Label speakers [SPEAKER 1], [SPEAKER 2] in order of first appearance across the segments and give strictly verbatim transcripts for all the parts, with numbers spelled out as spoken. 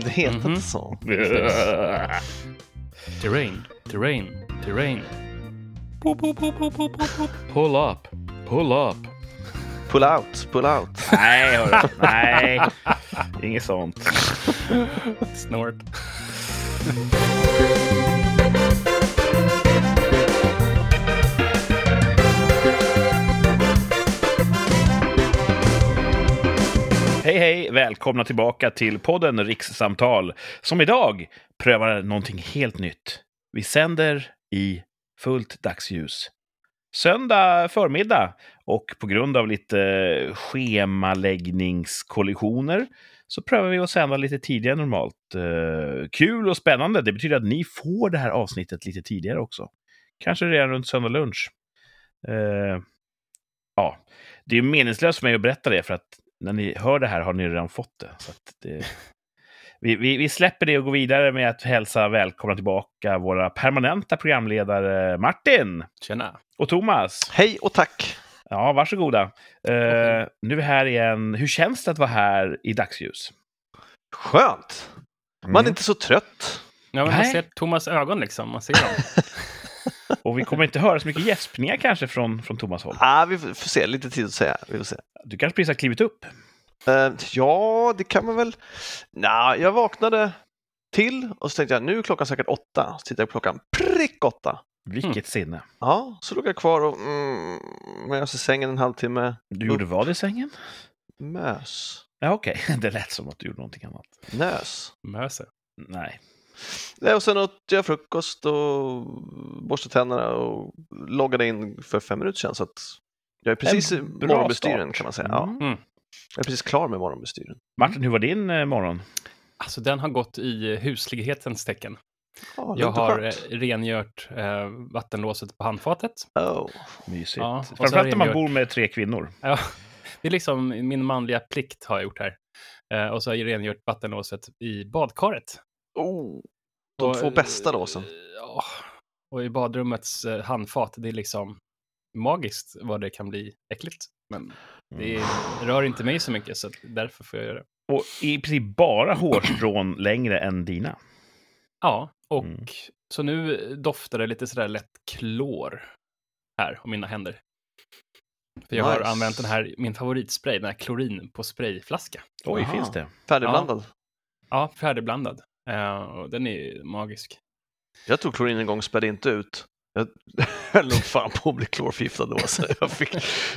[SPEAKER 1] Det heter
[SPEAKER 2] Mhm.
[SPEAKER 1] inte så.
[SPEAKER 2] Terrain, terrain, terrain. Boop, boop, boop, boop, boop, boop. Pull up, pull up.
[SPEAKER 1] Pull out, pull out.
[SPEAKER 3] Nej, hörru. Nej. Inget sånt.
[SPEAKER 2] Snort.
[SPEAKER 3] Hej, hej. Välkomna tillbaka till podden Rikssamtal, som idag prövar någonting helt nytt. Vi sänder i fullt dagsljus. Söndag förmiddag, och på grund av lite schemaläggningskollisioner så prövar vi att sända lite tidigare än normalt. Eh, kul och spännande. Det betyder att ni får det här avsnittet lite tidigare också. Kanske redan runt söndag lunch. Eh, ja, det är meningslöst för mig att berätta det, för att när ni hör det här har ni redan fått det. Så att det... Vi, vi, vi släpper det och går vidare med att hälsa välkomna tillbaka våra permanenta programledare Martin.
[SPEAKER 2] Tjena.
[SPEAKER 3] Och Thomas.
[SPEAKER 1] Hej och tack.
[SPEAKER 3] Ja, varsågoda. Uh, nu är vi här igen. Hur känns det att vara här i dagsljus?
[SPEAKER 1] Skönt. Man
[SPEAKER 3] Mm.
[SPEAKER 1] är inte så trött.
[SPEAKER 2] Ja, men man
[SPEAKER 3] Nej.
[SPEAKER 2] ser Thomas ögon liksom, man ser dem.
[SPEAKER 3] Och vi kommer inte höra så mycket gäspningar kanske från, från Thomas håll.
[SPEAKER 1] Ah, vi får se, lite tid att säga. Vi får se.
[SPEAKER 3] Du kanske precis har klivit upp.
[SPEAKER 1] Uh, ja, det kan man väl. Nah, jag vaknade till och så tänkte jag, nu är klockan säkert åtta. Så tittade jag på klockan prick åtta.
[SPEAKER 3] Vilket
[SPEAKER 2] Mm.
[SPEAKER 3] sinne.
[SPEAKER 1] Ja, så låg jag kvar och mm, mös i sängen en halvtimme.
[SPEAKER 3] Du gjorde vad i sängen?
[SPEAKER 1] Mös.
[SPEAKER 3] Ja, okej. Okay. Det lät som att du gjorde någonting annat.
[SPEAKER 1] Nös.
[SPEAKER 2] Möse.
[SPEAKER 3] Nej.
[SPEAKER 1] Ja, och sen åt jag frukost och borstade tänderna och loggade in för fem minuter sedan. Så att jag är precis i
[SPEAKER 3] En bra
[SPEAKER 1] morgonbestyren
[SPEAKER 3] start.
[SPEAKER 1] kan man säga. Ja,
[SPEAKER 3] Mm.
[SPEAKER 2] Mm.
[SPEAKER 1] jag är precis klar med morgonbestyren.
[SPEAKER 3] Martin, hur var din eh, morgon?
[SPEAKER 2] Alltså den har gått i huslighetens tecken.
[SPEAKER 1] Ja,
[SPEAKER 2] Jag
[SPEAKER 1] lugnt och
[SPEAKER 2] har eh,
[SPEAKER 1] skönt.
[SPEAKER 2] rengjort eh, vattenlåset på handfatet.
[SPEAKER 1] Oh.
[SPEAKER 3] Mysigt.
[SPEAKER 2] Ja, och så
[SPEAKER 3] Framförallt när man
[SPEAKER 2] rengjort-
[SPEAKER 3] bor med tre kvinnor.
[SPEAKER 2] Ja, det är liksom min manliga plikt har jag gjort här. Eh, och så har jag rengjort vattenlåset i badkaret.
[SPEAKER 1] Oh. De
[SPEAKER 2] Och,
[SPEAKER 1] två bästa låsen.
[SPEAKER 2] eh, Ja, och i badrummets eh, handfat, det är liksom magiskt vad det kan bli äckligt. Men det är, rör inte mig så mycket, så att därför får jag göra det.
[SPEAKER 3] Och i princip bara hårstrån längre än dina.
[SPEAKER 2] Ja, och
[SPEAKER 3] Mm.
[SPEAKER 2] så nu doftar det lite sådär lätt klor här om mina händer. För jag har
[SPEAKER 1] Nice.
[SPEAKER 2] använt den här, min favoritspray, den här klorin på sprayflaska.
[SPEAKER 3] Oj,
[SPEAKER 1] Aha.
[SPEAKER 3] finns det?
[SPEAKER 1] Färdigblandad.
[SPEAKER 2] Ja, färdigblandad. Uh, och den är magisk.
[SPEAKER 1] Jag tog klorin en gång och spädde inte ut. Jag höll nog fan på att bli klorförgiftad då. Så jag fick...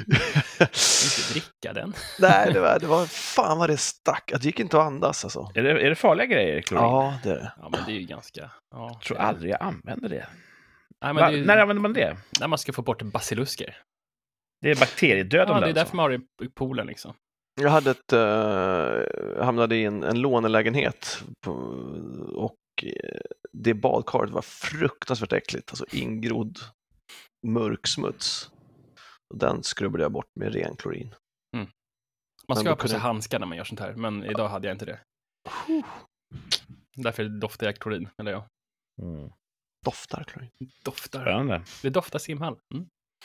[SPEAKER 2] Inte dricka den.
[SPEAKER 1] Nej, det var, det var fan vad det stack. Det gick inte att andas alltså.
[SPEAKER 3] Är det, är det farliga grejer, klorin?
[SPEAKER 1] Ja, det är det.
[SPEAKER 2] Ja, men det är ju ganska... Ja,
[SPEAKER 3] Jag tror
[SPEAKER 2] det är-
[SPEAKER 3] aldrig jag använder det.
[SPEAKER 2] Nej, men
[SPEAKER 3] Va?
[SPEAKER 2] det är ju,
[SPEAKER 3] När använder man det?
[SPEAKER 2] när man ska få bort basilusker.
[SPEAKER 3] Det är bakteriedödande.
[SPEAKER 2] Ja, det är därför
[SPEAKER 3] alltså.
[SPEAKER 2] man har det i poolen liksom.
[SPEAKER 1] Jag hade ett, uh, hamnade i en, en lånelägenhet på, och eh, det badkaret var fruktansvärt äckligt. Alltså ingrodd mörk smuts. Och den skrubbade jag bort med ren klorin.
[SPEAKER 2] Man
[SPEAKER 1] Men
[SPEAKER 2] ska
[SPEAKER 1] då
[SPEAKER 2] ha på sig
[SPEAKER 1] kunde-
[SPEAKER 2] handskar när man gör sånt här, men idag hade jag inte det. Därför doftar jag klorin, eller jag
[SPEAKER 3] Mm.
[SPEAKER 1] Doftar klorin.
[SPEAKER 2] doftar.
[SPEAKER 3] Spännande.
[SPEAKER 2] Det doftar simhall. Mm.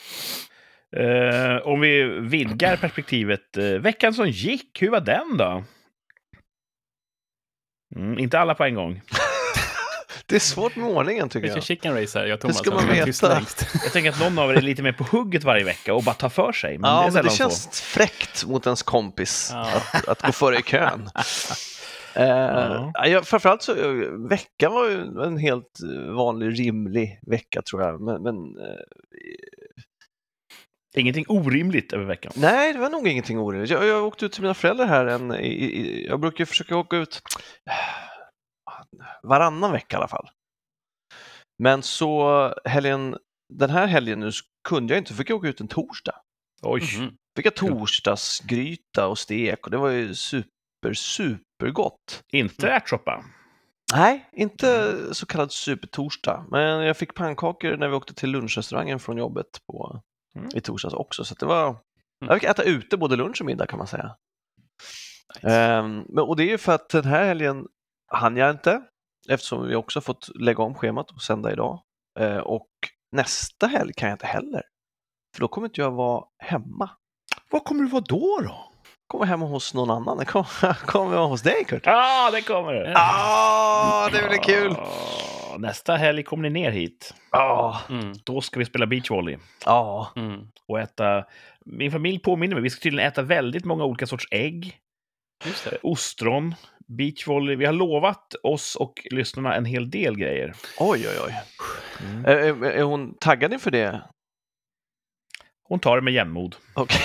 [SPEAKER 3] Eh, om vi vidgar perspektivet. Eh, veckan som gick, hur var den då? Mm, inte alla på en gång.
[SPEAKER 1] Det är svårt med ordningen tycker
[SPEAKER 2] Vi kör
[SPEAKER 1] jag.
[SPEAKER 2] chicken race här, jag och Thomas.
[SPEAKER 1] ska
[SPEAKER 2] har
[SPEAKER 1] man
[SPEAKER 2] varit
[SPEAKER 1] veta?
[SPEAKER 2] tysta längst.
[SPEAKER 3] Jag tänker att någon av er är lite mer på hugget varje vecka och bara tar för sig. Men
[SPEAKER 1] Ja,
[SPEAKER 3] det är
[SPEAKER 1] men
[SPEAKER 3] sällan
[SPEAKER 1] det känns
[SPEAKER 3] så.
[SPEAKER 1] fräckt mot ens kompis
[SPEAKER 2] Ja.
[SPEAKER 1] att, att gå före i kön. Eh,
[SPEAKER 3] Ja.
[SPEAKER 1] jag, framförallt så, eh, veckan var ju en helt eh, vanlig, rimlig vecka tror jag. Men, men eh,
[SPEAKER 3] Ingenting orimligt över veckan.
[SPEAKER 1] nej, det var nog ingenting orimligt. Jag, jag åkte ut till mina föräldrar här. En, i, i, jag brukar ju försöka åka ut varannan vecka i alla fall. Men så helgen, den här helgen nu så kunde jag inte, fick jag åka ut en torsdag.
[SPEAKER 3] Oj.
[SPEAKER 2] Mhm.
[SPEAKER 1] Fick jag torsdagsgryta och stek och det var ju super, super gott.
[SPEAKER 3] Inte ärtsoppa.
[SPEAKER 1] Nej, inte så kallad supertorsdag. Men jag fick pannkakor när vi åkte till lunchrestaurangen från jobbet på,
[SPEAKER 3] Mm.
[SPEAKER 1] i torsdags också. Så att det var, jag fick äta ute både lunch och middag kan man säga.
[SPEAKER 2] Nice.
[SPEAKER 1] Ehm, men, och det är ju för att den här helgen hann jag inte. Eftersom vi också fått lägga om schemat och sända idag. Ehm, och nästa helg kan jag inte heller. För då kommer inte jag vara hemma.
[SPEAKER 3] Vad kommer du vara då då?
[SPEAKER 1] kommer hemma hos någon annan. Den kommer, kommer hos dig, Kurt.
[SPEAKER 3] Ja, ah, det kommer det.
[SPEAKER 1] Ah, det blir kul.
[SPEAKER 3] Ah, nästa helg kommer ni ner hit.
[SPEAKER 1] Ja,
[SPEAKER 2] Mm.
[SPEAKER 3] Då ska vi spela beachvolley.
[SPEAKER 1] ja.
[SPEAKER 2] Mm.
[SPEAKER 3] Och äta... Min familj påminner mig, vi ska tydligen äta väldigt många olika sorts ägg.
[SPEAKER 2] Just det.
[SPEAKER 3] Ostron, beachvolley. Vi har lovat oss och lyssnarna en hel del grejer.
[SPEAKER 1] Oj, oj, oj.
[SPEAKER 3] Mm.
[SPEAKER 1] Är, är, är hon taggad inför det?
[SPEAKER 3] Hon tar det med jämnmod.
[SPEAKER 1] Okej.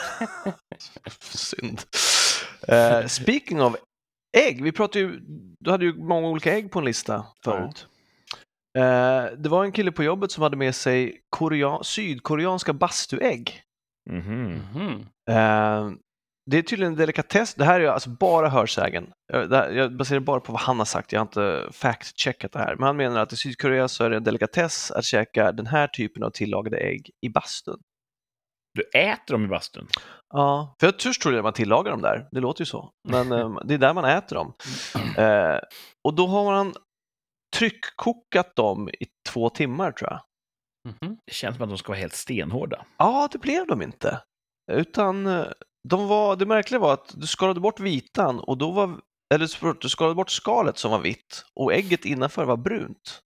[SPEAKER 1] Synd. Uh, speaking of ägg, vi pratade ju, du hade ju många olika ägg på en lista förut. Uh, det var en kille på jobbet som hade med sig korea- sydkoreanska bastuägg.
[SPEAKER 3] Mhm.
[SPEAKER 2] Mhm.
[SPEAKER 1] Uh, det är tydligen en delikatess. Det här är alltså bara hörsägen. Jag, det här, jag baserar bara på vad han har sagt. Jag har inte fact-checkat det här. Men han menar att i Sydkorea så är det en delikatess att käka den här typen av tillagade ägg i bastun.
[SPEAKER 3] Du äter dem i bastun.
[SPEAKER 1] Ja, för jag först trodde jag att man tillagar dem där. Det låter ju så. Men eh, det är där man äter dem. Eh, och då har man tryckkokat dem i två timmar, tror jag.
[SPEAKER 2] Mhm.
[SPEAKER 3] Det känns som att de ska vara helt stenhårda.
[SPEAKER 1] Ja, det blev de inte. Utan eh, de var, det märkliga var att du skalade bort vitan och då var, eller du skalade bort skalet som var vitt och ägget innanför var brunt.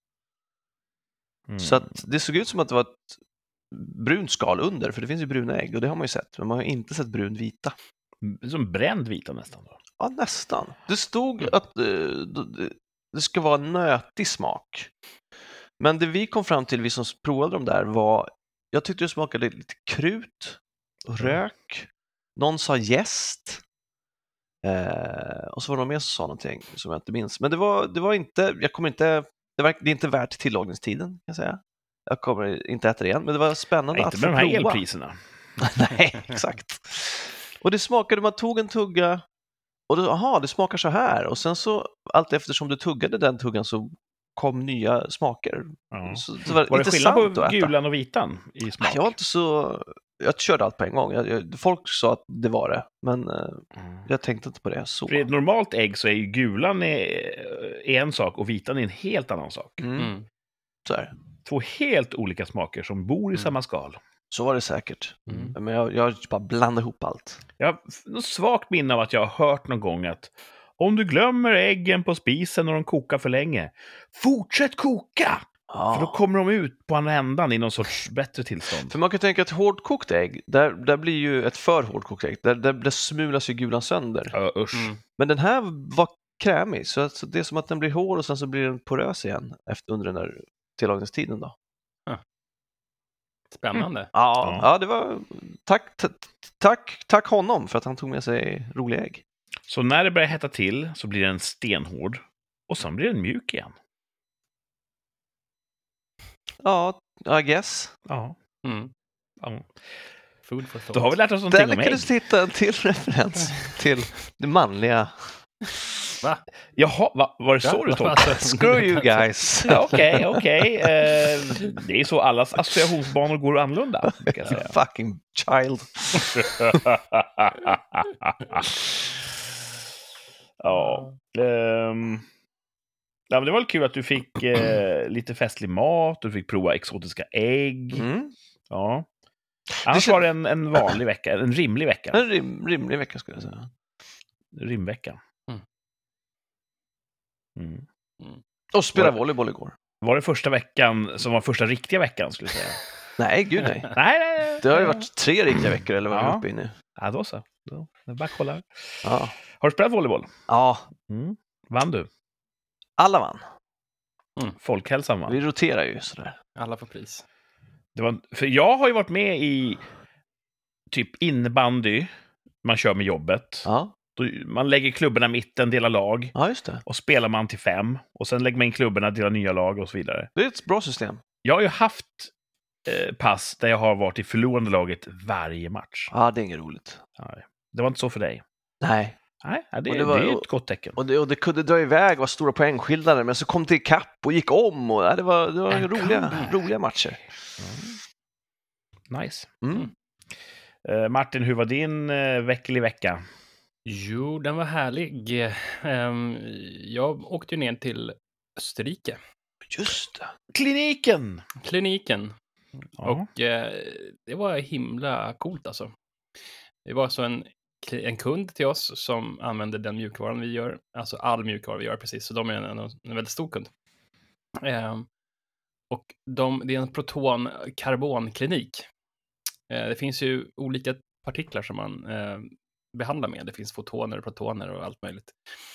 [SPEAKER 3] Mm.
[SPEAKER 1] Så att det såg ut som att det var ett brunt skal under, för det finns ju bruna ägg och det har man ju sett, men man har inte sett brun vita.
[SPEAKER 3] Som bränd vita nästan. Då.
[SPEAKER 1] Ja, nästan. Det stod att eh, det ska vara en nötig smak. Men det vi kom fram till, vi som provade dem där, var, jag tyckte det smakade lite krut och rök. Någon sa jäst. Eh, och så var det någon mer som sa någonting som jag inte minns. Men det var, det var inte, jag kommer inte, det, var, det är inte värt tillagningstiden, kan jag säga. Jag kommer inte äta det igen, men det var spännande
[SPEAKER 3] Nej,
[SPEAKER 1] att
[SPEAKER 3] inte
[SPEAKER 1] få
[SPEAKER 3] med de här
[SPEAKER 1] prova.
[SPEAKER 3] elpriserna.
[SPEAKER 1] Nej, exakt. Och det smakade, man tog en tugga och då, aha, det smakar så här. Och sen så, allt eftersom du tuggade den tuggan så kom nya smaker.
[SPEAKER 3] Ja.
[SPEAKER 1] Så det var,
[SPEAKER 3] Var det skillnad
[SPEAKER 1] intressant
[SPEAKER 3] på
[SPEAKER 1] att äta.
[SPEAKER 3] gulan och vitan i smak?
[SPEAKER 1] Jag var inte så... Jag körde allt på en gång. Jag, jag, folk sa att det var det, men eh,
[SPEAKER 3] Mm.
[SPEAKER 1] jag tänkte inte på det så.
[SPEAKER 3] För i ett normalt ägg så är ju gulan är, är en sak och vitan är en helt annan sak.
[SPEAKER 1] Mm,
[SPEAKER 2] Mm.
[SPEAKER 1] så, här.
[SPEAKER 3] Två helt olika smaker som bor i
[SPEAKER 1] Mm.
[SPEAKER 3] samma skal.
[SPEAKER 1] Så var det säkert.
[SPEAKER 2] Mm.
[SPEAKER 1] Men jag, jag bara blandade ihop allt.
[SPEAKER 3] Jag har något svagt minne av att jag har hört någon gång att om du glömmer äggen på spisen och de kokar för länge, fortsätt koka!
[SPEAKER 1] Ja.
[SPEAKER 3] För då kommer de ut på andra ändan i någon sorts bättre tillstånd.
[SPEAKER 1] För man kan tänka att hårdkokt ägg, där, där blir ju ett för hårdkokt ägg, där, där, där smulas ju gulan sönder.
[SPEAKER 3] Ja, usch.
[SPEAKER 2] Mm.
[SPEAKER 1] Men den här var krämig, så att, så det är som att den blir hård och sen så blir den porös igen efter, under den där tillagningstiden då.
[SPEAKER 2] Spännande.
[SPEAKER 1] Ja,
[SPEAKER 3] Ja.
[SPEAKER 1] ja det var... Tack, t- tack, tack honom för att han tog med sig roliga ägg.
[SPEAKER 3] Så när det börjar hetta till så blir den stenhård och sen blir den mjuk igen.
[SPEAKER 1] Ja, I guess.
[SPEAKER 3] Ja.
[SPEAKER 2] Mm.
[SPEAKER 3] ja.
[SPEAKER 2] Food for thought.
[SPEAKER 3] Då har vi lärt oss någonting
[SPEAKER 1] Där
[SPEAKER 3] om ägg.
[SPEAKER 1] lyckades du hitta en till referens till det manliga.
[SPEAKER 2] Va?
[SPEAKER 3] Jaha, va, var det så du tolkade?
[SPEAKER 2] Alltså,
[SPEAKER 1] Screw you guys!
[SPEAKER 3] Ja, Okej, okej. Eh, det är så allas associationsbanor går annorlunda, brukar jag säga.
[SPEAKER 1] Fucking child.
[SPEAKER 3] ja. ehm, ja, men det var väl kul att du fick eh, lite festlig mat, du fick prova exotiska ägg.
[SPEAKER 1] Mm.
[SPEAKER 3] Ja. Annars
[SPEAKER 1] kän-
[SPEAKER 3] var det en, en vanlig vecka, en rimlig vecka.
[SPEAKER 1] En rim, rimlig vecka skulle jag säga.
[SPEAKER 3] Rimvecka.
[SPEAKER 2] Mm.
[SPEAKER 3] Mm.
[SPEAKER 1] Och spela
[SPEAKER 3] Var-
[SPEAKER 1] volleyboll igår.
[SPEAKER 3] Var det första veckan som var första riktiga veckan, skulle jag säga?
[SPEAKER 1] Nej, gud nej.
[SPEAKER 3] nej, nej, nej.
[SPEAKER 1] Det har ju varit tre riktiga veckor eller vad vi
[SPEAKER 3] Ja.
[SPEAKER 1] är uppe i nu.
[SPEAKER 3] Ja, då så. Då, jag bara kolla.
[SPEAKER 1] Ja.
[SPEAKER 3] Har du spelat volleyboll?
[SPEAKER 1] Ja,
[SPEAKER 3] Mm. Vann du?
[SPEAKER 1] alla vann.
[SPEAKER 3] Folkhälsan vann.
[SPEAKER 1] Vi roterar ju sådär.
[SPEAKER 2] Alla får pris.
[SPEAKER 3] Det var, för jag har ju varit med i typ innebandy, man kör med jobbet.
[SPEAKER 1] Ja,
[SPEAKER 3] Då, man lägger klubborna i mitten, delar lag,
[SPEAKER 1] ja just det.
[SPEAKER 3] och spelar man till fem. Och sen lägger man in klubborna, delar nya lag och så vidare.
[SPEAKER 1] Det är ett bra system.
[SPEAKER 3] Jag har ju haft eh, pass där jag har varit i förlorande laget varje match.
[SPEAKER 1] Ja, det är inget roligt.
[SPEAKER 3] Nej, det var inte så för dig.
[SPEAKER 1] Nej.
[SPEAKER 3] Nej, det,
[SPEAKER 1] Och
[SPEAKER 3] det,
[SPEAKER 1] det var-
[SPEAKER 3] det är ett gott tecken.
[SPEAKER 1] Och det, och det kunde dra iväg, var stora poängskillnader, men så kom det ikapp och gick om. Och, ja, det var, det var
[SPEAKER 3] En
[SPEAKER 1] roliga,
[SPEAKER 3] comeback.
[SPEAKER 1] roliga matcher.
[SPEAKER 3] Nice.
[SPEAKER 1] Mm.
[SPEAKER 3] Eh, Martin, hur var din eh, vecklig vecka?
[SPEAKER 2] Jo, den var härlig. Ehm, jag åkte ju ner till Österrike,
[SPEAKER 1] Just det.
[SPEAKER 3] Kliniken!
[SPEAKER 2] kliniken.
[SPEAKER 3] Ja.
[SPEAKER 2] Och eh, det var himla coolt alltså. Det var så en en kund till oss som använder den mjukvaran vi gör, alltså all mjukvara vi gör precis, så de är en, en väldigt stor kund. Eh, och de, det är en proton-karbonklinik. Eh, det finns ju olika partiklar som man eh, behandlar med. Det finns fotoner, protoner och allt möjligt.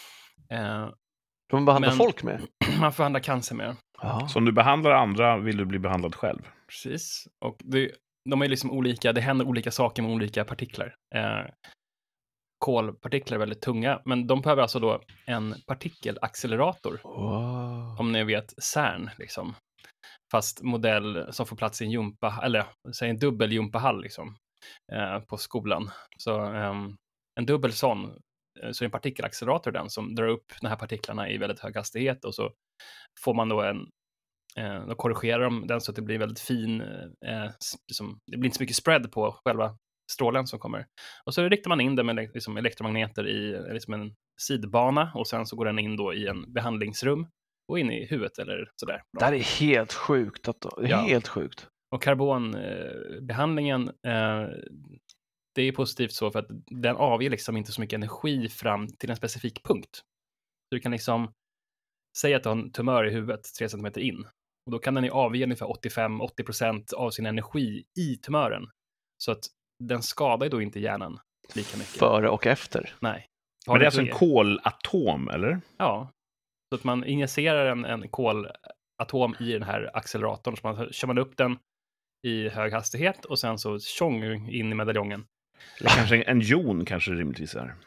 [SPEAKER 2] Eh,
[SPEAKER 1] De behandlar
[SPEAKER 2] men-
[SPEAKER 1] folk med.
[SPEAKER 2] man får behandla cancer med.
[SPEAKER 1] Ja.
[SPEAKER 3] Så om du behandlar andra vill du bli behandlad själv.
[SPEAKER 2] Precis. Och det, de är liksom olika, det händer olika saker med olika partiklar. Eh, kolpartiklar är väldigt tunga, men de behöver alltså då en partikelaccelerator.
[SPEAKER 1] Wow.
[SPEAKER 2] Om ni vet CERN, liksom. Fast modell som får plats i en jumpa, eller säg en dubbel jumpahall liksom, eh, på skolan. Så eh, en dubbel sån, eh, så är en partikelaccelerator den som drar upp de här partiklarna i väldigt hög hastighet, och så får man då en, eh, då korrigerar de den så att det blir väldigt fin, eh, liksom, det blir inte så mycket spread på själva strålen som kommer. Och så riktar man in det med liksom elektromagneter i liksom en sidbana, och sen så går den in då i en behandlingsrum och in i huvudet eller sådär.
[SPEAKER 1] Det här är helt sjukt. Att, det är
[SPEAKER 2] Ja.
[SPEAKER 1] helt sjukt.
[SPEAKER 2] Och karbonbehandlingen, eh, det är positivt så för att den avger liksom inte så mycket energi fram till en specifik punkt. Du kan liksom säga att du har en tumör i huvudet tre centimeter in. Och då kan den ju avge ungefär åttiofem till åttio procent av sin energi i tumören. Så att den skadar ju då inte hjärnan lika mycket.
[SPEAKER 1] Före och efter.
[SPEAKER 2] Nej. Har
[SPEAKER 3] Men det är
[SPEAKER 2] du
[SPEAKER 3] alltså en
[SPEAKER 2] fler?
[SPEAKER 3] kolatom, eller?
[SPEAKER 2] Ja. Så att man injicerar en, en kolatom i den här acceleratorn. Så man kör man upp den i hög hastighet och sen så tjong in i medaljongen.
[SPEAKER 3] Eller kanske en jon kanske det rimligtvis är.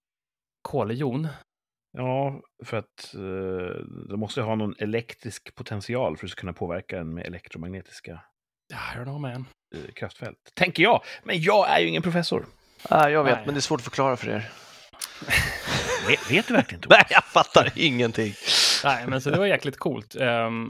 [SPEAKER 2] Koljon.
[SPEAKER 3] Ja, för att eh, det måste ha någon elektrisk potential för att kunna påverka den med elektromagnetiska
[SPEAKER 2] Ja, I don't know man.
[SPEAKER 3] eh, kraftfält. Tänker jag. Men jag är ju ingen professor.
[SPEAKER 1] Ah, jag vet,
[SPEAKER 2] Nej.
[SPEAKER 1] men det är svårt att förklara för er.
[SPEAKER 3] Vet, vet du verkligen, Thomas?
[SPEAKER 1] Nej, jag fattar ingenting.
[SPEAKER 2] Nej, men så det var jäkligt coolt. Um,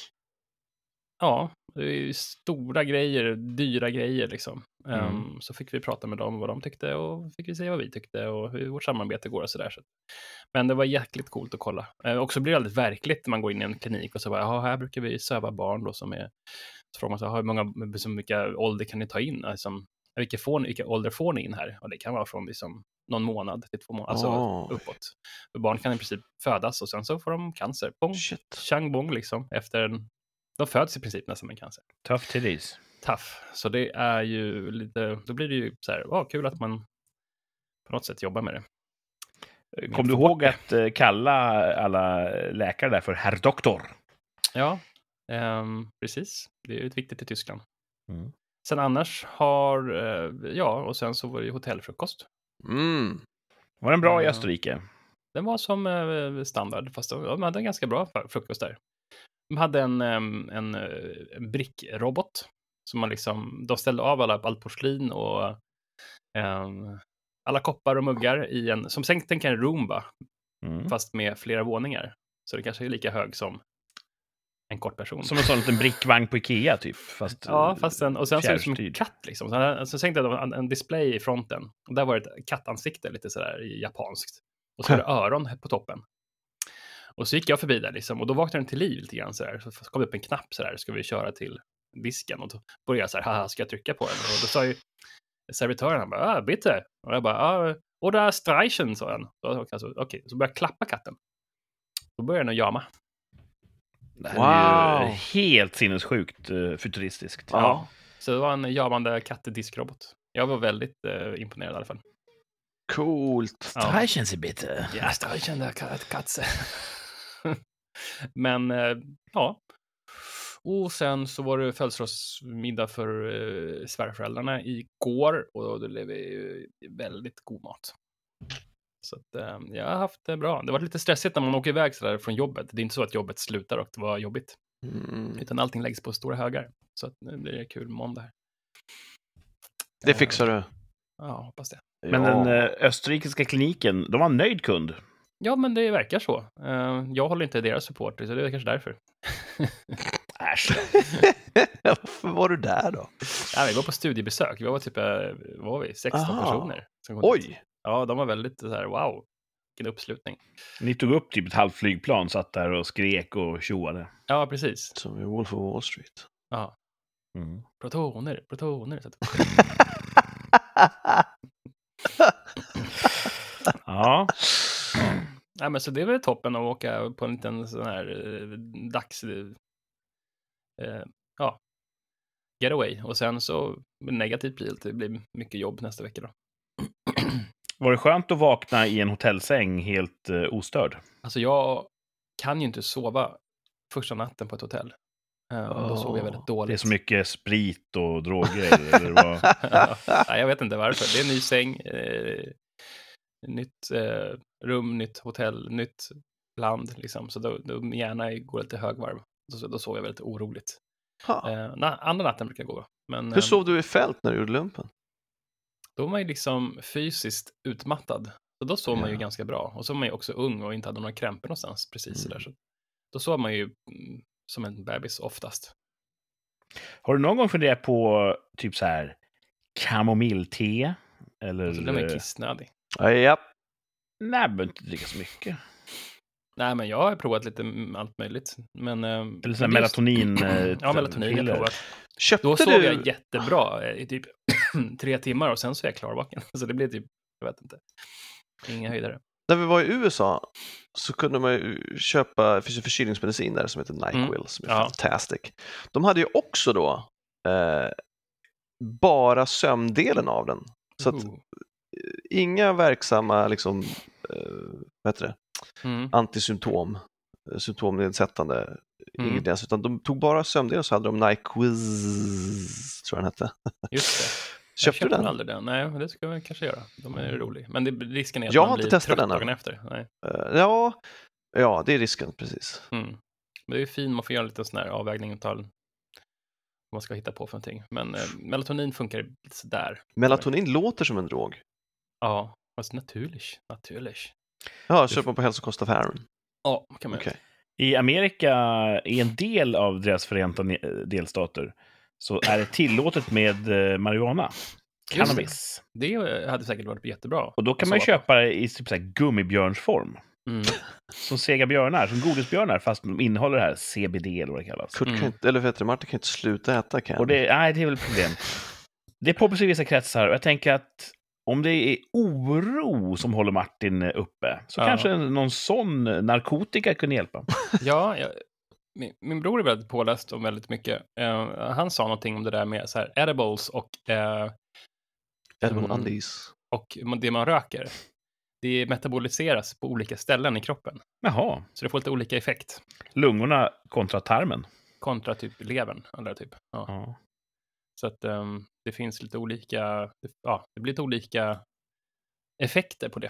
[SPEAKER 2] ja, det är ju stora grejer, dyra grejer liksom. Um,
[SPEAKER 3] Mm.
[SPEAKER 2] Så fick vi prata med dem vad de tyckte och fick vi se vad vi tyckte och hur vårt samarbete går och sådär. Så. Men det var jäkligt coolt att kolla. Uh, och så blir det väldigt verkligt när man går in i en klinik och så bara, ja, här brukar vi söva barn då som är, så frågar man så, hur många, så vilka ålder kan ni ta in? Alltså, vilka, får ni, vilka ålder får ni in här? Och det kan vara från liksom någon månad till två månader, alltså
[SPEAKER 1] Oh.
[SPEAKER 2] uppåt. För barn kan i princip födas och sen så får de cancer. Pong,
[SPEAKER 1] Shit.
[SPEAKER 2] tjang bong liksom. Efter en, de föds i princip nästan med cancer.
[SPEAKER 3] Tough titties.
[SPEAKER 2] Tough. Så det är ju lite, då blir det ju så här, oh, kul att man på något sätt jobbar med det.
[SPEAKER 3] Kom du ihåg att eh, kalla alla läkare där för herr doktor?
[SPEAKER 2] Ja, ehm, precis. Det är ju ett viktigt i Tyskland.
[SPEAKER 3] Mm.
[SPEAKER 2] Sen annars har, eh, ja, och sen så var det ju hotellfrukost.
[SPEAKER 1] Mm.
[SPEAKER 3] Var den bra i
[SPEAKER 2] Ja.
[SPEAKER 3] Österrike?
[SPEAKER 2] Den var som eh, standard, fast de, de hade en ganska bra frukost där. De hade en, em, en, eh, en brickrobot som man liksom, de ställde av alla, all porslin och em, alla koppar och muggar i en, som sen tänker en Roomba,
[SPEAKER 3] Mm.
[SPEAKER 2] fast med flera våningar. Så det kanske är lika hög som en kort person.
[SPEAKER 3] Som en sån liten brickvagn på Ikea, typ. Fast,
[SPEAKER 2] Ja,
[SPEAKER 3] eh,
[SPEAKER 2] fast sen, och sen så är det som en
[SPEAKER 3] fjärrstyrd.
[SPEAKER 2] katt liksom. Så, han- så tänkte jag att det var en, en display i fronten. Och där var det ett kattansikte, lite sådär i japanskt. Och så var det öron på toppen. Och så gick jag förbi där liksom, och då vaknade den till liv lite grann sådär. Så kom det upp en knapp sådär, ska vi köra till disken? Och då började jag såhär, haha, ska jag trycka på den? Och då sa ju servitören, han bara, ah, bitte. Och jag bara, ah, oder streichen, sa han. Så, alltså, okej, så började jag klappa katten. Då började den att jama.
[SPEAKER 3] Det här är ju
[SPEAKER 1] Wow.
[SPEAKER 3] helt sinnessjukt uh, futuristiskt.
[SPEAKER 1] Ja.
[SPEAKER 2] Så det var en jamande kattdiskrobot. Jag var väldigt eh, imponerad i alla fall.
[SPEAKER 1] Coolt.
[SPEAKER 2] Ja.
[SPEAKER 3] Det här känns ju bättre.
[SPEAKER 2] Ja, streichen der Kat- Katze. Men eh, ja. Och sen så var det födelsedagsmiddag för eh, svärföräldrarna igår. Och det blev ju väldigt god mat. Så att, eh, jag har haft det bra. Det var lite stressigt när man åker iväg så där från jobbet. Det är inte så att jobbet slutar och det var jobbigt.
[SPEAKER 1] Mm.
[SPEAKER 2] Utan allting läggs på stora högar. Så att nu blir det kul måndag här.
[SPEAKER 1] Det fixar du.
[SPEAKER 2] Ja, hoppas det.
[SPEAKER 3] Men
[SPEAKER 1] Ja.
[SPEAKER 3] den uh, österrikiska kliniken, de var en nöjd kund.
[SPEAKER 2] Ja, men det verkar så. Eh, jag håller inte deras support, så det är kanske därför.
[SPEAKER 3] Äsch.
[SPEAKER 1] Varför var du där då?
[SPEAKER 2] Ja, vi var på studiebesök. Vi var typ, eh, vad var vi? sexton
[SPEAKER 1] Aha.
[SPEAKER 2] personer. Som kom dit.
[SPEAKER 1] Oj!
[SPEAKER 2] Ja, de var väldigt så här, wow. Vilken uppslutning.
[SPEAKER 3] Ni tog upp typ ett halvt flygplan, satt där och skrek och tjoade.
[SPEAKER 2] Ja, precis.
[SPEAKER 1] Som i Wolf of Wall Street.
[SPEAKER 2] Ja.
[SPEAKER 3] Mm.
[SPEAKER 2] Protoner, protoner. Så att,
[SPEAKER 3] Ja.
[SPEAKER 2] Nej, men så det är väl toppen att åka på en liten sån här eh, dags... Eh, ja, getaway. Och sen så negativt blir det, det blir mycket jobb nästa vecka då.
[SPEAKER 3] Var det skönt att vakna i en hotellsäng helt eh, ostörd?
[SPEAKER 2] Alltså jag kan ju inte sova första natten på ett hotell. Eh, och då sover jag väldigt dåligt.
[SPEAKER 3] Det är så mycket sprit och droger. Eller vad?
[SPEAKER 2] Nej, jag vet inte varför. Det är en ny säng, eh, nytt eh, rum, nytt hotell, nytt land. Liksom. Så då, då gärna går lite högvarv. Då, då sover jag väldigt oroligt.
[SPEAKER 1] Ha.
[SPEAKER 2] Eh, na, andra natten brukar gå. Men,
[SPEAKER 1] Hur sov du i fält när du gjorde lumpen?
[SPEAKER 2] Då var man ju liksom fysiskt utmattad. Så då sov man ju
[SPEAKER 1] Ja.
[SPEAKER 2] ganska bra. Och så var man ju också ung och inte hade några krämpor någonstans precis
[SPEAKER 1] Mm.
[SPEAKER 2] där. Så då sov man ju mm, som en bebis oftast.
[SPEAKER 3] Har du någon gång funderat på typ så här kamomillte? Eller...
[SPEAKER 2] Och så blev man ju kissnödig.
[SPEAKER 1] Ja, ja.
[SPEAKER 3] Nej, men inte dricka så mycket.
[SPEAKER 2] Nej, men jag har provat lite mm, allt möjligt. Men, eh,
[SPEAKER 3] Eller så här
[SPEAKER 2] men just-
[SPEAKER 3] melatonin. eh,
[SPEAKER 2] Ja, melatonin har jag
[SPEAKER 3] piller.
[SPEAKER 2] provat.
[SPEAKER 1] Köpte
[SPEAKER 2] Då sov
[SPEAKER 1] du...
[SPEAKER 2] jag jättebra eh, i typ tre timmar och sen så är jag klarvaken. Så det blev typ, jag vet inte, inga höjdare.
[SPEAKER 1] När vi var i U S A så kunde man ju köpa, det finns ju förkylningsmedicin där som heter NyQuil
[SPEAKER 2] Mm.
[SPEAKER 1] som är
[SPEAKER 2] Ja.
[SPEAKER 1] fantastic. De hade ju också då eh, bara sömndelen av den. Så att
[SPEAKER 2] Ooh.
[SPEAKER 1] inga verksamma liksom, eh, vad heter det?
[SPEAKER 2] Mm.
[SPEAKER 1] Antisymptom, eh, symptomnedsättande,
[SPEAKER 2] Mm.
[SPEAKER 1] inget ens, utan de tog bara sömndelen så hade de NyQuil, tror jag den hette.
[SPEAKER 2] Just det.
[SPEAKER 1] Köpte
[SPEAKER 2] jag
[SPEAKER 1] du den?
[SPEAKER 2] aldrig den. Nej, men det ska jag kanske göra. De är roliga. Men det, risken är att
[SPEAKER 1] Jag
[SPEAKER 2] man
[SPEAKER 1] har
[SPEAKER 2] blir
[SPEAKER 1] inte testat
[SPEAKER 2] trött
[SPEAKER 1] den än.
[SPEAKER 2] dagen efter. Nej.
[SPEAKER 1] Eh, ja, ja, det är risken, precis.
[SPEAKER 2] Mm. Men det är ju fint, man får göra lite sån här avvägning och tal. Vad man ska hitta på för någonting. Men eh, melatonin funkar lite sådär.
[SPEAKER 1] Melatonin låter som en drog.
[SPEAKER 2] Ja, fast naturligt. Naturligt.
[SPEAKER 1] Ja, köper man på hälsokostaffären.
[SPEAKER 2] Ja, kan man
[SPEAKER 1] Okej.
[SPEAKER 3] I Amerika, i en del av deras förenta ne- delstater, så är det tillåtet med eh, marijuana. Cannabis.
[SPEAKER 2] Det eh, hade säkert varit jättebra.
[SPEAKER 3] Och då kan
[SPEAKER 2] att
[SPEAKER 3] man ju
[SPEAKER 2] sova på.
[SPEAKER 3] köpa det i typ så här gummibjörnsform.
[SPEAKER 2] Mm.
[SPEAKER 3] Som sega björnar, som godisbjörnar, fast de innehåller det här C B D eller vad det kallas.
[SPEAKER 1] Kurt
[SPEAKER 2] Mm.
[SPEAKER 1] kan inte, eller vet du, Martin kan inte sluta äta candy.
[SPEAKER 3] Och det, nej, det är väl ett problem. Det är poppis i vissa kretsar och jag tänker att om det är oro som håller Martin uppe så
[SPEAKER 2] Ja.
[SPEAKER 3] kanske någon sån narkotika kunde hjälpa.
[SPEAKER 2] Ja, jag, min, min bror är väldigt påläst om väldigt mycket. Eh, han sa någonting om det där med så här, edibles och, uh,
[SPEAKER 1] Edible
[SPEAKER 2] Mm.
[SPEAKER 1] undies.
[SPEAKER 2] och det man röker. Det metaboliseras på olika ställen i kroppen.
[SPEAKER 3] Jaha,
[SPEAKER 2] Så det får lite olika effekt.
[SPEAKER 3] lungorna kontra tarmen.
[SPEAKER 2] Kontra typ levern. Eller typ. Ja.
[SPEAKER 3] Ja.
[SPEAKER 2] Så att um, det finns lite olika, ja, det blir lite olika effekter på det.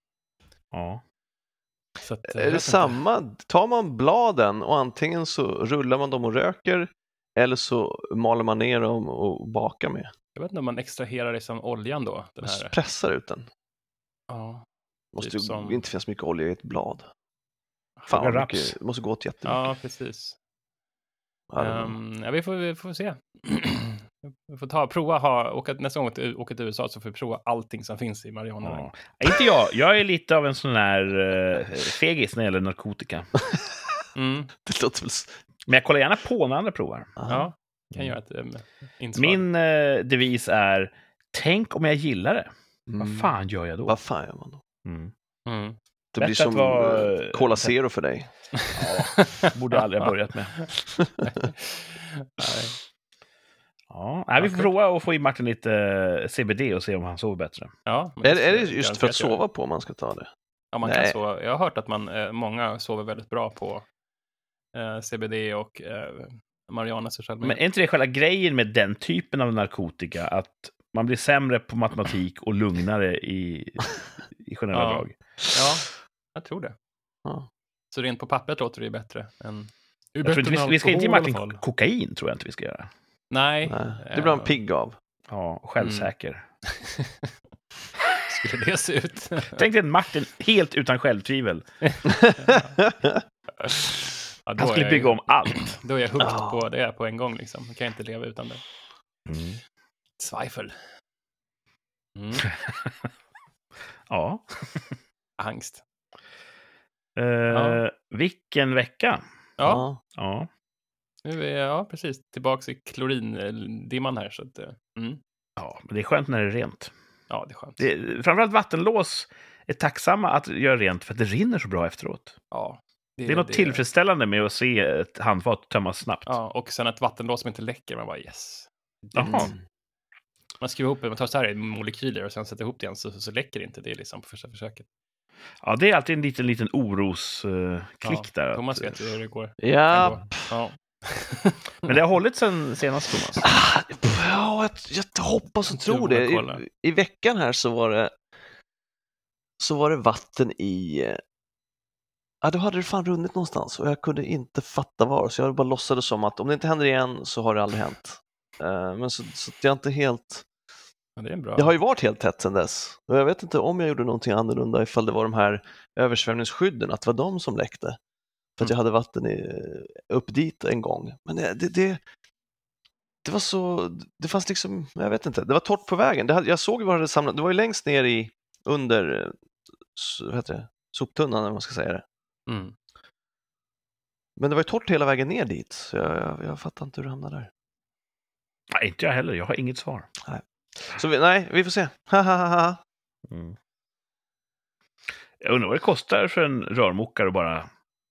[SPEAKER 3] Ja.
[SPEAKER 2] Så att, jag
[SPEAKER 1] Är
[SPEAKER 2] vet
[SPEAKER 1] det
[SPEAKER 2] inte.
[SPEAKER 1] samma? Tar man bladen och antingen så rullar man dem och röker eller så maler man ner dem och bakar med.
[SPEAKER 2] Jag vet inte om man extraherar det som oljan då. Den
[SPEAKER 1] Och
[SPEAKER 2] här.
[SPEAKER 1] pressar ut den.
[SPEAKER 2] Ja,
[SPEAKER 1] Måste
[SPEAKER 2] Typ
[SPEAKER 1] ju
[SPEAKER 2] som-
[SPEAKER 1] inte finnas mycket olja i ett blad. Fan
[SPEAKER 3] Fråga
[SPEAKER 1] vad
[SPEAKER 3] raps.
[SPEAKER 1] mycket, det måste gå åt jättemycket.
[SPEAKER 2] ja precis.
[SPEAKER 1] I don't know.
[SPEAKER 2] Um, ja, vi får, vi får se. Vi får ta, prova, ha, åka, nästa gång vi åker till U S A så får vi prova allting som finns i marijuana.
[SPEAKER 3] Ja. Inte jag. Jag är lite av en sån här uh, fegis när det gäller narkotika.
[SPEAKER 2] Mm,
[SPEAKER 1] Det låter väl... s-
[SPEAKER 3] Men jag kollar gärna på när andra provar.
[SPEAKER 2] ja, kan
[SPEAKER 3] Mm.
[SPEAKER 2] göra ett um, inslag.
[SPEAKER 3] Min uh, devis är tänk om jag gillar det.
[SPEAKER 1] Mm.
[SPEAKER 3] Vad fan gör jag då?
[SPEAKER 1] Vad fan gör man då?
[SPEAKER 3] Mm.
[SPEAKER 2] Mm.
[SPEAKER 1] Det
[SPEAKER 3] Bättre
[SPEAKER 1] blir som
[SPEAKER 3] att vara-
[SPEAKER 1] eh, Cola Zero för dig.
[SPEAKER 3] Ja, borde jag aldrig ha börjat med.
[SPEAKER 2] Nej.
[SPEAKER 3] Ja, nej, vi får prova att få i Martin lite eh, C B D och se om han sover bättre.
[SPEAKER 2] Ja, men
[SPEAKER 1] Är,
[SPEAKER 2] ska
[SPEAKER 1] är det
[SPEAKER 2] jag
[SPEAKER 1] just för att
[SPEAKER 2] garanterat göra.
[SPEAKER 1] sova på man ska ta det?
[SPEAKER 2] Ja, man
[SPEAKER 1] Nej.
[SPEAKER 2] kan sova. Jag har hört att man, eh, många sover väldigt bra på eh, C B D och eh, marijuana. Så själv.
[SPEAKER 3] Men är inte det själva grejen med den typen av narkotika? Att man blir sämre på matematik och lugnare i, i generella
[SPEAKER 2] Ja.
[SPEAKER 3] drag?
[SPEAKER 2] Ja, jag tror det.
[SPEAKER 1] Ja.
[SPEAKER 2] Så rent på pappret låter det ju bättre än... Det är
[SPEAKER 3] Jag tror inte vi, vi ska inte ge Martin
[SPEAKER 2] alkohol i alla fall.
[SPEAKER 3] kokain, tror jag inte vi ska göra.
[SPEAKER 2] Nej.
[SPEAKER 1] Nej, det blir han
[SPEAKER 2] eh,
[SPEAKER 1] pigg av.
[SPEAKER 3] Ja, självsäker.
[SPEAKER 2] Skulle det se ut?
[SPEAKER 3] Tänk dig en Martin helt utan självtvivel.
[SPEAKER 2] Ja, då
[SPEAKER 3] Han skulle
[SPEAKER 2] är
[SPEAKER 3] bygga
[SPEAKER 2] jag,
[SPEAKER 3] om allt.
[SPEAKER 2] Då är jag hooked
[SPEAKER 1] Ja.
[SPEAKER 2] på det på en gång liksom. Jag kan inte leva utan det.
[SPEAKER 3] Mm.
[SPEAKER 2] Zweifel. Mm.
[SPEAKER 3] Ja.
[SPEAKER 2] Angst.
[SPEAKER 3] Eh,
[SPEAKER 2] Ja.
[SPEAKER 3] Vilken vecka.
[SPEAKER 2] Ja,
[SPEAKER 3] Ja.
[SPEAKER 2] nu är jag ja, precis tillbaka i klorindimman här. Så att, eh, mm.
[SPEAKER 3] Ja, men det är skönt när det är rent.
[SPEAKER 2] Ja, det är skönt.
[SPEAKER 3] Det, framförallt vattenlås är tacksamma att göra rent för att det rinner så bra efteråt.
[SPEAKER 2] Ja,
[SPEAKER 3] Det är något tillfredsställande med att se ett handfat tömmas snabbt.
[SPEAKER 2] Ja, och sen ett vattenlås som inte läcker. Man bara yes.
[SPEAKER 3] Jaha.
[SPEAKER 1] Mm.
[SPEAKER 2] Man skriver ihop det, man tar så här i molekyler och sen sätter ihop det igen så, så läcker det inte. Det är liksom på första försöket.
[SPEAKER 3] Ja, det är alltid en liten, liten orosklick
[SPEAKER 2] Ja,
[SPEAKER 3] där.
[SPEAKER 2] Thomas
[SPEAKER 3] att,
[SPEAKER 2] vet ju hur det går.
[SPEAKER 1] Ja.
[SPEAKER 2] Kan gå. Ja.
[SPEAKER 3] Men det har hållit sen senast, Thomas.
[SPEAKER 1] Ah, ja, jag, jag hoppas och
[SPEAKER 2] Du
[SPEAKER 1] tror
[SPEAKER 2] borde
[SPEAKER 1] det.
[SPEAKER 2] kolla.
[SPEAKER 1] I, I veckan här så var det så var det vatten i... eh, Ja, då hade det fan runnit någonstans och jag kunde inte fatta var. Så jag bara låtsades som att om det inte händer igen så har det aldrig hänt. Eh, Men så, så att jag inte helt...
[SPEAKER 2] Ja, det är bra.
[SPEAKER 1] Det har ju varit helt tätt sedan dess. Och jag vet inte om jag gjorde någonting annorlunda ifall det var de här översvämningsskydden, att det var de som läckte. För att jag hade vatten i, upp dit en gång. Men det, det, det, det var så, det fanns liksom, jag vet inte, det var torrt på vägen. Det hade, jag såg vad det samlat, det var ju längst ner i, under, vad heter det, soptunnan eller vad man ska säga det.
[SPEAKER 2] Mm.
[SPEAKER 1] Men det var ju torrt hela vägen ner dit, så jag, jag, jag fattar inte hur det hamnade där.
[SPEAKER 3] Nej, inte jag heller. Jag har inget svar.
[SPEAKER 1] Så vi, nej, vi får se.
[SPEAKER 3] Mm. Jag undrar vad det kostar för en rörmokare att bara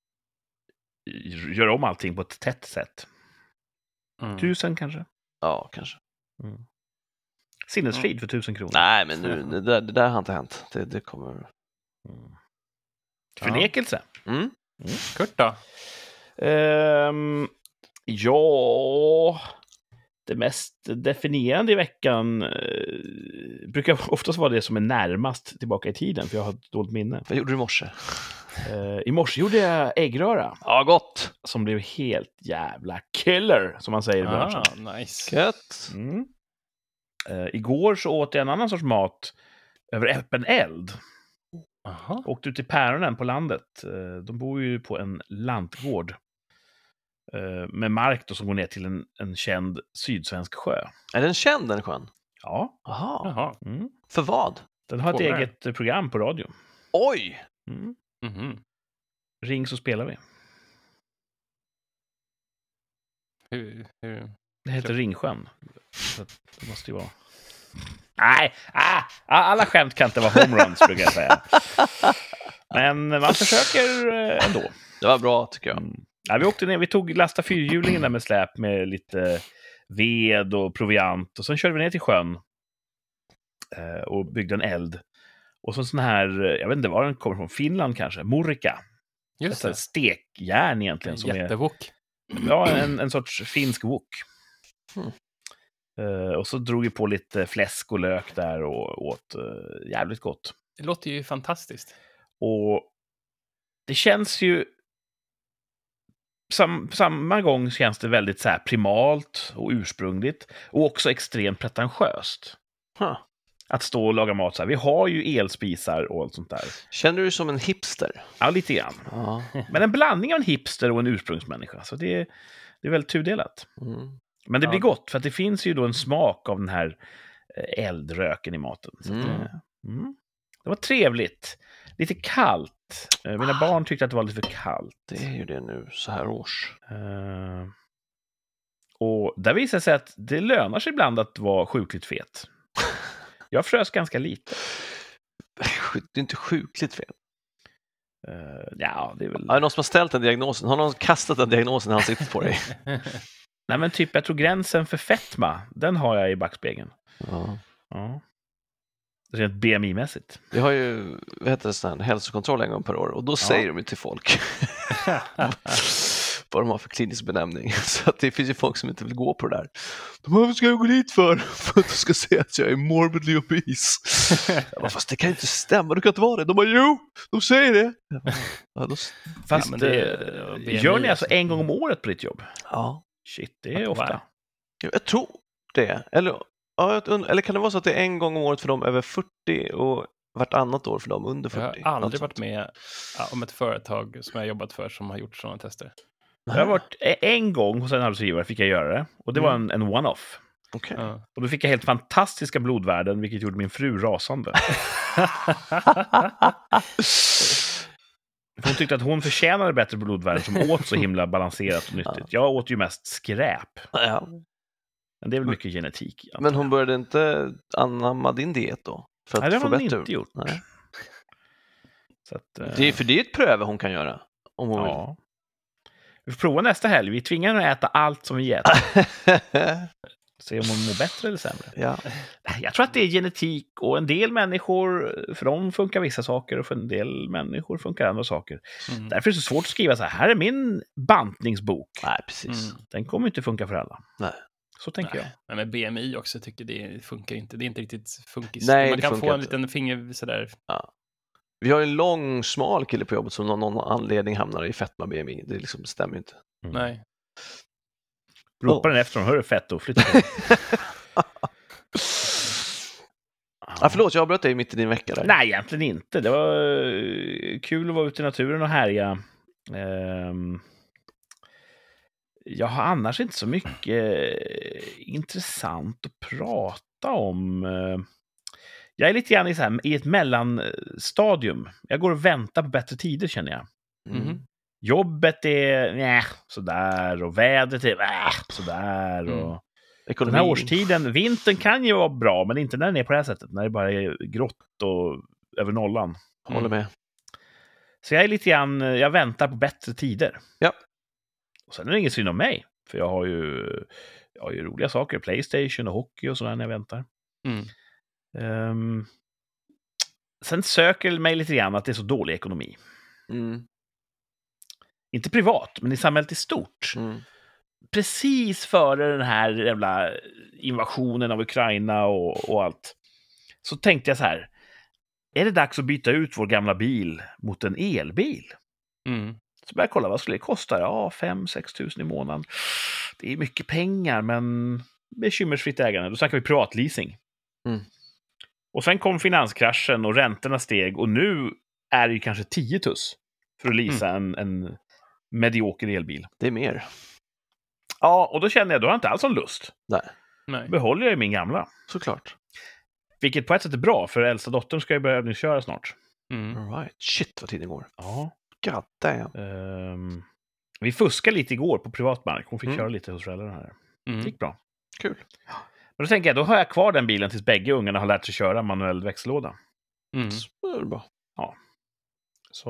[SPEAKER 3] göra om allting på ett tätt sätt.
[SPEAKER 2] Mm.
[SPEAKER 3] Tusen kanske?
[SPEAKER 1] Ja, kanske.
[SPEAKER 3] Mm. Sinnesfrid för tusen kronor.
[SPEAKER 1] Nej, men nu, det, där, det där har inte hänt. Det, det kommer...
[SPEAKER 3] Mm. Förnekelse.
[SPEAKER 1] Mm.
[SPEAKER 2] Kurt då?
[SPEAKER 3] Ehm, ja, det mest definierande i veckan eh, brukar oftast vara det som är närmast tillbaka i tiden, för jag har ett dåligt minne.
[SPEAKER 1] Vad gjorde du i morse?
[SPEAKER 3] Eh, I morse gjorde jag äggröra,
[SPEAKER 1] Ja, gott.
[SPEAKER 3] som blev helt jävla killer, som man säger i branschen.
[SPEAKER 2] Ah, nice.
[SPEAKER 1] Gött.
[SPEAKER 3] Mm. Eh, igår så åt jag en annan sorts mat över öppen eld.
[SPEAKER 2] Aha.
[SPEAKER 3] Åkte ut till päronen på landet. Eh, de bor ju på en lantgård. Eh, med mark då som går ner till en, en känd sydsvensk sjö.
[SPEAKER 1] Är den känd, den sjön?
[SPEAKER 3] Ja.
[SPEAKER 1] Jaha.
[SPEAKER 2] Jaha.
[SPEAKER 3] Mm.
[SPEAKER 1] För vad?
[SPEAKER 3] Den har ett
[SPEAKER 2] Fåglar.
[SPEAKER 3] eget eh, program på radio.
[SPEAKER 1] Oj!
[SPEAKER 3] Mm.
[SPEAKER 2] Mhm.
[SPEAKER 3] Ring så spelar vi.
[SPEAKER 2] Hur, hur?
[SPEAKER 3] Det heter
[SPEAKER 2] Kul.
[SPEAKER 3] Ringsjön. Så att det måste ju vara... Nej, ah, alla skämt kan inte vara homeruns, brukar jag säga. Men man försöker eh, ändå.
[SPEAKER 1] Det var bra, tycker jag.
[SPEAKER 3] Mm. Ja, vi åkte ner, vi tog lasta fyrhjulingen där med släp med lite ved och proviant. Och sen körde vi ner till sjön eh, och byggde en eld. Och så en sån här, jag vet inte var den kommer från, Finland kanske, morika.
[SPEAKER 2] Just
[SPEAKER 3] Ett
[SPEAKER 2] det.
[SPEAKER 3] stekjärn egentligen. Som är,
[SPEAKER 2] Jättevok.
[SPEAKER 3] ja, en, en sorts finsk wok.
[SPEAKER 1] Hmm.
[SPEAKER 3] Eh, och så drog vi på lite fläsk och lök där och åt eh, jävligt gott.
[SPEAKER 2] Det låter ju fantastiskt.
[SPEAKER 3] Och det känns ju... Sam, samma gång känns det väldigt så här primalt och ursprungligt. Och också extremt pretentiöst.
[SPEAKER 1] Huh.
[SPEAKER 3] Att stå och laga mat så här. Vi har ju elspisar och allt sånt där.
[SPEAKER 1] Känner du dig som en hipster?
[SPEAKER 3] Ja, lite grann.
[SPEAKER 1] Ja.
[SPEAKER 3] Men en blandning av en hipster och en ursprungsmänniska. Så det är, det är väldigt tudelat.
[SPEAKER 1] Mm.
[SPEAKER 3] Men det
[SPEAKER 2] Ja.
[SPEAKER 3] blir gott, för att det finns ju då en smak av den här eh, eldröken i maten. Så att,
[SPEAKER 1] Mm.
[SPEAKER 3] eh, mm. Det var trevligt. Lite kallt. Eh, Mina barn tyckte att det var lite för kallt.
[SPEAKER 1] Det är ju det nu, så här års.
[SPEAKER 3] Eh, och där visar sig att det lönar sig ibland att vara sjukligt fet. Jag frös ganska lite.
[SPEAKER 1] Det är inte sjukligt fel.
[SPEAKER 3] Eh, ja, det är väl...
[SPEAKER 1] Är det någon som har ställt den diagnosen? Har någon kastat den diagnosen i ansiktet på dig?
[SPEAKER 3] Nej, men typ, jag tror gränsen för fetma, den har jag i backspegeln.
[SPEAKER 1] Ja.
[SPEAKER 3] Ja. Rent B M I-mässigt.
[SPEAKER 1] Vi har ju, vad heter det, sån här hälsokontroll en gång per år och då säger de ju till folk vad de har för klinisk benämning. Så att det finns ju folk som inte vill gå på det där. De bara, vad ska jag gå dit för? För att du ska säga att jag är morbidly obese. Jag bara, fast det kan ju inte stämma, du kan inte vara det. De bara, jo, de säger det. Jag bara, ja, då...
[SPEAKER 3] Fast
[SPEAKER 2] men det är,
[SPEAKER 3] eh,
[SPEAKER 2] eh, B M I
[SPEAKER 3] gör ni alltså
[SPEAKER 2] alltså.
[SPEAKER 3] en gång om året på ditt jobb?
[SPEAKER 1] ja.
[SPEAKER 3] Shit, det är
[SPEAKER 2] Wow.
[SPEAKER 3] ofta.
[SPEAKER 1] Jag tror det. Eller, ja, jag und- eller kan det vara så att det är en gång om året för dem över fyrtio och vartannat år för dem under
[SPEAKER 2] Jag
[SPEAKER 1] fyrtio?
[SPEAKER 2] har aldrig
[SPEAKER 1] Något
[SPEAKER 2] varit
[SPEAKER 1] sånt.
[SPEAKER 2] med ja, om ett företag som jag har jobbat för som har gjort sådana tester.
[SPEAKER 3] Jag har varit e- en gång hos en arbetsgivare fick jag göra det. Och det var en, en one-off.
[SPEAKER 1] Okej.
[SPEAKER 2] Ja.
[SPEAKER 3] Och då fick jag helt fantastiska blodvärden, vilket gjorde min fru rasande. För hon tyckte att hon förtjänade bättre blodvärden som åt så himla balanserat och nyttigt. Jag åt ju mest skräp.
[SPEAKER 1] Ja.
[SPEAKER 3] Men det är väl mycket genetik.
[SPEAKER 1] Men hon började inte anamma din diet då? För att
[SPEAKER 3] Nej, det
[SPEAKER 1] få
[SPEAKER 3] har hon
[SPEAKER 1] bättre...
[SPEAKER 3] inte gjort.
[SPEAKER 1] Nej.
[SPEAKER 3] Så att, eh,
[SPEAKER 1] Det är, för det är ett pröve hon kan göra. Om hon
[SPEAKER 3] ja. Vi får prova nästa helg. Vi tvingar henne att äta allt som vi äter.
[SPEAKER 1] vill.
[SPEAKER 3] Se om hon mår bättre eller sämre.
[SPEAKER 1] Ja.
[SPEAKER 3] Jag tror att det är genetik och en del människor, för dem funkar vissa saker och för en del människor funkar andra saker.
[SPEAKER 2] Mm.
[SPEAKER 3] Därför är det så svårt att skriva så här, här är min bantningsbok.
[SPEAKER 1] Nej, precis.
[SPEAKER 2] Mm.
[SPEAKER 3] Den kommer inte funka för alla.
[SPEAKER 1] Nej.
[SPEAKER 3] Så tänker jag.
[SPEAKER 2] Nej, men med B M I också tycker det funkar inte. Det är inte riktigt funkis.
[SPEAKER 1] Nej,
[SPEAKER 2] Man
[SPEAKER 1] det
[SPEAKER 2] kan
[SPEAKER 1] funkar
[SPEAKER 2] få en
[SPEAKER 1] inte.
[SPEAKER 2] liten finger sådär.
[SPEAKER 1] Vi har en lång, smal kille på jobbet som av någon anledning hamnar i fetma B M I. Det liksom stämmer inte.
[SPEAKER 3] Mm.
[SPEAKER 2] Nej.
[SPEAKER 3] Ropar den efter dem, hör du fett och flytta på.
[SPEAKER 1] Ja, förlåt, jag avbröt dig mitt i din vecka där.
[SPEAKER 3] Nej, egentligen inte. Det var eh, kul att vara ute i naturen och härja. Ehm, Jag har annars inte så mycket eh, intressant att prata om. Eh, Jag är lite grann i, så här, i ett mellanstadium. Jag går och väntar på bättre tider, känner jag.
[SPEAKER 1] Mm.
[SPEAKER 3] Jobbet är nja, sådär, och vädret är äh, sådär.
[SPEAKER 2] Mm.
[SPEAKER 3] Och
[SPEAKER 1] Ekonomin.
[SPEAKER 3] den här årstiden, vintern kan ju vara bra, men inte när den är på det här sättet. När det bara är grått och över nollan.
[SPEAKER 1] Håller med.
[SPEAKER 3] Så jag är lite grann, jag väntar på bättre tider.
[SPEAKER 1] Ja.
[SPEAKER 3] Och sen är det ingen synd om mig. För jag har ju, jag har ju roliga saker. PlayStation och hockey och sådär när jag väntar.
[SPEAKER 2] Mm.
[SPEAKER 3] Um, sen söker det mig lite grann att det är så dålig ekonomi.
[SPEAKER 1] Mm.
[SPEAKER 3] Inte privat, men i samhället i stort.
[SPEAKER 1] Mm.
[SPEAKER 3] Precis före den här jävla invasionen av Ukraina och, och allt. Så tänkte jag så här. Är det dags att byta ut vår gamla bil mot en elbil?
[SPEAKER 2] Mm.
[SPEAKER 3] Så började jag kolla, vad skulle det kosta? Ja, fem sex tusen i månaden. Det är mycket pengar, men bekymmersfritt ägande. Då snackar vi privatleasing.
[SPEAKER 1] Mm.
[SPEAKER 3] Och sen kom finanskraschen och räntorna steg. Och nu är det ju kanske tio tuss för att leasa en, en medioker elbil.
[SPEAKER 1] Det är mer.
[SPEAKER 3] Ja, och då kände jag, då har jag inte alls någon lust.
[SPEAKER 1] Nej,
[SPEAKER 2] Nej.
[SPEAKER 3] Behåller jag min gamla.
[SPEAKER 1] såklart.
[SPEAKER 3] Vilket på ett sätt är bra, för äldsta dottern ska ju börja nu köra snart.
[SPEAKER 2] Mm.
[SPEAKER 1] All right. Shit vad tiden går.
[SPEAKER 3] Ja.
[SPEAKER 1] God damn.
[SPEAKER 3] Um, vi fuskade lite igår på privat mark. Hon fick
[SPEAKER 1] Mm.
[SPEAKER 3] köra lite hos föräldrarna här. Det
[SPEAKER 2] Mm.
[SPEAKER 3] gick bra.
[SPEAKER 1] Kul.
[SPEAKER 3] Men då tänker jag, då har jag kvar den bilen tills bägge ungarna har lärt sig köra manuell växellåda.
[SPEAKER 2] Mm.
[SPEAKER 1] Så är det bra.
[SPEAKER 3] Så...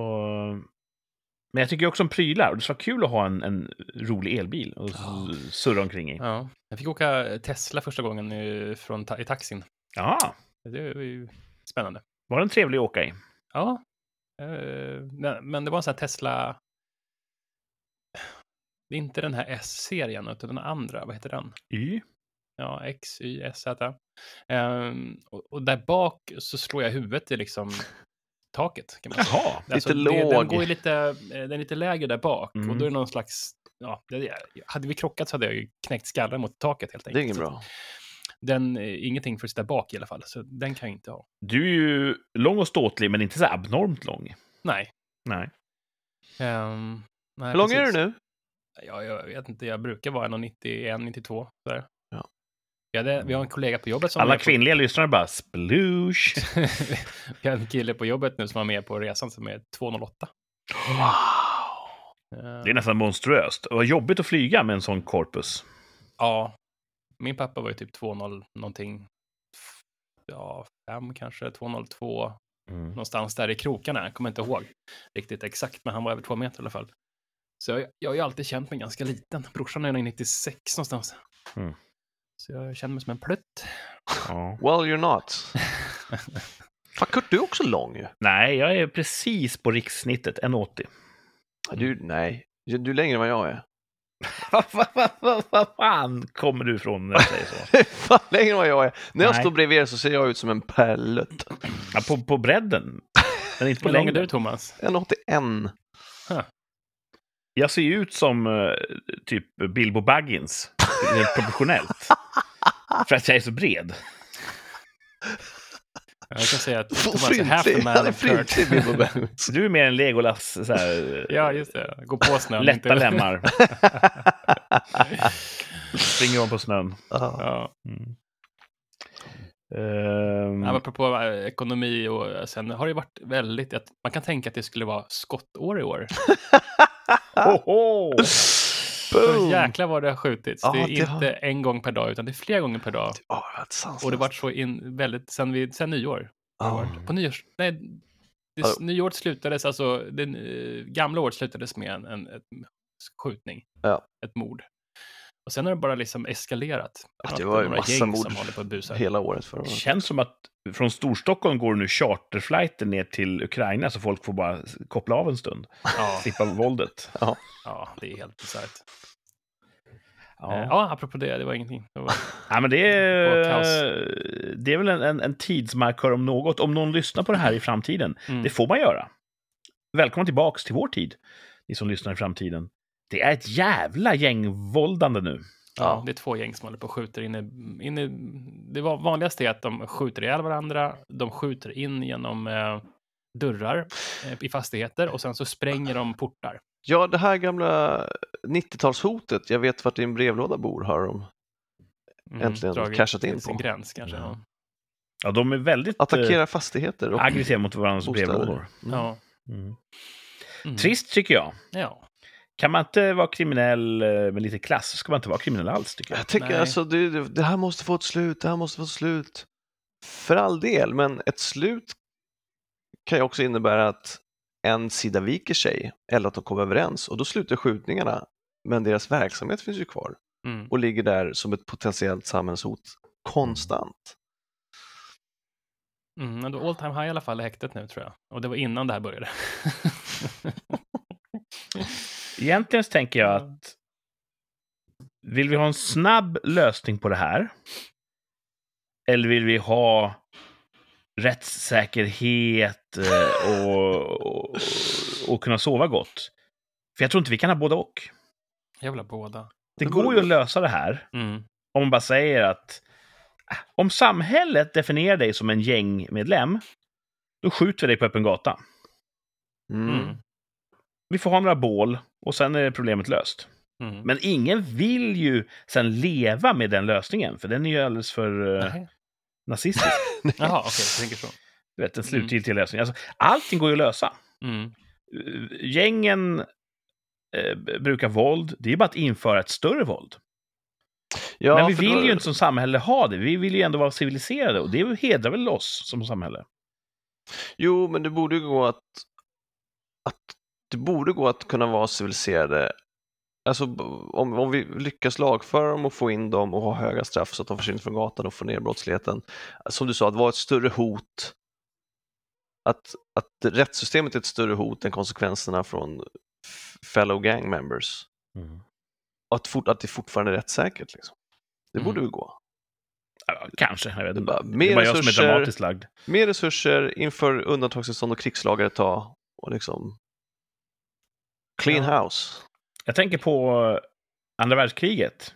[SPEAKER 3] Men jag tycker också om prylar. Och det var kul att ha en, en rolig elbil och
[SPEAKER 1] Ja.
[SPEAKER 3] s- surra omkring i.
[SPEAKER 2] Ja. Jag fick åka Tesla första gången i, från ta- i taxin.
[SPEAKER 3] Ja,
[SPEAKER 2] Det var ju spännande.
[SPEAKER 3] var den trevlig att åka i?
[SPEAKER 2] Ja. Eh, men- men det var en sån här Tesla... Det är inte den här S-serien, utan den andra. Vad heter den?
[SPEAKER 3] Y?
[SPEAKER 2] Ja, X, Y, S, Z. Um, och, och där bak så slår jag huvudet i liksom taket. Kan man säga.
[SPEAKER 3] Jaha.
[SPEAKER 2] Alltså,
[SPEAKER 1] Lite
[SPEAKER 2] det, den
[SPEAKER 1] låg.
[SPEAKER 2] går ju lite, eh, den är lite lägre där bak.
[SPEAKER 3] Mm.
[SPEAKER 2] Och då är det någon slags... Ja, det, hade vi krockat så hade jag ju knäckt skallen mot taket helt
[SPEAKER 1] Det är
[SPEAKER 2] enkelt.
[SPEAKER 1] inget
[SPEAKER 2] Så
[SPEAKER 1] bra.
[SPEAKER 2] Den är ingenting för att sitta bak i alla fall. Så den kan jag inte ha.
[SPEAKER 3] Du är ju lång och ståtlig, men inte så abnormt lång.
[SPEAKER 2] Nej.
[SPEAKER 3] Nej.
[SPEAKER 2] Um, nej
[SPEAKER 1] Hur lång är
[SPEAKER 2] precis.
[SPEAKER 1] du nu?
[SPEAKER 2] Ja, jag vet inte. Jag brukar vara en komma nittioett, nittiotvå. Sådär.
[SPEAKER 1] Ja.
[SPEAKER 2] Vi, hade, vi har en kollega på jobbet som
[SPEAKER 3] Alla
[SPEAKER 2] är på-
[SPEAKER 3] kvinnliga lyssnare bara sploosh.
[SPEAKER 2] Vi har en kille på jobbet nu som var med på resan som är två komma noll åtta.
[SPEAKER 1] Wow.
[SPEAKER 3] Det är nästan monstruöst. Det var jobbigt att flyga med en sån korpus.
[SPEAKER 2] Ja, min pappa var ju typ två komma noll någonting. Ja, fem kanske, två komma noll två.
[SPEAKER 3] Mm.
[SPEAKER 2] Någonstans där i krokarna. Jag kommer inte ihåg riktigt exakt, men han var över två meter i alla fall. Så jag, jag har ju alltid känt mig ganska liten. Brorsan är nog nittiosex någonstans.
[SPEAKER 3] Mm.
[SPEAKER 2] Så jag känner mig som en plutt.
[SPEAKER 3] Ja.
[SPEAKER 1] Well, you're not. Fan, Kurt, du är också lång ju.
[SPEAKER 3] Nej, jag är precis på rikssnittet, en komma åttio.
[SPEAKER 1] Du, nej. Du är längre än vad jag är.
[SPEAKER 3] Vad fan kommer du ifrån när du säger så?
[SPEAKER 1] Fan, längre än vad jag är. När jag
[SPEAKER 3] Nej.
[SPEAKER 1] står bredvid er så ser jag ut som en pärlutt.
[SPEAKER 3] Ja, på, på bredden, men inte på
[SPEAKER 2] Hur lång är
[SPEAKER 3] längden.
[SPEAKER 2] du, Thomas?
[SPEAKER 1] en komma åttioen.
[SPEAKER 3] Jag ser ju ut som uh, typ Bilbo Baggins, helt proportionellt. För att jag är så bred.
[SPEAKER 2] Jag kan säga att
[SPEAKER 1] Så
[SPEAKER 2] Thomas är half the
[SPEAKER 1] fryntlig.
[SPEAKER 2] man
[SPEAKER 1] Han är
[SPEAKER 2] of Kurt.
[SPEAKER 1] fryntlig, Bilbo Baggins.
[SPEAKER 3] Du är mer en Legolas, så här,
[SPEAKER 2] Ja, just det. Gå på snön.
[SPEAKER 3] lätta
[SPEAKER 2] inte-
[SPEAKER 3] lemmar. Springer om på snön.
[SPEAKER 1] Ja.
[SPEAKER 2] Ja.
[SPEAKER 3] Mm. Ehm,
[SPEAKER 2] Ja, apropå eh, ekonomi och sen har det varit väldigt, att man kan tänka att det skulle vara skottår i år.
[SPEAKER 3] Hoho!
[SPEAKER 1] Boom!
[SPEAKER 2] Jäklar vad det har skjutits.
[SPEAKER 1] Ja,
[SPEAKER 2] det är
[SPEAKER 1] det
[SPEAKER 2] inte
[SPEAKER 1] har-
[SPEAKER 2] en gång per dag, utan det är flera gånger per dag.
[SPEAKER 1] Ja, det var sanslöst.
[SPEAKER 2] Och det var så in väldigt, sen, vi, sen nyår. Har det
[SPEAKER 1] Ja.
[SPEAKER 2] varit. På nyårs, nej, det,
[SPEAKER 1] Ja.
[SPEAKER 2] nyåret slutades, alltså det eh, gamla året slutades med en, en, en skjutning.
[SPEAKER 1] Ja.
[SPEAKER 2] Ett mord. Och sen har det bara liksom eskalerat.
[SPEAKER 1] Ja,
[SPEAKER 2] har
[SPEAKER 1] det
[SPEAKER 2] varit
[SPEAKER 1] var ju
[SPEAKER 2] några
[SPEAKER 1] massa
[SPEAKER 2] gäng
[SPEAKER 1] mord
[SPEAKER 2] som håller på att busa.
[SPEAKER 1] hela året förra
[SPEAKER 3] Det
[SPEAKER 1] året.
[SPEAKER 3] känns som att från Storstockholm går nu charterflighter ner till Ukraina så folk får bara koppla av en stund.
[SPEAKER 2] Ja,
[SPEAKER 3] Slippa våldet.
[SPEAKER 2] ja, det är helt bisarrt.
[SPEAKER 3] Ja.
[SPEAKER 2] Ja. ja, apropå det, det var ingenting. Det var,
[SPEAKER 3] Ja, men det
[SPEAKER 2] Och kaos.
[SPEAKER 3] är, det är väl en, en, en tidsmarkör om något. Om någon lyssnar på det här i framtiden.
[SPEAKER 2] mm.
[SPEAKER 3] Det får man göra. Välkomna tillbaks till vår tid, ni som lyssnar i framtiden. Det är ett jävla gängvåldande nu.
[SPEAKER 2] Ja, det är två gäng som håller på och skjuter in i, in i... Det var- vanligaste är att de skjuter ihjäl varandra, de skjuter in genom eh, dörrar eh, i fastigheter och sen så spränger de portar.
[SPEAKER 1] Ja, det här gamla nittiotalshotet, jag vet vart din brevlåda bor, har de
[SPEAKER 2] Mm,
[SPEAKER 1] äntligen
[SPEAKER 2] dragit
[SPEAKER 1] cashat in
[SPEAKER 2] till sin
[SPEAKER 1] på.
[SPEAKER 2] gräns kanske.
[SPEAKER 3] Ja.
[SPEAKER 2] Ja.
[SPEAKER 3] Ja, de är väldigt
[SPEAKER 1] Attackera fastigheter och
[SPEAKER 3] eh, aggressiva mot varandras
[SPEAKER 1] bostäder.
[SPEAKER 3] brevlådor.
[SPEAKER 1] Mm.
[SPEAKER 2] Ja.
[SPEAKER 3] Mm.
[SPEAKER 2] Mm.
[SPEAKER 3] Trist tycker jag.
[SPEAKER 2] Ja.
[SPEAKER 3] Kan man inte vara kriminell eh, med lite klass, ska man inte vara kriminell alls tycker jag.
[SPEAKER 1] Jag tänker
[SPEAKER 2] Nej.
[SPEAKER 1] alltså, det, det- det här måste få ett slut, det här måste få ett slut. För all del, men ett slut kan ju också innebära att en sida viker sig eller att de kommer överens och då slutar skjutningarna, men deras verksamhet finns ju kvar
[SPEAKER 2] Mm.
[SPEAKER 1] och ligger där som ett potentiellt samhällshot konstant.
[SPEAKER 2] Mm, men då all time high i alla fall i häktet nu tror jag. Och det var innan det här började.
[SPEAKER 3] Egentligen så tänker jag att vill vi ha en snabb lösning på det här? Eller vill vi ha rättssäkerhet eh, och, och, och kunna sova gott? För jag tror inte vi kan ha båda och.
[SPEAKER 2] Jag vill ha båda.
[SPEAKER 3] Det
[SPEAKER 1] Det
[SPEAKER 3] går
[SPEAKER 1] borde-
[SPEAKER 3] ju att lösa det här
[SPEAKER 2] Mm.
[SPEAKER 3] om man bara säger att äh, om samhället definierar dig som en gängmedlem, då skjuter vi dig på öppen gata.
[SPEAKER 1] Mm.
[SPEAKER 2] Mm.
[SPEAKER 3] Vi får ha några bål och sen är problemet löst.
[SPEAKER 2] Mm.
[SPEAKER 3] Men ingen vill ju sen leva med den lösningen, för den är ju alldeles för eh,
[SPEAKER 2] Nej.
[SPEAKER 3] nazistisk.
[SPEAKER 2] Jaha, okej, jag tänker så.
[SPEAKER 3] Du vet, den slutgiltiga lösningen. Alltså, allting går ju att lösa.
[SPEAKER 2] Mm.
[SPEAKER 3] Uh, Gängen eh, brukar våld. Det är bara att införa ett större våld.
[SPEAKER 1] Ja,
[SPEAKER 3] Men vi
[SPEAKER 1] för
[SPEAKER 3] vill
[SPEAKER 1] då-
[SPEAKER 3] ju inte som samhälle ha det. Vi vill ju ändå vara civiliserade. Och det hedrar väl oss som samhälle.
[SPEAKER 1] Jo, men det borde ju gå att, att det borde gå att kunna vara civiliserade. Alltså b- om, om vi lyckas lagföra dem och få in dem och ha höga straff så att de försvinner från gatan och får ner brottsligheten. Som du sa, att vara ett större hot. Att, att rättssystemet är ett större hot än konsekvenserna från f- fellow gang members. Och att, fort, att det fortfarande är rättssäkert. Liksom. Det borde ju gå.
[SPEAKER 3] Ja, kanske, jag vet
[SPEAKER 1] Det är
[SPEAKER 3] inte.
[SPEAKER 1] bara
[SPEAKER 3] Det
[SPEAKER 1] mer
[SPEAKER 3] är bara jag som är
[SPEAKER 1] resurser.
[SPEAKER 3] dramatiskt lagd.
[SPEAKER 1] Mer resurser inför undantagstillstånd och krigslagar ett tag och liksom clean
[SPEAKER 2] Ja.
[SPEAKER 1] house.
[SPEAKER 3] Jag tänker på andra världskriget.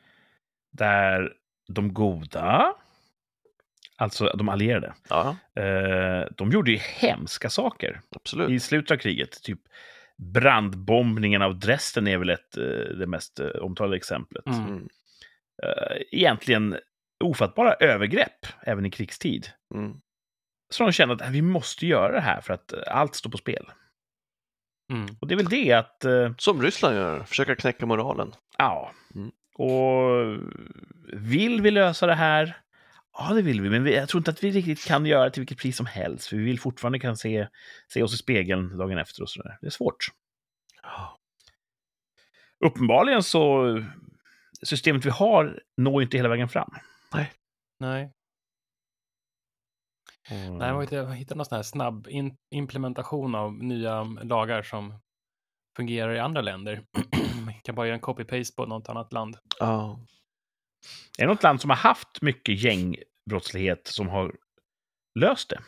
[SPEAKER 3] Där de goda, alltså de allierade,
[SPEAKER 1] Ja,
[SPEAKER 3] eh, de gjorde ju hemska saker
[SPEAKER 1] absolut.
[SPEAKER 3] i slutet av kriget. Typ brandbombningen av Dresden är väl ett, eh, det mest eh, omtalade exemplet.
[SPEAKER 2] Mm.
[SPEAKER 1] Mm.
[SPEAKER 3] Eh, egentligen ofattbara övergrepp även i krigstid.
[SPEAKER 1] Mm.
[SPEAKER 3] Så de kände att äh, vi måste göra det här för att eh, allt står på spel.
[SPEAKER 2] Mm.
[SPEAKER 3] Och det är väl det att, eh,
[SPEAKER 1] Som Ryssland gör, försöka knäcka moralen.
[SPEAKER 3] ja.
[SPEAKER 1] Mm.
[SPEAKER 3] Och vill vi lösa det här? Ja, det vill vi, men vi, jag tror inte att vi riktigt kan göra det till vilket pris som helst. För vi vill fortfarande kan se, se oss i spegeln dagen efter och sådär. Det är svårt. Uppenbarligen så, systemet vi har når ju inte hela vägen fram.
[SPEAKER 2] Nej.
[SPEAKER 3] Och,
[SPEAKER 2] Nej, man har hittat någon sån här snabb in- implementation av nya lagar som fungerar i andra länder. Man kan bara göra en copy-paste på något annat land.
[SPEAKER 1] Ja.
[SPEAKER 3] Är det något land som har haft mycket gängbrottslighet som har löst det?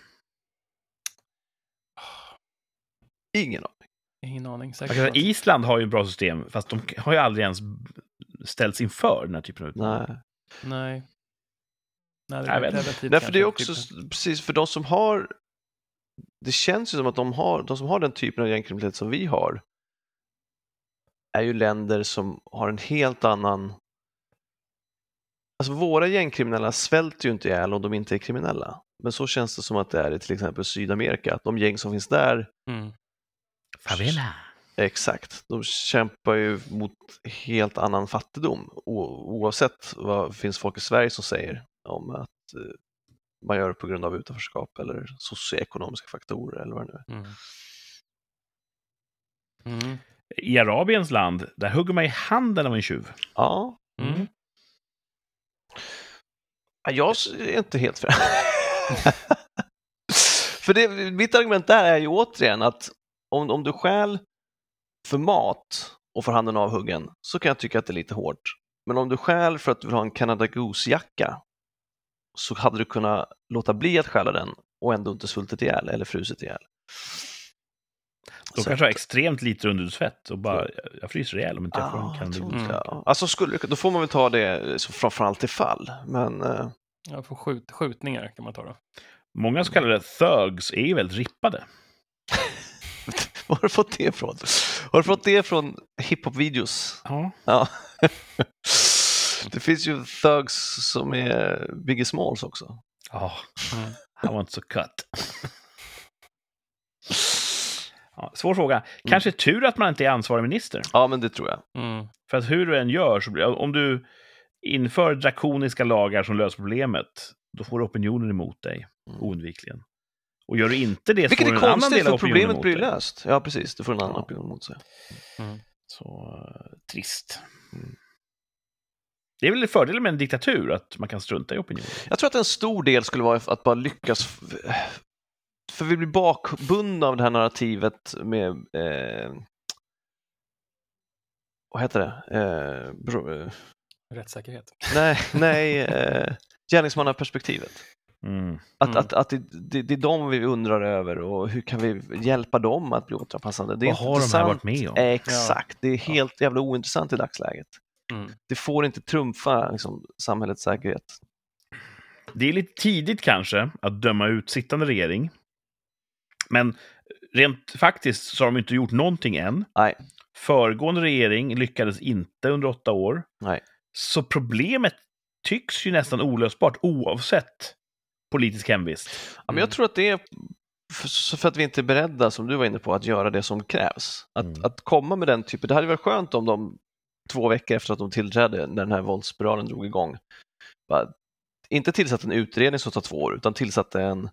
[SPEAKER 1] Ingen aning.
[SPEAKER 2] Ingen aning.
[SPEAKER 3] Jag
[SPEAKER 2] Säkert.
[SPEAKER 3] kan säga, Island har ju ett bra system, fast de har ju aldrig ens ställts inför den här typen av...
[SPEAKER 1] Nej.
[SPEAKER 2] Nej. Nej,
[SPEAKER 3] Jag vet
[SPEAKER 2] kräver
[SPEAKER 3] inte.
[SPEAKER 2] tid
[SPEAKER 1] Därför det är
[SPEAKER 2] kanske,
[SPEAKER 1] också,
[SPEAKER 2] typ.
[SPEAKER 1] precis för de som har, det känns ju som att de, har, de som har den typen av gängkriminalitet som vi har är ju länder som har en helt annan, alltså våra gängkriminella svälter ju inte ihjäl om de inte är kriminella. Men så känns det som att det är i till exempel Sydamerika, att de gäng som finns där
[SPEAKER 2] Mm.
[SPEAKER 3] Favela.
[SPEAKER 1] Exakt. De kämpar ju mot helt annan fattigdom. O- oavsett vad finns folk i Sverige som säger om att eh, man gör det på grund av utanförskap eller socioekonomiska faktorer eller vad det nu är.
[SPEAKER 2] Mm. Mm.
[SPEAKER 3] I Arabiens land, där hugger man i handen av en tjuv.
[SPEAKER 1] Ja.
[SPEAKER 2] Mm.
[SPEAKER 1] Ja, jag är inte helt för För det, mitt argument där är ju återigen att om, om du stjäl för mat och får handen avhuggen så kan jag tycka att det är lite hårt. Men om du stjäl för att du vill ha en Canada Goose-jacka så hade du kunnat låta bli att stjäla den och ändå inte svultit ihjäl eller frusit ihjäl.
[SPEAKER 3] De
[SPEAKER 1] Så
[SPEAKER 3] kanske har
[SPEAKER 1] att-
[SPEAKER 3] extremt lite underhudsfett och bara, jag fryser ihjäl om inte jag får
[SPEAKER 1] Ah,
[SPEAKER 3] en
[SPEAKER 1] jag
[SPEAKER 3] Canada
[SPEAKER 1] tror
[SPEAKER 3] Goose.
[SPEAKER 1] inte,
[SPEAKER 2] Mm.
[SPEAKER 1] ja. Alltså skulle, då får man väl ta det så från, från allt till fall. Men eh,
[SPEAKER 2] Ja, för skjut, skjutningar kan man ta då.
[SPEAKER 3] Många så kallade thugs är ju väldigt rippade.
[SPEAKER 1] var har du fått det ifrån? Har du fått det från hiphop-videos?
[SPEAKER 3] Ja.
[SPEAKER 1] Ja. Det finns ju thugs som är Biggie Smalls också.
[SPEAKER 3] Ja,
[SPEAKER 2] Mm.
[SPEAKER 3] I want to cut. Ja, svår fråga. Kanske tur att man inte är ansvarig minister.
[SPEAKER 1] Ja, men det tror jag.
[SPEAKER 2] Mm.
[SPEAKER 3] För att hur du än gör, så blir, om du inför drakoniska lagar som löser problemet, då får du opinionen emot dig,
[SPEAKER 1] Mm.
[SPEAKER 3] oundvikligen. Och gör du inte det så
[SPEAKER 1] Vilket
[SPEAKER 3] får
[SPEAKER 1] är
[SPEAKER 3] du en annan
[SPEAKER 1] konstigt
[SPEAKER 3] del av
[SPEAKER 1] för
[SPEAKER 3] opinionen
[SPEAKER 1] problemet
[SPEAKER 3] emot
[SPEAKER 1] blir
[SPEAKER 3] dig.
[SPEAKER 1] löst. Ja, precis. Du får en annan
[SPEAKER 3] Ja.
[SPEAKER 1] opinion mot sig.
[SPEAKER 2] Mm.
[SPEAKER 3] Så uh, trist.
[SPEAKER 1] Mm.
[SPEAKER 3] Det är väl fördelen med en diktatur, att man kan strunta i opinionen.
[SPEAKER 1] Jag tror att en stor del skulle vara att bara lyckas. För vi blir bakbundna av det här narrativet med eh, vad heter det? Eh, bro, eh,
[SPEAKER 2] Rättssäkerhet.
[SPEAKER 1] nej, nej eh, gärningsmannaperspektivet.
[SPEAKER 3] Mm.
[SPEAKER 1] Att,
[SPEAKER 2] Mm.
[SPEAKER 1] att, att det, det, det är dem vi undrar över och hur kan vi hjälpa dem att bli återanpassade. Det är
[SPEAKER 3] Vad
[SPEAKER 1] inte
[SPEAKER 3] har de här
[SPEAKER 1] intressant.
[SPEAKER 3] varit med om?
[SPEAKER 1] Exakt, det är helt jävla ointressant i dagsläget.
[SPEAKER 2] Mm.
[SPEAKER 1] Det får inte trumfa liksom, samhällets säkerhet.
[SPEAKER 3] Det är lite tidigt kanske att döma ut sittande regering. Men rent faktiskt så har de inte gjort någonting än.
[SPEAKER 1] Nej.
[SPEAKER 3] Föregående regering lyckades inte under åtta år.
[SPEAKER 1] Nej.
[SPEAKER 3] Så problemet tycks ju nästan olösbart oavsett politisk hemvist.
[SPEAKER 1] Ja, men jag tror att det är för, för att vi inte är beredda, som du var inne på, att göra det som krävs. Att,
[SPEAKER 3] Mm.
[SPEAKER 1] att komma med den typen, det hade varit skönt om de två veckor efter att de tillträdde, när den här våldsspiralen drog igång, bara, inte tillsatte en utredning som tar två år, utan tillsatte en,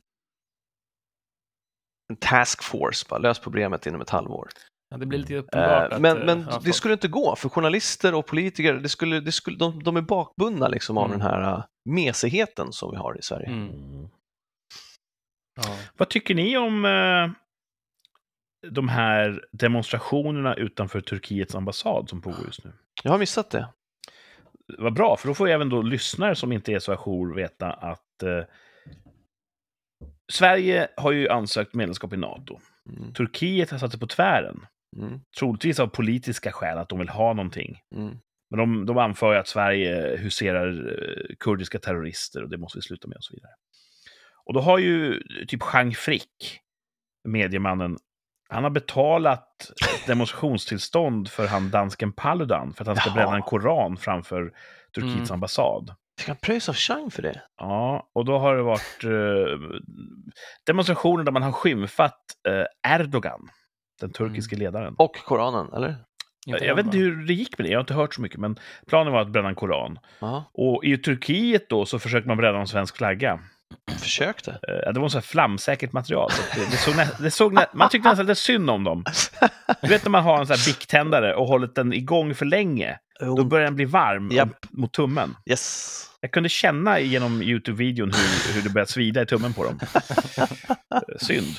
[SPEAKER 1] en task force, bara lös problemet inom ett halvår.
[SPEAKER 2] Ja, det blir lite uppenbart.
[SPEAKER 1] Eh,
[SPEAKER 2] att,
[SPEAKER 1] men
[SPEAKER 2] eh,
[SPEAKER 1] men
[SPEAKER 2] ja,
[SPEAKER 1] det
[SPEAKER 2] folk-
[SPEAKER 1] skulle inte gå, för journalister och politiker, det skulle, det skulle, de, de är bakbundna liksom av
[SPEAKER 2] Mm.
[SPEAKER 1] den här uh, mesigheten som vi har i Sverige.
[SPEAKER 2] Mm. Ja.
[SPEAKER 3] Vad tycker ni om eh, de här demonstrationerna utanför Turkiets ambassad som pågår just nu?
[SPEAKER 1] Jag har missat det.
[SPEAKER 3] Vad bra, för då får även då lyssnare som inte är så ajour veta att eh, Sverige har ju ansökt medlemskap i NATO.
[SPEAKER 1] Mm.
[SPEAKER 3] Turkiet har satt sig på tvären.
[SPEAKER 1] Mm.
[SPEAKER 3] Troligtvis av politiska skäl, att de vill ha någonting.
[SPEAKER 1] Mm.
[SPEAKER 3] Men de, de anför ju att Sverige huserar eh, kurdiska terrorister och det måste vi sluta med och så vidare. Och då har ju typ Jean Frick, mediemannen, han har betalat ett demonstrationstillstånd för han dansken Paludan för att han ska
[SPEAKER 1] Jaha.
[SPEAKER 3] bränna en koran framför Turkiets
[SPEAKER 2] Mm.
[SPEAKER 3] ambassad.
[SPEAKER 1] Fick han pröjs av Chang för det?
[SPEAKER 3] Ja, och då har det varit eh, demonstrationer där man har skymfat eh, Erdogan, den turkiske ledaren.
[SPEAKER 1] Och Koranen, eller?
[SPEAKER 2] Inte
[SPEAKER 3] Jag vet
[SPEAKER 2] än,
[SPEAKER 3] inte
[SPEAKER 2] va?
[SPEAKER 3] hur det gick med det, jag har inte hört så mycket, men planen var att bränna en koran.
[SPEAKER 1] Ja,
[SPEAKER 3] Och i Turkiet då så försökte man bränna en svensk flagga.
[SPEAKER 1] försökte.
[SPEAKER 3] Eh, Det var en sån här flamsäkert material. Så att det, det såg nä, det såg nä, man tyckte nästan lite synd om dem. Du vet när man har en sån här bicktändare och hållit den igång för länge, då börjar den bli varm
[SPEAKER 1] Japp.
[SPEAKER 3] upp mot tummen.
[SPEAKER 1] Yes.
[SPEAKER 3] Jag kunde känna genom YouTube-videon hur, hur det började svida i tummen på dem. Eh, Synd.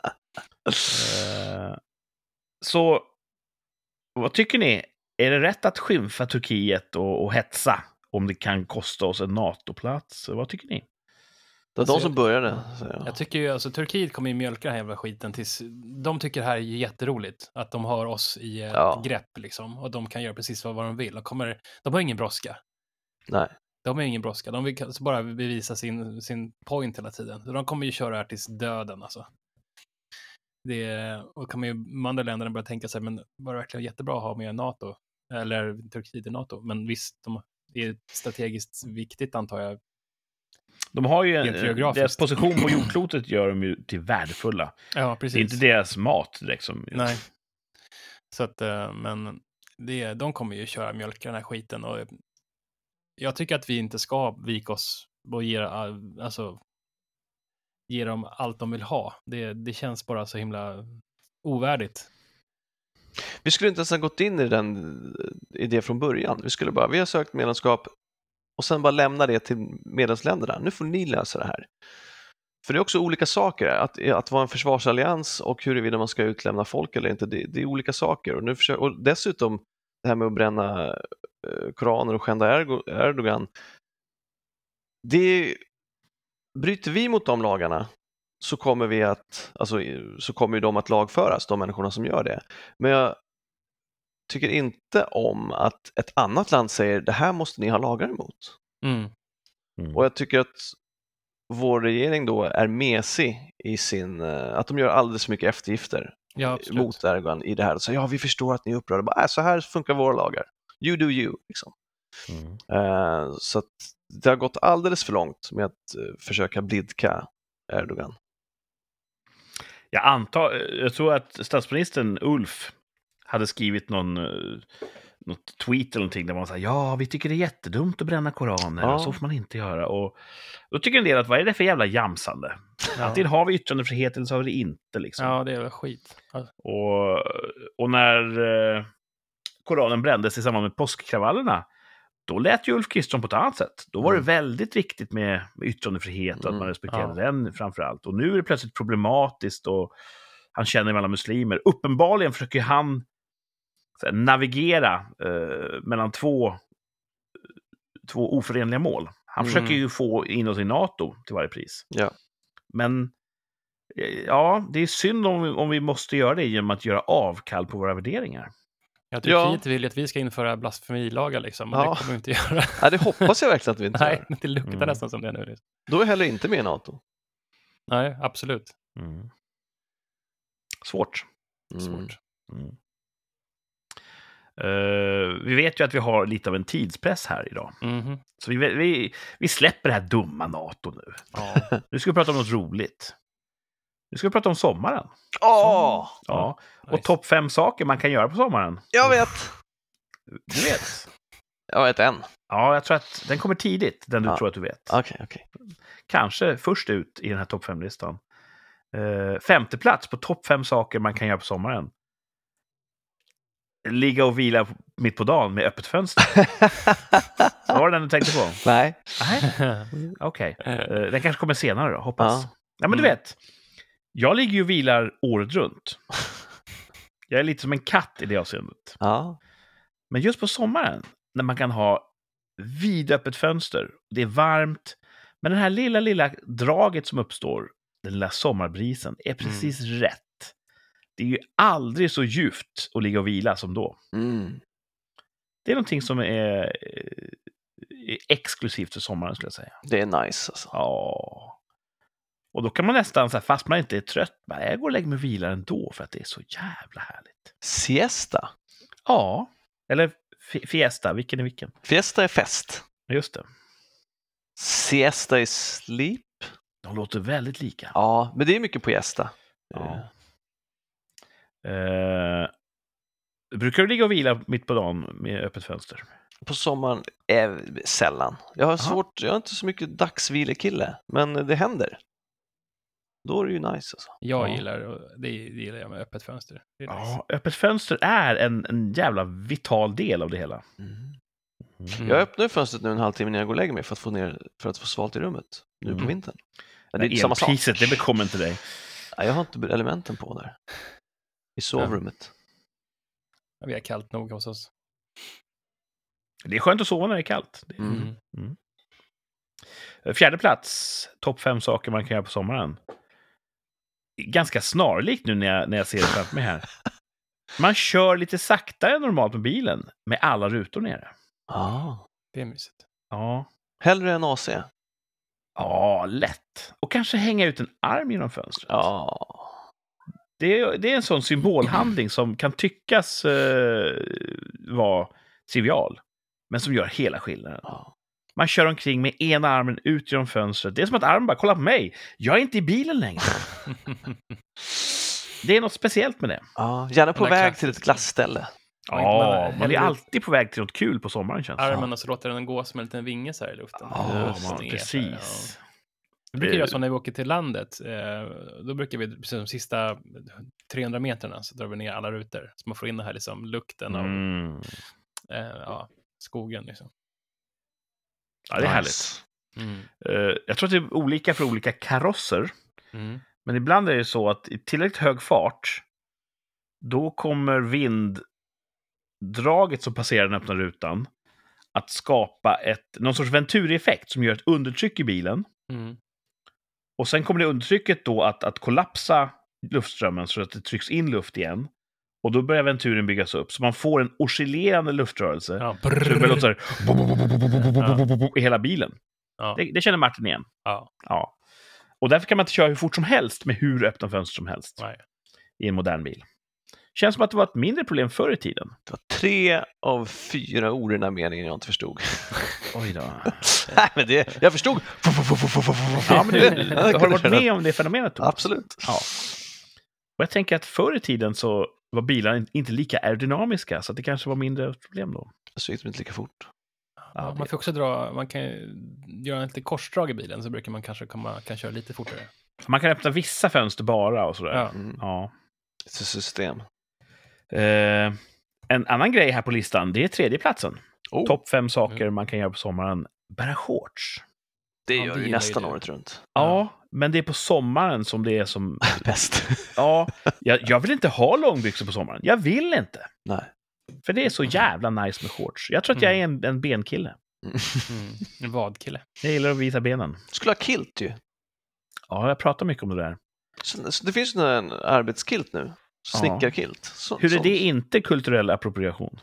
[SPEAKER 3] Eh, Så, vad tycker ni? Är det rätt att skymfa Turkiet och, och hetsa om det kan kosta oss en NATO-plats? Vad tycker ni?
[SPEAKER 1] Det var
[SPEAKER 2] Alltså,
[SPEAKER 1] de som började, säger jag.
[SPEAKER 2] Jag tycker ju, alltså Turkiet kommer ju mjölka den här jävla skiten tills de tycker det här är jätteroligt. Att de har oss i ett
[SPEAKER 1] Ja.
[SPEAKER 2] grepp liksom. Och de kan göra precis vad, vad de vill. De, kommer, de har ingen brådska.
[SPEAKER 1] Nej.
[SPEAKER 2] De har ingen brådska. De vill alltså bara bevisa sin, sin point hela tiden. Så de kommer ju köra här tills döden alltså. Det, och kan man ju, de andra länderna börja tänka sig, men var det verkligen jättebra att ha med NATO? Eller Turkiet i NATO? Men visst, de, det är strategiskt viktigt antar jag.
[SPEAKER 3] De har ju
[SPEAKER 2] Rent
[SPEAKER 3] en,
[SPEAKER 2] geografiskt.
[SPEAKER 3] deras position på jordklotet gör dem ju till värdefulla.
[SPEAKER 2] Ja, precis.
[SPEAKER 3] Det är inte deras mat direkt som...
[SPEAKER 2] Nej. Så att, eh, men det, de kommer ju köra mjölka den här skiten och jag tycker att vi inte ska vika oss och ge, alltså, ge dem allt de vill ha. Det, det känns bara så himla ovärdigt.
[SPEAKER 1] Vi skulle inte ens ha gått in i den i det från början. Vi skulle bara, vi har sökt medlemskap och sen bara lämna det till medlemsländerna. Nu får ni lösa det här. För det är också olika saker. Att, att vara en försvarsallians och huruvida man ska utlämna folk eller inte, det, det är olika saker. Och, nu försöker, och dessutom det här med att bränna eh, koraner och skända Erdogan. Det, bryter vi mot de lagarna så kommer vi att, alltså, så kommer ju de att lagföras, de människorna som gör det. Men jag tycker inte om att ett annat land säger det här måste ni ha lagar emot.
[SPEAKER 2] Mm.
[SPEAKER 3] Mm.
[SPEAKER 1] Och jag tycker att vår regering då är mesig i sin, att de gör alldeles för mycket eftergifter
[SPEAKER 2] Ja, absolut.
[SPEAKER 1] mot Erdogan i det här. Så ja, vi förstår att ni är upprörda. Bara, äh, så här funkar våra lagar. You do you, liksom.
[SPEAKER 3] Mm.
[SPEAKER 1] Uh, så att det har gått alldeles för långt med att uh, försöka blidka Erdogan.
[SPEAKER 3] Jag antar, jag tror att statsministern Ulf hade skrivit någon uh, något tweet eller någonting där man säger ja, vi tycker det är jättedumt att bränna koraner,
[SPEAKER 1] Ja.
[SPEAKER 3] och så får man inte göra. Och då tycker en del att vad är det för jävla jamsande?
[SPEAKER 2] Ja.
[SPEAKER 3] Antingen har vi yttrandefrihet eller så har vi det inte. Liksom.
[SPEAKER 2] Ja, det är väl skit. Alltså.
[SPEAKER 3] Och, och när eh, Koranen brändes i samband med påskkravallerna, då lät ju Ulf Kristersson på ett annat sätt. Då var det väldigt viktigt med, med yttrandefrihet och att man respekterade
[SPEAKER 2] Ja.
[SPEAKER 3] den framför allt. Och nu är det plötsligt problematiskt och han känner med alla muslimer. Uppenbarligen försöker han så här, navigera eh, mellan två, två oförenliga mål. Han
[SPEAKER 2] Mm.
[SPEAKER 3] försöker ju få in oss i NATO till varje pris.
[SPEAKER 1] Ja.
[SPEAKER 3] Men eh, ja, det är synd om vi, om vi måste göra det genom att göra avkall på våra värderingar.
[SPEAKER 2] Jag
[SPEAKER 1] Ja.
[SPEAKER 2] Turkiet vill att vi ska införa blasfemilagar liksom, men
[SPEAKER 1] Ja.
[SPEAKER 2] det kommer vi inte göra.
[SPEAKER 1] Ja, det hoppas jag verkligen att vi inte
[SPEAKER 2] Nej,
[SPEAKER 1] gör.
[SPEAKER 2] men det luktar
[SPEAKER 3] Mm.
[SPEAKER 2] nästan som det nu. Liksom.
[SPEAKER 1] Då är jag heller inte med i NATO.
[SPEAKER 2] Nej, absolut.
[SPEAKER 3] Mm. Svårt.
[SPEAKER 1] Mm.
[SPEAKER 2] Svårt.
[SPEAKER 3] Mm. Uh, vi vet ju att vi har lite av en tidspress här idag.
[SPEAKER 2] Mhm.
[SPEAKER 3] Så vi, vi, vi släpper det här dumma NATO nu.
[SPEAKER 2] Ja.
[SPEAKER 3] Nu ska vi prata om något roligt. Nu ska vi prata om sommaren.
[SPEAKER 1] Åh,
[SPEAKER 3] Ja. Och
[SPEAKER 2] Nice.
[SPEAKER 3] topp fem saker man kan göra på sommaren.
[SPEAKER 1] jag vet.
[SPEAKER 3] Du vet.
[SPEAKER 1] Jag vet en.
[SPEAKER 3] Ja, jag tror att den kommer tidigt, den du
[SPEAKER 1] Ja.
[SPEAKER 3] tror att du vet.
[SPEAKER 1] Okej, okej.
[SPEAKER 3] Kanske först ut i den här topp fem-listan. Uh, femte plats på topp fem saker man kan göra på sommaren. Ligga och vila mitt på dagen med öppet fönster. Vad var det den du tänkte på?
[SPEAKER 1] Nej.
[SPEAKER 3] Nej, okej. Okay. Uh, den kanske kommer senare då, hoppas.
[SPEAKER 1] Ja.
[SPEAKER 3] Ja, men du
[SPEAKER 2] Mm.
[SPEAKER 3] vet. Jag ligger ju och vilar året runt. Jag är lite som en katt i det avseendet.
[SPEAKER 1] Ja.
[SPEAKER 3] Men just på sommaren, när man kan ha vidöppet fönster, det är varmt, men den här lilla, lilla draget som uppstår, den lilla sommarbrisen, är precis
[SPEAKER 2] Mm.
[SPEAKER 3] rätt. Det är ju aldrig så djupt att ligga och vila som då.
[SPEAKER 1] Mm.
[SPEAKER 3] Det är någonting som är, är exklusivt för sommaren, skulle jag säga.
[SPEAKER 1] Det är nice alltså.
[SPEAKER 3] Ja. Och då kan man nästan, så här, fast man inte är trött, bara, jag går och lägger mig och vilar ändå, för att det är så jävla härligt.
[SPEAKER 1] Siesta.
[SPEAKER 3] Ja. Eller f- fiesta, vilken är vilken?
[SPEAKER 1] Fiesta är fest.
[SPEAKER 3] Just det.
[SPEAKER 1] Siesta är sleep.
[SPEAKER 3] De låter väldigt lika.
[SPEAKER 1] Ja, men det är mycket på gästa.
[SPEAKER 3] Ja. Eh, brukar du ligga och vila mitt på dagen med öppet fönster?
[SPEAKER 1] På sommaren är sällan. Jag har
[SPEAKER 3] Aha.
[SPEAKER 1] svårt, jag har inte så mycket dagsvilekille, men det händer. Då är det ju nice alltså.
[SPEAKER 2] Jag
[SPEAKER 3] Ja.
[SPEAKER 2] gillar, det, det gillar jag med öppet fönster. Det är nice.
[SPEAKER 3] Ja, öppet fönster är en, en jävla vital del av det hela.
[SPEAKER 1] Mm.
[SPEAKER 2] Mm.
[SPEAKER 1] Jag öppnar ju fönstret nu en halvtimme när jag går och lägger mig för att få ner, för att få svalt i rummet nu
[SPEAKER 3] Mm.
[SPEAKER 1] på vintern. Men
[SPEAKER 3] Det
[SPEAKER 1] det är inte samma sak.
[SPEAKER 3] elpriset, det bekommer inte dig.
[SPEAKER 1] Ja, jag har inte elementen på där. I sovrummet.
[SPEAKER 2] Ja, vi är kallt nog hos oss.
[SPEAKER 3] Det är skönt att sova när det är kallt. Det är-
[SPEAKER 1] Mm.
[SPEAKER 2] Mm.
[SPEAKER 3] Fjärde plats, topp fem saker man kan göra på sommaren. Ganska snarlikt nu när jag, när jag ser det framför mig här. Man kör lite saktare än normalt med bilen, med alla rutor nere.
[SPEAKER 1] Ah.
[SPEAKER 2] Det är mysigt.
[SPEAKER 3] Ja,
[SPEAKER 1] Hellre än A C.
[SPEAKER 3] ja, lätt. Och kanske hänga ut en arm genom fönstret.
[SPEAKER 1] Ja.
[SPEAKER 3] Det, är, det är en sån symbolhandling som kan tyckas eh, vara trivial, men som gör hela skillnaden.
[SPEAKER 1] Ja.
[SPEAKER 3] Man kör omkring med ena armen ut genom fönstret. Det är som att armen bara, kolla på mig, jag är inte i bilen längre. det är något speciellt med det.
[SPEAKER 1] Ja, gärna på
[SPEAKER 2] Den där
[SPEAKER 1] väg till ett
[SPEAKER 2] klassiska.
[SPEAKER 1] glassställe.
[SPEAKER 2] Man-
[SPEAKER 3] Ja,
[SPEAKER 2] man-
[SPEAKER 3] man är
[SPEAKER 2] hellre-
[SPEAKER 3] alltid på väg till något kul på sommaren, känns det.
[SPEAKER 2] Armen och så låter den gå som en liten vinge så här i luften.
[SPEAKER 3] Ja,
[SPEAKER 2] Just
[SPEAKER 3] man,
[SPEAKER 2] ner så här,
[SPEAKER 3] precis.
[SPEAKER 2] ja. Vi brukar
[SPEAKER 3] Eh.
[SPEAKER 2] göra så när vi åker till landet. Eh, då brukar vi, precis de sista trehundra meterna, så drar vi ner alla rutor. Så man får in den här liksom, lukten av
[SPEAKER 3] Mm.
[SPEAKER 2] eh, ja, skogen. Liksom.
[SPEAKER 3] Ja, det är härligt.
[SPEAKER 2] Mm.
[SPEAKER 3] Eh, jag tror att det är olika för olika karosser.
[SPEAKER 2] Mm.
[SPEAKER 3] Men ibland är det så att i tillräckligt hög fart, då kommer vinddraget som passerar den öppna rutan att skapa ett, någon sorts venturi-effekt som gör ett undertryck i bilen.
[SPEAKER 2] Mm.
[SPEAKER 3] Och sen kommer det undertrycket då att, att kollapsa luftströmmen så att det trycks in luft igen. Och då börjar venturen byggas upp. Så man får en oscillerande luftrörelse.
[SPEAKER 2] Ja.
[SPEAKER 3] Så det börjar låta så här i hela bilen.
[SPEAKER 2] Ja.
[SPEAKER 3] Det, det känner Martin igen.
[SPEAKER 2] Ja.
[SPEAKER 3] Ja. Och därför kan man inte köra hur fort som helst med hur öppna fönster som helst
[SPEAKER 2] Nej.
[SPEAKER 3] i en modern bil. Känns som att det var ett mindre problem förr i tiden.
[SPEAKER 1] Det var tre av fyra ord i den här meningen jag inte förstod.
[SPEAKER 3] Oj då.
[SPEAKER 1] Nej, men det, jag förstod.
[SPEAKER 3] Ja, men du, har du varit med om det fenomenet då?
[SPEAKER 1] Absolut.
[SPEAKER 3] Ja. Och jag tänker att förr i tiden så var bilarna inte lika aerodynamiska, så att det kanske var mindre problem då.
[SPEAKER 1] Så gick det inte lika fort.
[SPEAKER 3] Ja,
[SPEAKER 2] Man får också dra, man kan ju göra en lite korsdrag i bilen, så brukar man kanske komma, kan köra lite fortare.
[SPEAKER 3] Man kan öppna vissa fönster bara och sådär.
[SPEAKER 2] Ja.
[SPEAKER 1] Mm.
[SPEAKER 3] Ja.
[SPEAKER 1] Ett system.
[SPEAKER 3] Eh, en annan grej här på listan, det är tredjeplatsen.
[SPEAKER 1] Oh,
[SPEAKER 3] Topp fem saker
[SPEAKER 2] Mm.
[SPEAKER 3] man kan göra på sommaren. Bära shorts.
[SPEAKER 1] det
[SPEAKER 2] Ja,
[SPEAKER 1] gör
[SPEAKER 2] det
[SPEAKER 1] du
[SPEAKER 2] gillar
[SPEAKER 1] nästan
[SPEAKER 2] ju du.
[SPEAKER 1] året runt.
[SPEAKER 3] Ja, men det är på sommaren som det är som...
[SPEAKER 1] Bäst.
[SPEAKER 3] Ja, jag, jag vill inte ha långbyxor på sommaren. Jag vill inte.
[SPEAKER 1] Nej.
[SPEAKER 3] För det är så jävla nice med shorts. Jag tror att jag är en, en benkille.
[SPEAKER 2] Mm. En vadkille.
[SPEAKER 3] Jag gillar att visa benen.
[SPEAKER 1] Skulle ha kilt ju.
[SPEAKER 3] Ja, jag pratar mycket om det där.
[SPEAKER 1] Så, så det finns ju en arbetskilt nu. Snickarkilt. Så,
[SPEAKER 3] Hur är
[SPEAKER 1] sånt.
[SPEAKER 3] det inte kulturell appropriation?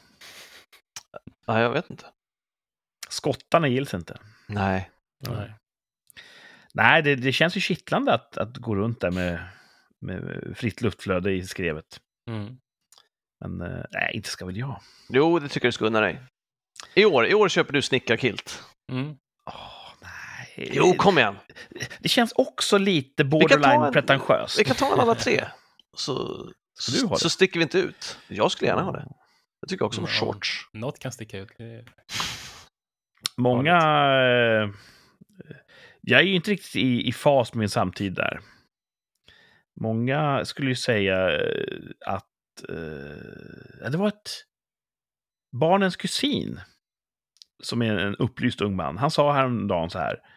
[SPEAKER 1] Ja, jag vet inte.
[SPEAKER 3] Skottarna gills inte.
[SPEAKER 1] Nej.
[SPEAKER 2] Nej.
[SPEAKER 3] Nej, det, det känns ju kittlande att, att gå runt där med, med fritt luftflöde i skrevet.
[SPEAKER 2] Mm.
[SPEAKER 3] Men eh, nej, inte ska väl jag.
[SPEAKER 1] Jo, det tycker jag du ska unna dig. I år, I år köper du snickarkilt.
[SPEAKER 2] Mm.
[SPEAKER 3] Åh, nej.
[SPEAKER 1] Jo, kom igen.
[SPEAKER 3] Det känns också lite
[SPEAKER 1] kan ta
[SPEAKER 3] borderline
[SPEAKER 1] en-
[SPEAKER 3] pretentiöst.
[SPEAKER 1] Vi kan ta en alla tre. Så,
[SPEAKER 3] Ska du ha det?
[SPEAKER 1] så sticker vi inte ut. Jag skulle gärna ha det. Jag tycker också om
[SPEAKER 2] Ja.
[SPEAKER 1] shorts.
[SPEAKER 2] Något kan sticka ut. Det-
[SPEAKER 3] Många... Eh, jag är ju inte riktigt i, i fas med min samtid där. Många skulle ju säga eh, att eh, det var ett barnens kusin som är en upplyst ung man. Han sa häromdagen så här: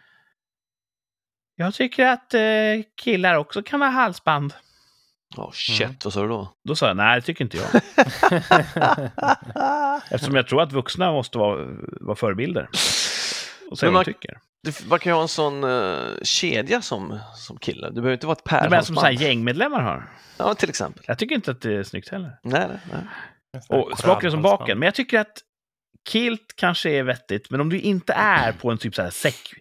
[SPEAKER 3] jag tycker att eh, killar också kan ha halsband.
[SPEAKER 1] Oh, shit,
[SPEAKER 2] Mm.
[SPEAKER 1] vad sa du då?
[SPEAKER 3] Då sa jag, nej, det tycker inte jag. Eftersom jag tror att vuxna måste vara, vara förebilder. Och säga
[SPEAKER 1] Men
[SPEAKER 3] vad
[SPEAKER 1] man-
[SPEAKER 3] de tycker.
[SPEAKER 1] Du, man kan ju ha en sån uh, kedja som, som kille. Du behöver inte vara ett
[SPEAKER 3] Det är som
[SPEAKER 1] pärhalsband.
[SPEAKER 3] så här gängmedlemmar har.
[SPEAKER 1] Ja, till exempel.
[SPEAKER 3] Jag tycker inte att det är snyggt heller.
[SPEAKER 1] Nej, nej, nej.
[SPEAKER 3] Och smaken som baken. Men jag tycker att kilt kanske är vettigt. Men om du inte är på en typ så här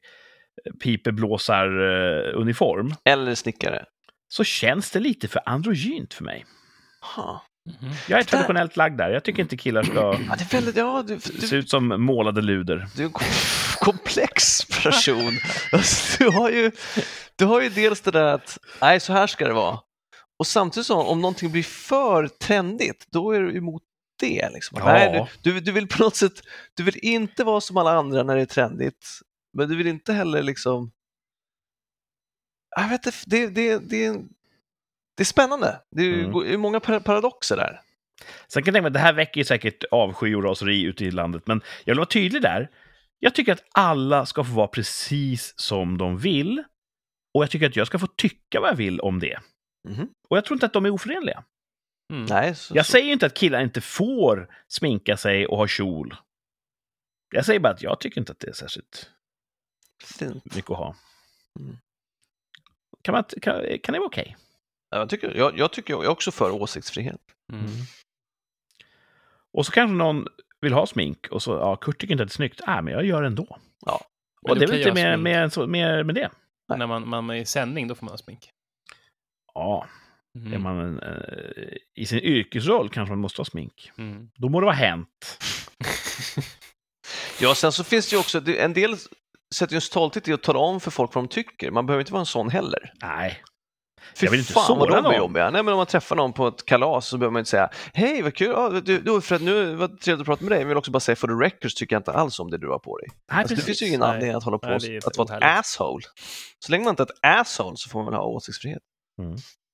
[SPEAKER 3] säckpipeblåsar-uniform
[SPEAKER 1] Eller snickare.
[SPEAKER 3] så känns det lite för androgynt för mig.
[SPEAKER 1] Ha.
[SPEAKER 2] Mhm.
[SPEAKER 3] Jag är traditionellt lagd där. Jag tycker inte killar ska
[SPEAKER 1] Ja, det är väldigt, ja, du,
[SPEAKER 3] se
[SPEAKER 1] du,
[SPEAKER 3] ut som målade luder.
[SPEAKER 1] du är en kom- komplex person. Alltså, du, har ju, du har ju dels det där att, nej, så här ska det vara. Och samtidigt så, om någonting blir för trendigt, då är du emot det. Liksom.
[SPEAKER 3] Ja.
[SPEAKER 1] Nej, du, du, du vill på något sätt, du vill inte vara som alla andra när det är trendigt, men du vill inte heller liksom, jag vet inte, det, det, det, det är spännande. Det är,
[SPEAKER 3] Mm.
[SPEAKER 1] det är många par- paradoxer där.
[SPEAKER 3] Sen kan jag tänka mig att det här väcker ju säkert avsky och raseri ute i landet, men jag vill vara tydlig där. Jag tycker att alla ska få vara precis som de vill, och jag tycker att jag ska få tycka vad jag vill om det.
[SPEAKER 1] Mhm.
[SPEAKER 3] Och jag tror inte att de är oförenliga.
[SPEAKER 2] Mm.
[SPEAKER 1] Nej, så,
[SPEAKER 3] Jag
[SPEAKER 1] så,
[SPEAKER 3] säger inte att killar inte får sminka sig och ha kjol. Jag säger bara att jag tycker inte att det är särskilt
[SPEAKER 1] fint.
[SPEAKER 3] mycket att ha.
[SPEAKER 1] Mm.
[SPEAKER 3] Kan, man, kan, kan det vara okej?
[SPEAKER 1] Ja, Jag, tycker, jag, jag tycker jag är också för åsiktsfrihet.
[SPEAKER 2] Mm.
[SPEAKER 3] Och så kanske någon vill ha smink och så, ja, Kurt tycker inte att det är snyggt. Nej, men jag gör det ändå.
[SPEAKER 1] Ja.
[SPEAKER 2] Men
[SPEAKER 3] Och det är väl
[SPEAKER 2] okej
[SPEAKER 3] inte
[SPEAKER 2] att ha
[SPEAKER 3] mer,
[SPEAKER 2] smink.
[SPEAKER 3] mer, än så, mer med det.
[SPEAKER 2] När man, man är i sändning, då får man ha smink.
[SPEAKER 3] Ja,
[SPEAKER 2] Mm.
[SPEAKER 3] är man en, eh, i sin yrkesroll kanske man måste ha smink.
[SPEAKER 2] Mm.
[SPEAKER 3] Då må det vara hänt.
[SPEAKER 1] Ja, sen så finns det ju också, det- en del sätter ju en stolthet i att tala om för folk vad de tycker. Man behöver inte vara en sån heller.
[SPEAKER 3] Nej.
[SPEAKER 1] Fy
[SPEAKER 3] Jag vill inte
[SPEAKER 1] fan
[SPEAKER 3] såra
[SPEAKER 1] vad de är
[SPEAKER 3] någon.
[SPEAKER 1] jobbiga. Nej, men om man träffar någon på ett kalas så behöver man inte säga hej vad kul, ja, du, du Fred, nu var det trevligt att prata med dig. Men jag vill också bara säga för the records tycker jag inte alls om det du har på dig.
[SPEAKER 3] Nej,
[SPEAKER 1] Alltså, det finns ju ingen
[SPEAKER 2] Nej.
[SPEAKER 1] anledning att hålla på
[SPEAKER 2] Nej,
[SPEAKER 1] och-
[SPEAKER 2] det är
[SPEAKER 1] att vara ett
[SPEAKER 2] ohärligt.
[SPEAKER 1] asshole. Så länge man inte är ett asshole så får man väl ha åsiktsfrihet.
[SPEAKER 3] Mm.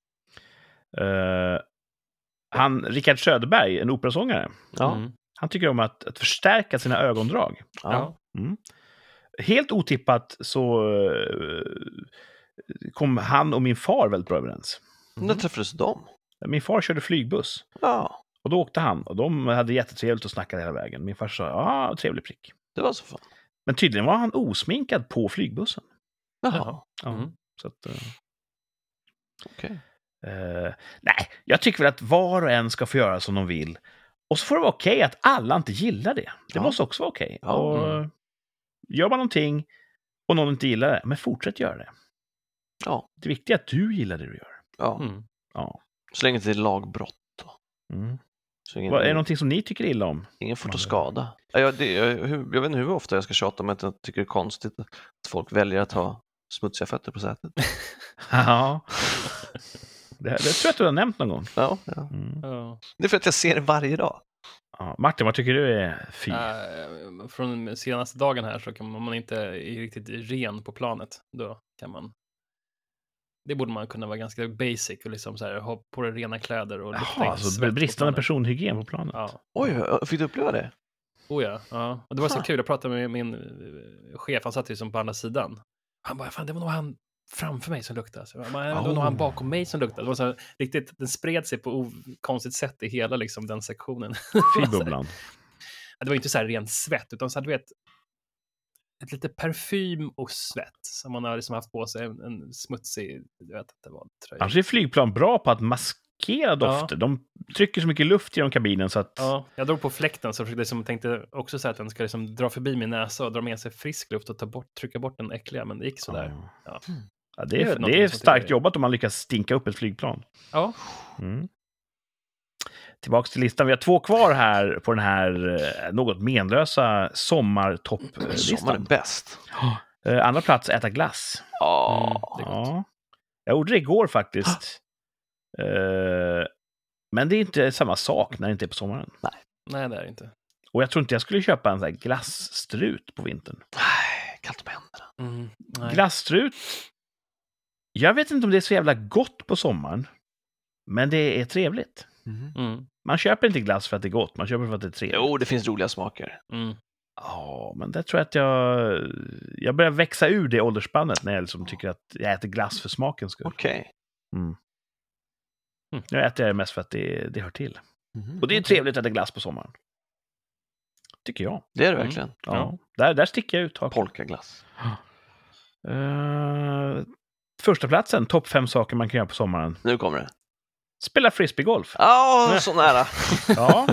[SPEAKER 3] Uh, han, Rickard Söderberg, en operasångare,
[SPEAKER 1] Ja.
[SPEAKER 2] Mm.
[SPEAKER 3] han tycker om att, att förstärka sina ögondrag.
[SPEAKER 1] Ja.
[SPEAKER 2] Ja.
[SPEAKER 3] Mm. Helt otippat så uh, kom han och min far väldigt bra överens.
[SPEAKER 1] Mm. När träffades de?
[SPEAKER 3] Min far körde flygbuss.
[SPEAKER 1] Ja,
[SPEAKER 3] Och då åkte han. Och de hade jättetrevligt och snackade hela vägen. Min far sa, ja, trevlig prick.
[SPEAKER 1] det var så fan.
[SPEAKER 3] Men tydligen var han osminkad på flygbussen.
[SPEAKER 1] Jaha,
[SPEAKER 3] Ja,
[SPEAKER 2] Mm.
[SPEAKER 3] så att, uh,
[SPEAKER 1] okej.
[SPEAKER 3] uh, nej, jag tycker väl att var och en ska få göra som de vill. Och så får det vara okej att alla inte gillar det. Det
[SPEAKER 1] Ja.
[SPEAKER 3] måste också vara okej.
[SPEAKER 1] Ja,
[SPEAKER 3] Och
[SPEAKER 2] mm.
[SPEAKER 3] gör man någonting och någon inte gillar det, men fortsätt göra det.
[SPEAKER 1] Ja,
[SPEAKER 3] Det viktiga är att du gillar det du gör.
[SPEAKER 1] ja.
[SPEAKER 2] Mm.
[SPEAKER 3] Ja.
[SPEAKER 1] Så länge det är lagbrott.
[SPEAKER 3] Mm.
[SPEAKER 1] Så ingen,
[SPEAKER 3] Vad, är det någonting som ni tycker illa om?
[SPEAKER 1] ingen får ta skada. Ja, jag, det, jag, hur- jag vet inte hur ofta jag ska tjata om att jag tycker det är konstigt att folk väljer att ha smutsiga fötter på sätet.
[SPEAKER 3] Ja. Det, det tror jag att du har nämnt någon gång.
[SPEAKER 1] Ja, ja.
[SPEAKER 3] Mm.
[SPEAKER 2] Ja.
[SPEAKER 1] Det är för att jag ser det varje dag.
[SPEAKER 3] Ja. Martin, vad tycker du är fy?
[SPEAKER 2] Äh, från senaste dagen här så kan man, om man inte är riktigt ren på planet, då kan man. Det borde man kunna vara ganska basic och liksom så här, ha på dig rena kläder och lukta
[SPEAKER 3] Jaha,
[SPEAKER 2] inte
[SPEAKER 3] alltså
[SPEAKER 2] svett på
[SPEAKER 3] bristande
[SPEAKER 2] planet.
[SPEAKER 3] personhygien på planet.
[SPEAKER 2] Ja.
[SPEAKER 1] Oj, fick du uppleva det?
[SPEAKER 2] Oh ja, ja. Och det var så
[SPEAKER 1] Ha.
[SPEAKER 2] kul, jag pratade med min eh, chef, han satt ju som på andra sidan. Han bara, fan det var nog han framför mig som luktade. Så jag bara, det var nog
[SPEAKER 3] Oh.
[SPEAKER 2] han bakom mig som luktade. Det var så här, riktigt, den spred sig på konstigt sätt i hela liksom, den sektionen.
[SPEAKER 3] Fy-bubblan.
[SPEAKER 2] Det var inte så här rent svett, utan så här, du vet, ett lite parfym och svett som man har liksom haft på sig, en, en smutsig, jag vet inte vad, tröja.
[SPEAKER 3] Annars är flygplan bra på att maskera dofter. De trycker så mycket luft genom kabinen så att...
[SPEAKER 2] Ja, jag drog på fläkten så jag liksom tänkte också så att den ska liksom dra förbi min näsa och dra med sig frisk luft och ta bort, trycka bort den äckliga, men det gick sådär. Ja.
[SPEAKER 3] Ja, det
[SPEAKER 2] Det är
[SPEAKER 3] är,
[SPEAKER 2] någonting
[SPEAKER 3] det är
[SPEAKER 2] som
[SPEAKER 3] starkt
[SPEAKER 2] tycker-
[SPEAKER 3] jobbat om man lyckas stinka upp ett flygplan.
[SPEAKER 2] Ja.
[SPEAKER 3] Mm. Tillbaks till listan. Vi har två kvar här på den här eh, något menlösa sommartopplistan.
[SPEAKER 1] Sommar är bäst.
[SPEAKER 3] Eh, andra plats, äta glass.
[SPEAKER 1] Ja,
[SPEAKER 2] Mm, det är gott.
[SPEAKER 3] Ja. Jag gjorde det igår faktiskt. Eh, men det är inte samma sak när det inte är på sommaren.
[SPEAKER 2] Nej, det är det inte.
[SPEAKER 3] Och jag tror inte jag skulle köpa en sån här glassstrut på vintern.
[SPEAKER 1] Nej, kallt om händerna.
[SPEAKER 2] Mm, nej.
[SPEAKER 3] Glassstrut. Jag vet inte om det är så jävla gott på sommaren. Men det är trevligt.
[SPEAKER 2] Mm,
[SPEAKER 3] Man köper inte glass för att det är gott. Man köper för att det är trevligt.
[SPEAKER 1] Jo, det finns roliga smaker.
[SPEAKER 2] mm.
[SPEAKER 3] Ja, men det tror jag att jag... Jag börjar växa ur det åldersspannet när jag liksom tycker att jag äter glass för smakens skull.
[SPEAKER 1] Okej.
[SPEAKER 3] Mm.
[SPEAKER 2] Mm.
[SPEAKER 3] Nu äter jag det mest för att det, det hör till.
[SPEAKER 1] Mhm.
[SPEAKER 3] Och det är trevligt att äta glass på sommaren. Tycker jag.
[SPEAKER 1] Det är det
[SPEAKER 2] Mm.
[SPEAKER 1] verkligen.
[SPEAKER 3] Ja.
[SPEAKER 2] Ja.
[SPEAKER 3] Där, där sticker jag ut. hakan.
[SPEAKER 1] Polkaglass.
[SPEAKER 3] Uh, första platsen, topp fem saker man kan göra på sommaren.
[SPEAKER 1] Nu kommer det.
[SPEAKER 3] Spela frisbeegolf.
[SPEAKER 1] Ja, så nära.
[SPEAKER 3] Ja.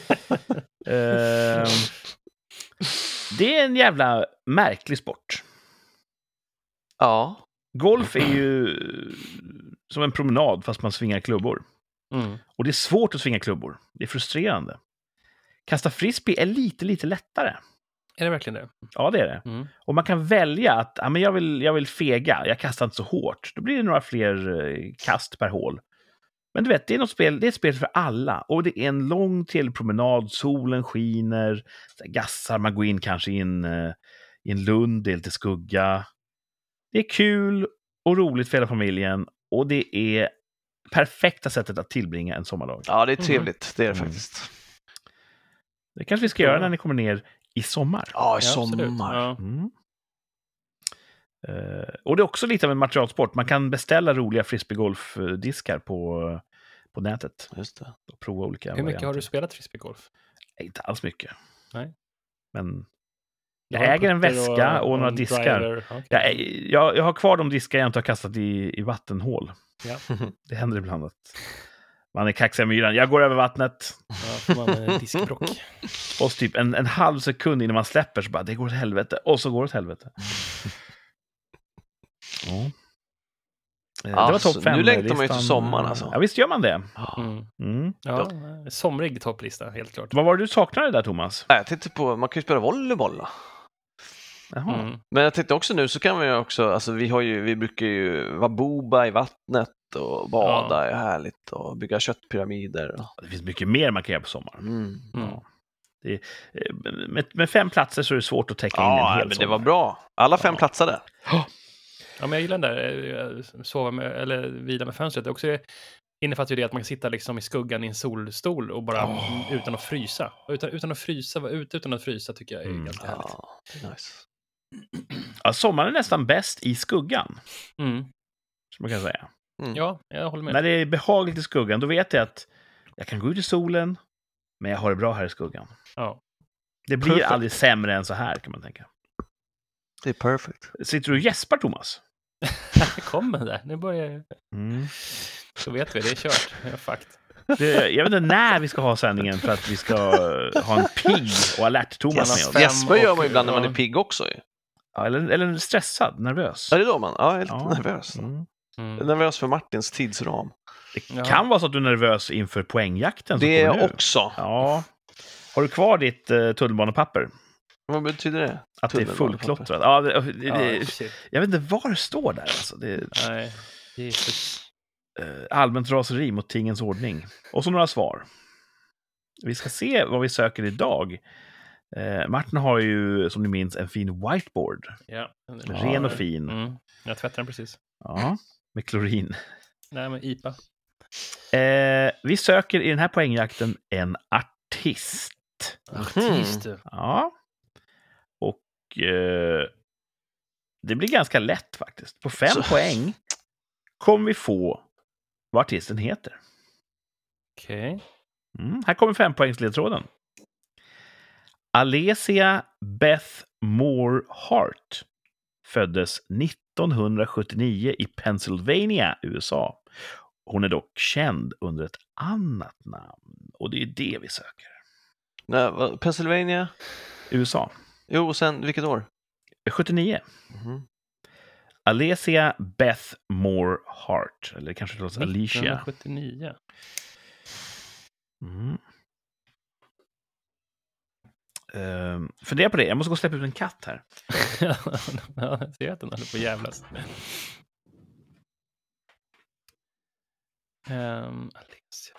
[SPEAKER 3] Ehm, det är en jävla märklig sport.
[SPEAKER 1] Ja.
[SPEAKER 3] Golf är ju som en promenad fast man svingar klubbor.
[SPEAKER 2] Mm.
[SPEAKER 3] Och det är svårt att svinga klubbor. Det är frustrerande. Kasta frisbee är lite, lite lättare.
[SPEAKER 2] Är det verkligen det?
[SPEAKER 3] Ja, det är det.
[SPEAKER 2] Mm.
[SPEAKER 3] Och man kan välja att ja, men jag, vill, jag vill fega, jag kastar inte så hårt. Då blir det några fler eh, kast per hål. Men du vet, det är, något spel, det är ett spel för alla. Och det är en lång till promenad, solen skiner, så här gassar, man går in kanske i en, eh, i en lund, det är lite skugga. Det är kul och roligt för hela familjen. Och det är perfekta sättet att tillbringa en sommardag.
[SPEAKER 1] Ja, det är trevligt. Det är det
[SPEAKER 3] Mm.
[SPEAKER 1] faktiskt.
[SPEAKER 3] Det kanske vi ska göra när ni kommer ner i sommar.
[SPEAKER 1] Ja, i
[SPEAKER 2] Ja, absolut.
[SPEAKER 1] sommar.
[SPEAKER 2] Ja.
[SPEAKER 3] Mm. Uh, och det är också lite av en materialsport. Man kan beställa roliga frisbeegolfdiskar på, på nätet
[SPEAKER 1] Just det.
[SPEAKER 3] och prova olika
[SPEAKER 2] Hur mycket
[SPEAKER 3] varianter.
[SPEAKER 2] har du spelat frisbeegolf?
[SPEAKER 3] Inte alls mycket.
[SPEAKER 2] Nej.
[SPEAKER 3] Men
[SPEAKER 2] Du
[SPEAKER 3] jag
[SPEAKER 2] har
[SPEAKER 3] äger en
[SPEAKER 2] putter
[SPEAKER 3] väska och, några
[SPEAKER 2] en
[SPEAKER 3] diskar.
[SPEAKER 2] driver. Okej.
[SPEAKER 3] Jag, jag, jag har kvar de diskar jag inte har kastat i, i vattenhål.
[SPEAKER 2] Ja.
[SPEAKER 3] Det händer ibland att man är kaxiga myran. Jag går över vattnet
[SPEAKER 2] Ja, får man eh, diskbrock.
[SPEAKER 3] och så typ en, en halv sekund innan man släpper så bara det går åt helvete. Och så går det åt helvete. Ja. Eh, Det var
[SPEAKER 1] Alltså,
[SPEAKER 3] topp fem.
[SPEAKER 1] nu längtar man ju till
[SPEAKER 3] listan.
[SPEAKER 1] sommaren, alltså.
[SPEAKER 3] Ja, visst gör man det.
[SPEAKER 2] Mm.
[SPEAKER 3] Mm.
[SPEAKER 2] Ja, eh, somrig topplista, helt klart.
[SPEAKER 3] Vad var det du saknade där, Thomas?
[SPEAKER 1] Nej, jag tänkte på, man kan ju spela volleyboll då.
[SPEAKER 3] Jaha.
[SPEAKER 2] Mm.
[SPEAKER 1] Men jag tänkte också nu så kan vi ju också, alltså vi har ju, vi brukar ju vara boba i vattnet härligt och bada är härligt och bygga köttpyramider. Och...
[SPEAKER 3] Det finns mycket mer man kan göra på sommaren.
[SPEAKER 1] Mm.
[SPEAKER 2] Mm.
[SPEAKER 3] Det, med, med fem platser så är det svårt att täcka in en
[SPEAKER 1] Ja,
[SPEAKER 3] hel
[SPEAKER 1] men det
[SPEAKER 3] sommar.
[SPEAKER 1] var bra. Alla fem
[SPEAKER 3] Ja.
[SPEAKER 1] platsade.
[SPEAKER 2] Ja, men jag gillar den där, eh, sova med, eller vila med fönstret. Det också innefattar ju det att man kan sitta liksom i skuggan i en solstol och bara
[SPEAKER 3] Oh.
[SPEAKER 2] utan att frysa. Och Utan, utan att frysa, vara ute utan att frysa tycker jag är
[SPEAKER 3] Mm.
[SPEAKER 2] ganska härligt.
[SPEAKER 1] Ja, nice.
[SPEAKER 3] Ja, sommaren är nästan bäst i skuggan,
[SPEAKER 2] Mm.
[SPEAKER 3] som man kan säga.
[SPEAKER 1] Mm.
[SPEAKER 2] Ja, jag håller med.
[SPEAKER 3] När det är behagligt i skuggan, då vet jag att jag kan gå ut i solen, men jag har det bra här i skuggan.
[SPEAKER 2] Ja.
[SPEAKER 3] Det blir
[SPEAKER 1] Perfect.
[SPEAKER 3] aldrig sämre än så här, kan man tänka.
[SPEAKER 1] Det är perfect.
[SPEAKER 3] Sitter du och gäspar, Thomas?
[SPEAKER 2] Kommer där. Nu börjar jag.
[SPEAKER 3] Mm.
[SPEAKER 2] Så vet vi, det är kört. Jag är fakt.
[SPEAKER 3] Det, jag vet inte när vi ska ha sändningen för att vi ska ha en pigg och alert Thomas med oss.
[SPEAKER 2] Fem
[SPEAKER 1] Gäspar gör
[SPEAKER 2] och-
[SPEAKER 1] man ju ibland när man
[SPEAKER 2] ja.
[SPEAKER 1] är pigg också. Ju.
[SPEAKER 3] Ja, eller, eller stressad, nervös.
[SPEAKER 1] Är det då man? Ja, jag är lite
[SPEAKER 3] Ja.
[SPEAKER 1] nervös.
[SPEAKER 3] Mm.
[SPEAKER 1] Jag är
[SPEAKER 2] Mm.
[SPEAKER 1] nervös för Martins tidsram.
[SPEAKER 3] Det
[SPEAKER 2] Ja.
[SPEAKER 3] kan vara så att du är nervös inför poängjakten som
[SPEAKER 1] Det är
[SPEAKER 3] kommer nu.
[SPEAKER 1] jag också.
[SPEAKER 3] Ja. Har du kvar ditt uh, tunnelbanepapper?
[SPEAKER 1] Vad betyder det?
[SPEAKER 3] Att det är
[SPEAKER 1] Tunnelbanepapper.
[SPEAKER 3] fullklottrat? Ja, det, det,
[SPEAKER 2] Ja,
[SPEAKER 3] det,
[SPEAKER 2] shit.
[SPEAKER 3] jag vet inte var det står där. Alltså. Det är
[SPEAKER 2] Nej, Jesus.
[SPEAKER 3] uh, allmänt raseri mot tingens ordning. Och så några svar. Vi ska se vad vi söker idag. Uh, Martin har ju, som ni minns, en fin whiteboard.
[SPEAKER 2] Ja.
[SPEAKER 3] Ren och fin.
[SPEAKER 2] Mm. Jag tvättade den precis.
[SPEAKER 3] Ja, med klorin.
[SPEAKER 2] Nej, men I P A.
[SPEAKER 3] Eh, vi söker i den här poängjakten en artist.
[SPEAKER 2] Artist, du.
[SPEAKER 3] Ja. Och eh, det blir ganska lätt faktiskt. På fem
[SPEAKER 1] Så-
[SPEAKER 3] poäng kommer vi få vad artisten heter.
[SPEAKER 2] Okej.
[SPEAKER 3] Mm, här kommer fempoängsledtråden. Alesia Beth Moore Hart föddes nittonhundrasjuttionio i Pennsylvania, U S A. Hon är dock känd under ett annat namn. Och det är det vi söker.
[SPEAKER 1] Nej, vad- Pennsylvania?
[SPEAKER 3] U S A.
[SPEAKER 1] Jo, och sen vilket år?
[SPEAKER 3] sjuttionio.
[SPEAKER 1] Mhm.
[SPEAKER 3] Alesia Beth Moore Hart. Eller kanske det låter Alicia.
[SPEAKER 2] nittonhundrasjuttionio.
[SPEAKER 3] Mm. Uh, fundera på det. Jag måste gå och släppa ut en katt här.
[SPEAKER 2] Ja, jag ser att den håller på att jävlas. Um, Alexa.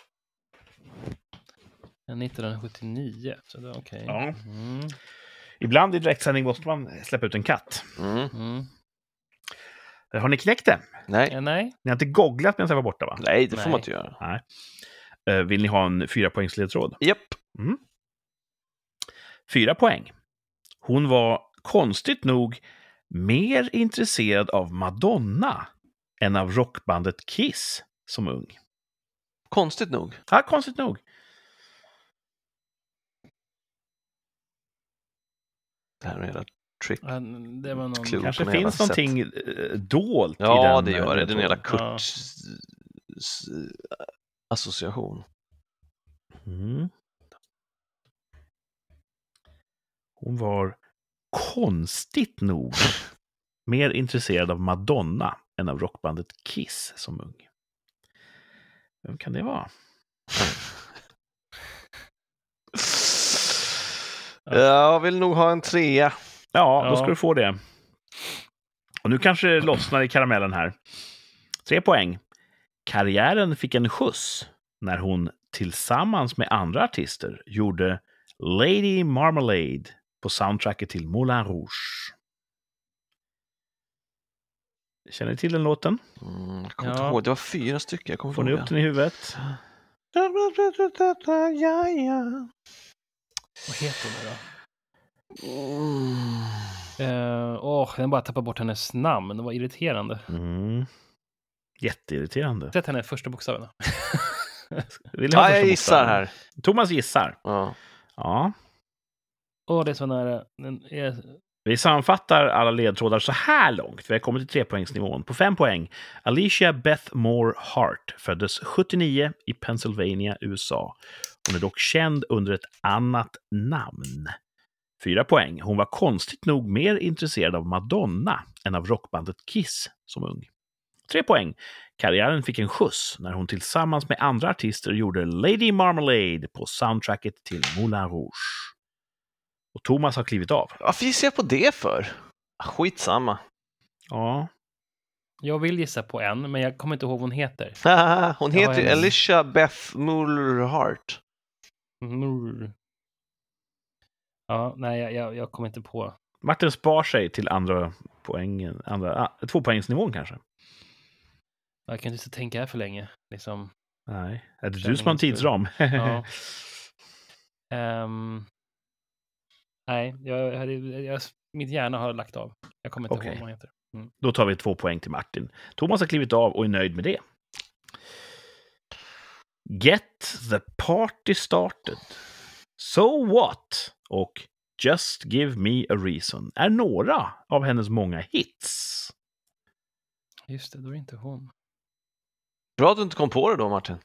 [SPEAKER 2] nittonhundrasjuttionio, så det är okej.
[SPEAKER 3] Ja.
[SPEAKER 2] Mm.
[SPEAKER 3] Ibland i direktsändning måste man släppa ut en katt.
[SPEAKER 1] Mm.
[SPEAKER 2] Mm.
[SPEAKER 3] Uh, har ni knäckt det?
[SPEAKER 1] Nej.
[SPEAKER 2] Ja, nej.
[SPEAKER 3] Ni har inte googlat medan jag var borta, va?
[SPEAKER 1] Nej, det får
[SPEAKER 2] Nej.
[SPEAKER 1] man inte göra.
[SPEAKER 3] Nej. Uh, vill ni ha en fyra poängs ledtråd?
[SPEAKER 1] Japp.
[SPEAKER 3] Fyra poäng. Hon var konstigt nog mer intresserad av Madonna än av rockbandet Kiss som ung.
[SPEAKER 1] Konstigt nog.
[SPEAKER 3] Ja, konstigt nog.
[SPEAKER 1] Det här är en jävla trick.
[SPEAKER 2] Ja, det var någon...
[SPEAKER 1] Klubb.
[SPEAKER 3] Kanske
[SPEAKER 1] på något
[SPEAKER 3] finns
[SPEAKER 1] jävla
[SPEAKER 3] någonting eh, dolt i
[SPEAKER 1] Ja,
[SPEAKER 3] den.
[SPEAKER 1] det gör det. Det är en jävla
[SPEAKER 3] ledtråden.
[SPEAKER 2] Ja.
[SPEAKER 1] Kurt-association.
[SPEAKER 3] Mm. Hon var konstigt nog mer intresserad av Madonna än av rockbandet Kiss som ung. Vem kan det vara?
[SPEAKER 1] Jag vill nog ha en trea.
[SPEAKER 3] Ja, då
[SPEAKER 2] Ja.
[SPEAKER 3] ska du få det. Och nu kanske det lossnar i karamellen här. Tre poäng. Karriären fick en skjuts när hon tillsammans med andra artister gjorde Lady Marmalade på soundtracket till Moulin Rouge. Känner ni till den låten?
[SPEAKER 1] Mm, jag kommer
[SPEAKER 2] Ja.
[SPEAKER 1] inte ihåg. Det var fyra stycken. Jag kommer
[SPEAKER 3] Får ni
[SPEAKER 1] ihåg
[SPEAKER 3] upp den i huvudet?
[SPEAKER 1] Ja, ja.
[SPEAKER 2] Vad heter hon då?
[SPEAKER 1] Mm.
[SPEAKER 2] Eh, Åh, jag bara tappade bort hennes namn. Det var irriterande.
[SPEAKER 3] Mm. Jätteirriterande.
[SPEAKER 2] Sätt henne första bokstaven.
[SPEAKER 3] Vill ni ha
[SPEAKER 1] Ja,
[SPEAKER 3] första
[SPEAKER 1] jag gissar
[SPEAKER 3] bokstaven?
[SPEAKER 1] här.
[SPEAKER 3] Thomas gissar.
[SPEAKER 1] Ja.
[SPEAKER 3] Ja.
[SPEAKER 2] Åh, det är så nära. Den är...
[SPEAKER 3] Vi sammanfattar alla ledtrådar så här långt. Vi har kommit till trepoängsnivån. På fem poäng. Alicia Beth Moore Hart föddes sjuttionio i Pennsylvania, U S A. Hon är dock känd under ett annat namn. Fyra poäng. Hon var konstigt nog mer intresserad av Madonna än av rockbandet Kiss som ung. Tre poäng. Karriären fick en skjuts när hon tillsammans med andra artister gjorde Lady Marmalade på soundtracket till Moulin Rouge. Och Thomas har klivit av.
[SPEAKER 1] Varför gissar jag på det för? Skitsamma.
[SPEAKER 3] Ja.
[SPEAKER 2] Jag vill gissa på en, men jag kommer inte ihåg vad hon heter.
[SPEAKER 1] Hon
[SPEAKER 2] Jag har
[SPEAKER 1] heter ju
[SPEAKER 2] hennes-
[SPEAKER 1] Alicia Beth Muller-Hart.
[SPEAKER 2] Mm. Ja, nej, jag, jag, jag kommer inte på.
[SPEAKER 3] Martin spar sig till andra poängen, andra, ah, tvåpoängsnivån kanske.
[SPEAKER 2] Jag kan inte tänka här för länge. Liksom.
[SPEAKER 3] Nej, är det
[SPEAKER 2] Känner
[SPEAKER 3] du som har en
[SPEAKER 2] inte-
[SPEAKER 3] tidsram?
[SPEAKER 2] Ja. Ehm, nej, jag, jag, jag, min hjärna har lagt av. Jag kommer inte
[SPEAKER 3] Okej.
[SPEAKER 2] ihåg vad hon heter.
[SPEAKER 3] Då tar vi två poäng till Martin. Thomas har klivit av och är nöjd med det. Get the party started. So what? Och Just give me a reason är några av hennes många hits.
[SPEAKER 2] Just det, då är det inte hon.
[SPEAKER 1] Bra att du inte kom på det då, Martin.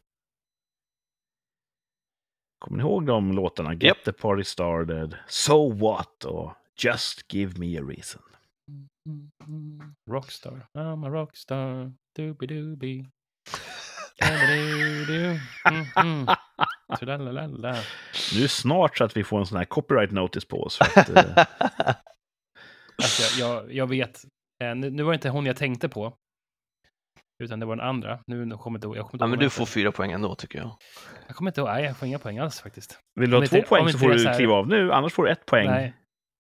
[SPEAKER 3] Kommer ni ihåg de låtarna? Get
[SPEAKER 1] Japp.
[SPEAKER 3] the party started, So what? Och Just give me a reason.
[SPEAKER 2] Mm, mm. Rockstar, I'm a rockstar. Doobie-doobie. Doobie-doo-doo. Mm, mm. Tralalala.
[SPEAKER 3] Nu är det snart så att vi får en sån här copyright notice på oss. För att, eh,
[SPEAKER 2] Alltså, jag, jag, jag vet. Eh, nu, nu var det inte hon jag tänkte på. Utan det var den andra. Nu nu kommer inte ihåg. Jag kommer inte
[SPEAKER 1] Ja,
[SPEAKER 2] ihåg
[SPEAKER 1] men
[SPEAKER 2] vad
[SPEAKER 1] du
[SPEAKER 2] hon
[SPEAKER 1] får
[SPEAKER 2] heter.
[SPEAKER 1] fyra poäng ändå, tycker jag.
[SPEAKER 2] Jag kommer inte ihåg. Nej, jag får inga poäng alls faktiskt.
[SPEAKER 3] vill du
[SPEAKER 2] Om
[SPEAKER 3] ha två
[SPEAKER 2] inte-
[SPEAKER 3] poäng
[SPEAKER 2] om
[SPEAKER 3] så
[SPEAKER 2] inte
[SPEAKER 3] får
[SPEAKER 2] det är
[SPEAKER 3] du
[SPEAKER 2] så här-
[SPEAKER 3] kliva av nu, annars får du ett poäng.
[SPEAKER 2] Nej.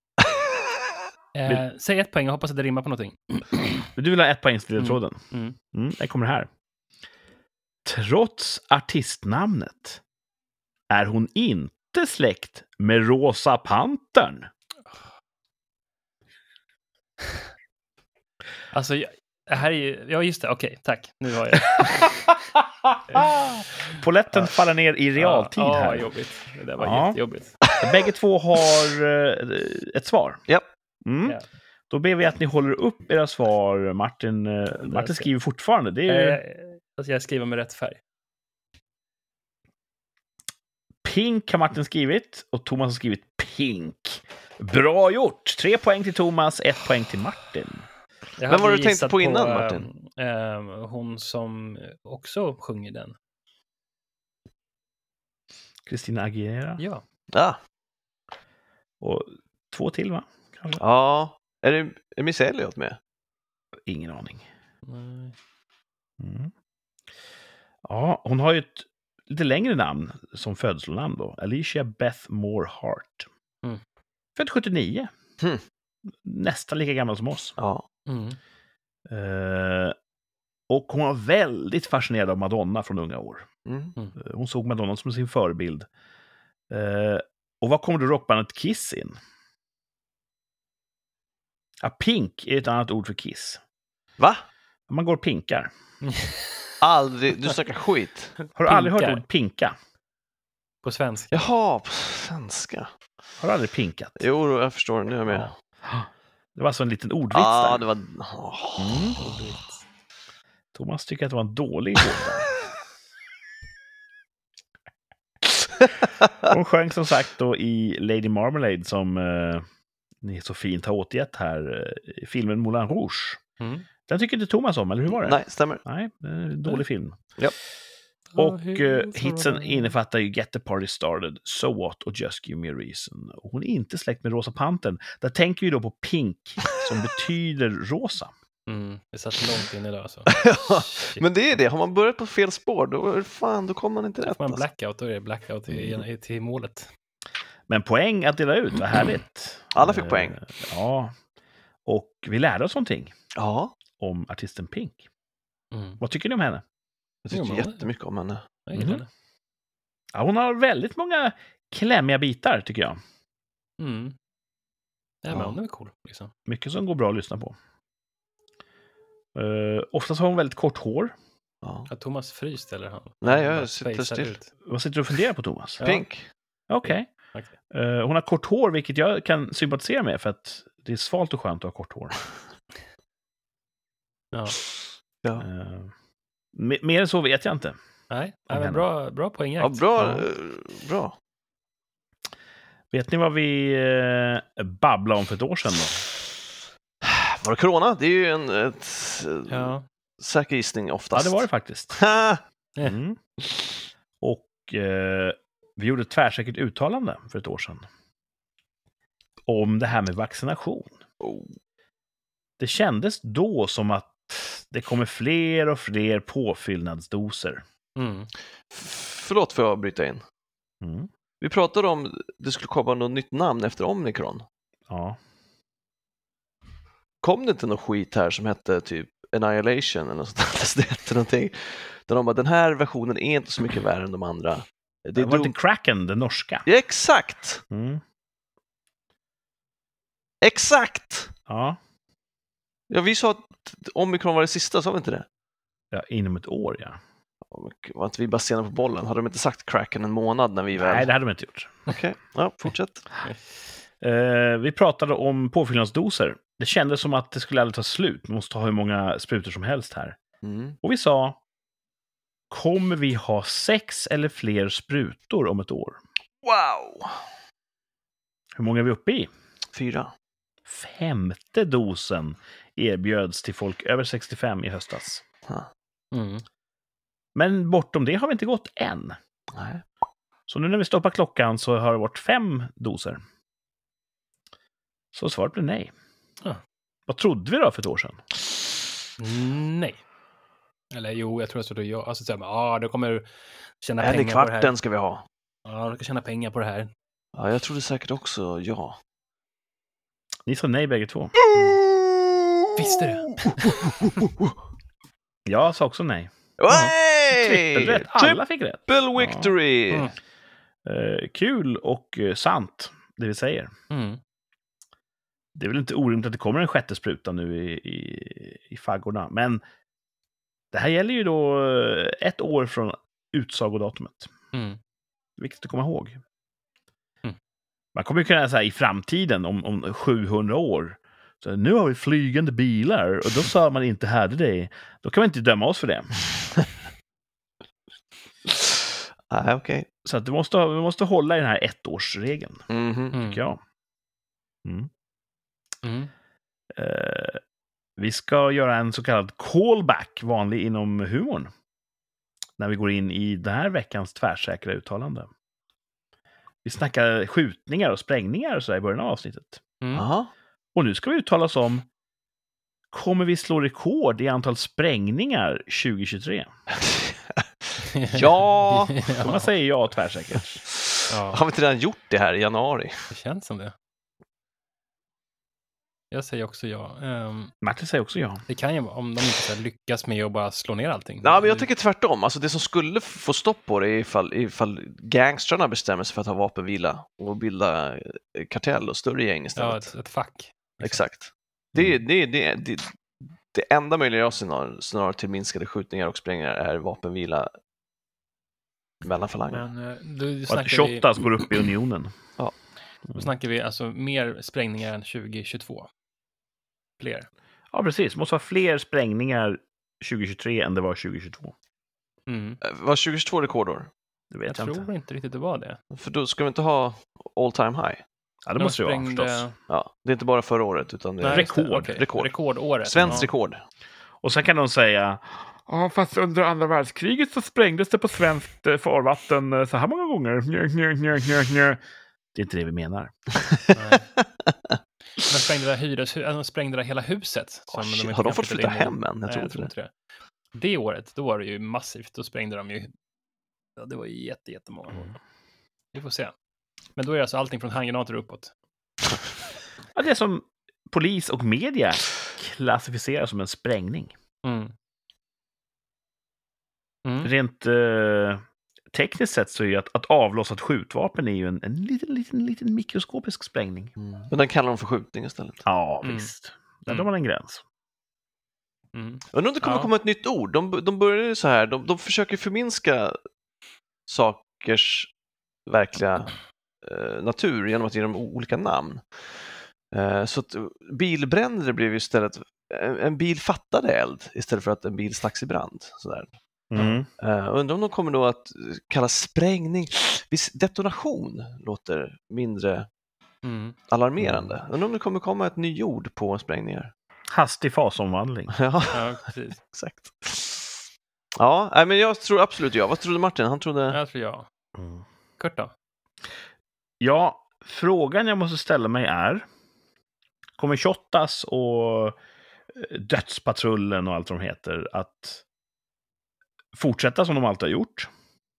[SPEAKER 2] Eh, säg ett poäng. Jag hoppas att det rimmar på någonting.
[SPEAKER 3] Men du vill ha ett poäng till ledtråden.
[SPEAKER 2] Mm.
[SPEAKER 3] Mm, det kommer här. Trots artistnamnet är hon inte släkt med Rosa Pantern.
[SPEAKER 2] Alltså, jag, det här är ju... Ja, just det. Okej, tack. Nu har jag...
[SPEAKER 3] Poletten faller ner i realtid
[SPEAKER 2] ja,
[SPEAKER 3] här.
[SPEAKER 2] Ja, jobbigt. Det där var
[SPEAKER 3] Ja.
[SPEAKER 2] jättejobbigt.
[SPEAKER 3] Bägge två har eh, ett svar.
[SPEAKER 1] Ja.
[SPEAKER 3] Mm.
[SPEAKER 2] Ja.
[SPEAKER 3] Då ber vi att ni håller upp era svar. Martin, eh, Martin
[SPEAKER 2] ska-
[SPEAKER 3] skriver fortfarande. Det är ju
[SPEAKER 2] Eh, alltså, jag skriver med rätt färg.
[SPEAKER 3] Pink har Martin skrivit och Thomas har skrivit Pink. Bra gjort! Tre poäng till Thomas, ett poäng till Martin.
[SPEAKER 2] Jag
[SPEAKER 1] Vem
[SPEAKER 2] hade
[SPEAKER 1] var det du tänkte
[SPEAKER 2] gissat
[SPEAKER 1] på innan,
[SPEAKER 2] eh,
[SPEAKER 1] Martin?
[SPEAKER 2] eh, hon som också sjunger den.
[SPEAKER 3] Christina Aguilera.
[SPEAKER 2] Ja.
[SPEAKER 1] Ja.
[SPEAKER 3] Och två till, va? Kanske?
[SPEAKER 1] Ja. Är det är Miss Elliot med?
[SPEAKER 3] Ingen aning.
[SPEAKER 2] Nej.
[SPEAKER 3] Mm. Ja, hon har ju ett lite längre namn som födelsenamn då. Alicia Beth Moore Hart.
[SPEAKER 2] Mm.
[SPEAKER 3] Född sjuttionio.
[SPEAKER 1] Hmm.
[SPEAKER 3] Nästan lika gammal som oss.
[SPEAKER 1] Ja.
[SPEAKER 2] Mm.
[SPEAKER 3] Eh, och hon var väldigt fascinerad av Madonna från unga år.
[SPEAKER 1] Mm.
[SPEAKER 3] Eh, Hon såg Madonna som sin förebild. Eh, och vad kommer då rockbandet Kiss in? Ja, pink är ett annat ord för Kiss.
[SPEAKER 1] Va?
[SPEAKER 3] Man går och pinkar.
[SPEAKER 1] Aldrig. Du snackar skit.
[SPEAKER 3] Har du aldrig hört
[SPEAKER 2] Pinkar?
[SPEAKER 3] ordet pinka?
[SPEAKER 2] På svenska.
[SPEAKER 1] Jaha, på svenska.
[SPEAKER 3] Har du aldrig pinkat?
[SPEAKER 1] Jo, jag förstår. Nu är jag med.
[SPEAKER 3] Ja. Det var alltså en liten ordvits
[SPEAKER 1] Ja,
[SPEAKER 3] där.
[SPEAKER 1] det var... Åh.
[SPEAKER 3] Mm. Thomas tycker att det var en dålig låt. Hon sjöng som sagt då i Lady Marmalade som eh, ni så fint har återgett här eh, i filmen Moulin Rouge.
[SPEAKER 2] Mm.
[SPEAKER 3] Den tycker inte Thomas om, eller hur var det?
[SPEAKER 1] Nej, stämmer.
[SPEAKER 3] Nej, det är en dålig film.
[SPEAKER 1] Ja.
[SPEAKER 3] Och eh, hitsen innefattar ju Get the Party Started, So What och Just Give Me a Reason. Och hon är inte släkt med Rosa Pantern. Där tänker vi då på pink, som betyder rosa.
[SPEAKER 2] Mm. Det satt långt in idag alltså.
[SPEAKER 1] Ja,
[SPEAKER 2] Shit.
[SPEAKER 1] men det är det. Har man börjat på fel spår, då, är det fan, då kommer man inte
[SPEAKER 2] Då
[SPEAKER 1] rätt.
[SPEAKER 2] får man
[SPEAKER 1] Alltså.
[SPEAKER 2] blackout, då är det blackout till, till målet.
[SPEAKER 3] Men poäng att dela ut, vad härligt.
[SPEAKER 1] Alla fick
[SPEAKER 3] Eh,
[SPEAKER 1] poäng.
[SPEAKER 3] Ja. Och vi lärde oss någonting
[SPEAKER 1] Ja,
[SPEAKER 3] om artisten Pink.
[SPEAKER 2] Mm.
[SPEAKER 3] Vad tycker ni om henne?
[SPEAKER 1] jag tyckte
[SPEAKER 2] Jo, men-
[SPEAKER 1] jättemycket om henne.
[SPEAKER 2] Jag gillar
[SPEAKER 3] Mhm.
[SPEAKER 2] det.
[SPEAKER 3] Ja, hon har väldigt många klämmiga bitar, tycker jag.
[SPEAKER 2] Mm. Ja, men
[SPEAKER 1] Ja.
[SPEAKER 2] hon är väl cool. Liksom.
[SPEAKER 3] Mycket som går bra att lyssna på. Uh, oftast har hon väldigt kort hår.
[SPEAKER 1] Ja.
[SPEAKER 2] Har Thomas fryst eller han?
[SPEAKER 1] Nej, jag
[SPEAKER 2] han bara
[SPEAKER 1] sitter
[SPEAKER 2] spejsar
[SPEAKER 1] still.
[SPEAKER 2] ut.
[SPEAKER 3] Vad sitter du och funderar på, Thomas?
[SPEAKER 2] Ja.
[SPEAKER 1] Pink.
[SPEAKER 3] Okej.
[SPEAKER 2] Okej.
[SPEAKER 3] Eh, hon har kort hår, vilket jag kan sympatisera med, för att det är svalt och skönt att ha kort hår.
[SPEAKER 2] Ja.
[SPEAKER 1] Ja,
[SPEAKER 3] Uh, me- mer än så vet jag inte.
[SPEAKER 2] Nej,
[SPEAKER 3] Om
[SPEAKER 2] nej men
[SPEAKER 3] henne.
[SPEAKER 2] bra, bra poängjakt.
[SPEAKER 1] ja bra.
[SPEAKER 3] Ja.
[SPEAKER 1] eh, bra.
[SPEAKER 3] Vet ni vad vi uh, babblade om för ett år sedan då?
[SPEAKER 1] Var det corona? Det är ju en ett, ja.
[SPEAKER 2] Ja.
[SPEAKER 1] säker gissning
[SPEAKER 3] Ja,
[SPEAKER 1] oftast.
[SPEAKER 3] det var det faktiskt.
[SPEAKER 1] Ha!
[SPEAKER 3] Mm. Och eh, vi gjorde ett tvärsäkert uttalande för ett år sedan. Om det här med vaccination.
[SPEAKER 1] Oh.
[SPEAKER 3] Det kändes då som att Det kommer fler och fler påfyllnadsdoser.
[SPEAKER 2] Mm.
[SPEAKER 1] Förlåt för att jag bryta in.
[SPEAKER 3] Mm.
[SPEAKER 1] Vi pratade om det skulle komma något nytt namn efter Omicron.
[SPEAKER 3] Ja.
[SPEAKER 1] Kom det inte något skit här som hette typ Annihilation eller något sånt där? Det hette någonting. Där de bara, den här versionen är inte så mycket värre än de andra. Det,
[SPEAKER 3] Det var
[SPEAKER 1] dog...
[SPEAKER 3] inte Kraken, den norska.
[SPEAKER 1] Ja, exakt!
[SPEAKER 3] Mm.
[SPEAKER 1] Exakt!
[SPEAKER 3] Ja.
[SPEAKER 1] Ja, vi sa att Omicron var det sista, sa vi inte det?
[SPEAKER 3] ja, inom ett år, ja.
[SPEAKER 1] Var inte vi bara sena på bollen? Hade de inte sagt Kraken en månad när vi väl...
[SPEAKER 3] Nej, det hade de inte gjort.
[SPEAKER 1] Okej, okay. Ja, fortsätt.
[SPEAKER 3] Uh, vi pratade om påfyllnadsdoser. Det kändes som att det skulle aldrig ta slut. Man måste ha hur många sprutor som helst här.
[SPEAKER 1] Mm.
[SPEAKER 3] Och vi sa, kommer vi ha sex eller fler sprutor om ett år?
[SPEAKER 1] Wow!
[SPEAKER 3] Hur många är vi uppe i?
[SPEAKER 1] Fyra.
[SPEAKER 3] Femte dosen erbjöds till folk över sextiofem i höstas.
[SPEAKER 1] Huh.
[SPEAKER 2] Mm.
[SPEAKER 3] Men bortom det har vi inte gått än.
[SPEAKER 1] Nej.
[SPEAKER 3] Så nu när vi stoppar klockan så har det varit fem doser. Så svaret blev nej.
[SPEAKER 2] Ja.
[SPEAKER 3] Vad trodde vi då för ett år sedan?
[SPEAKER 2] Nej. Eller jo, jag tror att det är jag. Alltså, så här, ja, du kommer tjäna
[SPEAKER 1] En i
[SPEAKER 2] pengar på det här.
[SPEAKER 1] kvarten ska vi ha.
[SPEAKER 2] Ja, du ska tjäna pengar på det här.
[SPEAKER 1] Ja, jag trodde säkert också ja.
[SPEAKER 3] Ni sa nej bägge två.
[SPEAKER 2] Visste det?
[SPEAKER 3] Jag sa också nej.
[SPEAKER 1] Hey!
[SPEAKER 3] Trippelrätt. Alla fick rätt.
[SPEAKER 1] Triple victory!
[SPEAKER 2] Ja. Mm.
[SPEAKER 3] Eh, kul och eh, sant, det vi säger.
[SPEAKER 2] Mm.
[SPEAKER 3] Det är väl inte orimligt att det kommer en sjätte spruta nu i, i, i faggorna. Men det här gäller ju då eh, ett år från utsagodatumet.
[SPEAKER 2] Mm.
[SPEAKER 3] Viktigt att komma ihåg.
[SPEAKER 2] Mm.
[SPEAKER 3] Man kommer ju kunna säga i framtiden, om, om sjuhundra år, så nu har vi flygande bilar och då sa man inte hade det. Då kan man inte döma oss för det.
[SPEAKER 1] Nej, okej.
[SPEAKER 3] Så att du måste, vi måste hålla i den här ettårsregeln,
[SPEAKER 1] Mhm.
[SPEAKER 2] Mm.
[SPEAKER 3] tycker jag. Mm.
[SPEAKER 2] Mm.
[SPEAKER 3] Eh, vi ska göra en så kallad callback, vanlig inom humorn, när vi går in i den här veckans tvärsäkra uttalande. Vi snackar skjutningar och sprängningar och så i början av avsnittet.
[SPEAKER 2] Mm.
[SPEAKER 1] Aha.
[SPEAKER 3] Och nu ska vi uttala oss om, kommer vi slå rekord i antal sprängningar tjugohundratjugotre?
[SPEAKER 1] Ja!
[SPEAKER 3] Så man säger ja tvärsäkert.
[SPEAKER 2] Ja,
[SPEAKER 1] Har vi inte redan gjort det här i januari?
[SPEAKER 2] det känns som det. Jag säger också ja. Um,
[SPEAKER 3] Martin säger också ja.
[SPEAKER 2] det kan ju vara om de inte så här lyckas med att bara slå ner allting.
[SPEAKER 1] Nej, men jag tycker tvärtom. Alltså det som skulle få stopp på det är ifall, ifall gangstrarna bestämmer sig för att ha vapenvila och bilda eh, kartell och större gäng
[SPEAKER 2] Ja,
[SPEAKER 1] istället.
[SPEAKER 2] ett, ett fack. Liksom.
[SPEAKER 1] Exakt. Det, är- det, är- det, är- det, det enda möjliga jag scenario, scenario till minskade skjutningar och sprängningar är vapenvila mellan falanger.
[SPEAKER 2] Men eh, då
[SPEAKER 3] Och att
[SPEAKER 2] snackar vi,
[SPEAKER 3] Shottaz går upp i unionen.
[SPEAKER 2] då snackar vi alltså mer sprängningar än tjugohundratjugotvå. Fler.
[SPEAKER 3] Ja, precis. Det måste vara fler sprängningar tjugohundratjugotre än det var tjugohundratjugotvå.
[SPEAKER 2] Mm.
[SPEAKER 1] Eh, Var tjugohundratjugotvå rekordår?
[SPEAKER 3] Det vet
[SPEAKER 2] Jag
[SPEAKER 3] jag,
[SPEAKER 2] tror
[SPEAKER 3] inte.
[SPEAKER 2] inte riktigt det var det.
[SPEAKER 1] För då ska vi inte ha all time high.
[SPEAKER 3] Ja, det
[SPEAKER 2] De
[SPEAKER 3] måste det vara
[SPEAKER 2] sprängde-
[SPEAKER 3] förstås.
[SPEAKER 1] Ja, det är inte bara förra året utan det är
[SPEAKER 2] Nej, just det.
[SPEAKER 3] rekord.
[SPEAKER 2] Okej.
[SPEAKER 1] Rekord.
[SPEAKER 2] Rekordåret.
[SPEAKER 1] svenskt
[SPEAKER 2] Ja.
[SPEAKER 1] rekord.
[SPEAKER 3] Och sen kan de säga, ja, fast under andra världskriget så sprängdes det på svenskt eh, farvatten eh, så här många gånger. Njö, njö, njö, njö, njö. Det är inte det vi menar.
[SPEAKER 2] Nej. De sprängde det, hyres, de sprängde det hela huset. Som
[SPEAKER 1] Oh, shit.
[SPEAKER 2] inte
[SPEAKER 1] Har de
[SPEAKER 2] kan
[SPEAKER 1] fått
[SPEAKER 2] flytta
[SPEAKER 1] flytta
[SPEAKER 2] in i.
[SPEAKER 1] hem än? Jag
[SPEAKER 2] Nej,
[SPEAKER 1] tror
[SPEAKER 2] jag
[SPEAKER 1] inte
[SPEAKER 2] tror
[SPEAKER 1] det.
[SPEAKER 2] inte det. Det året, då var det ju massivt. Då sprängde de ju... Ja, det var ju jätte, jättemånga gånger. Vi får se. Men då är det alltså allting från handgranater uppåt.
[SPEAKER 3] Ja, det är som polis och media klassificerar som en sprängning.
[SPEAKER 2] Mm. Mm.
[SPEAKER 3] Rent eh, tekniskt sett så är ju att, att avlossa ett skjutvapen är ju en, en liten, liten, liten mikroskopisk sprängning.
[SPEAKER 1] Men den kallar de för skjutning istället.
[SPEAKER 3] Ja,
[SPEAKER 2] Mm.
[SPEAKER 3] visst. Där
[SPEAKER 2] Mm.
[SPEAKER 3] drar man en gräns.
[SPEAKER 2] Mm.
[SPEAKER 1] Undrar om det kommer
[SPEAKER 2] Ja.
[SPEAKER 1] komma ett nytt ord. De, de börjar ju så här, de, de försöker förminska sakers verkliga eh, natur genom att ge dem olika namn. Eh, så att bilbränder blev ju istället, en, en bil fattade eld istället för att en bil stacks i brand. Sådär.
[SPEAKER 3] Mm.
[SPEAKER 1] Eh, undrar om de kommer då att kalla sprängning, visst, detonation låter mindre
[SPEAKER 2] Mm.
[SPEAKER 1] alarmerande. Undrar om det kommer komma ett nyord på sprängningar.
[SPEAKER 3] Hastig fasomvandling.
[SPEAKER 1] Ja,
[SPEAKER 2] Ja, precis.
[SPEAKER 1] exakt. Ja, nej, men jag tror absolut ja. Vad trodde Martin? Han trodde...
[SPEAKER 2] Jag tror jag.
[SPEAKER 3] Mm.
[SPEAKER 2] Kurt då?
[SPEAKER 3] Ja, frågan jag måste ställa mig är, kommer Shottaz och Dödspatrullen och allt de heter att fortsätta som de alltid har gjort?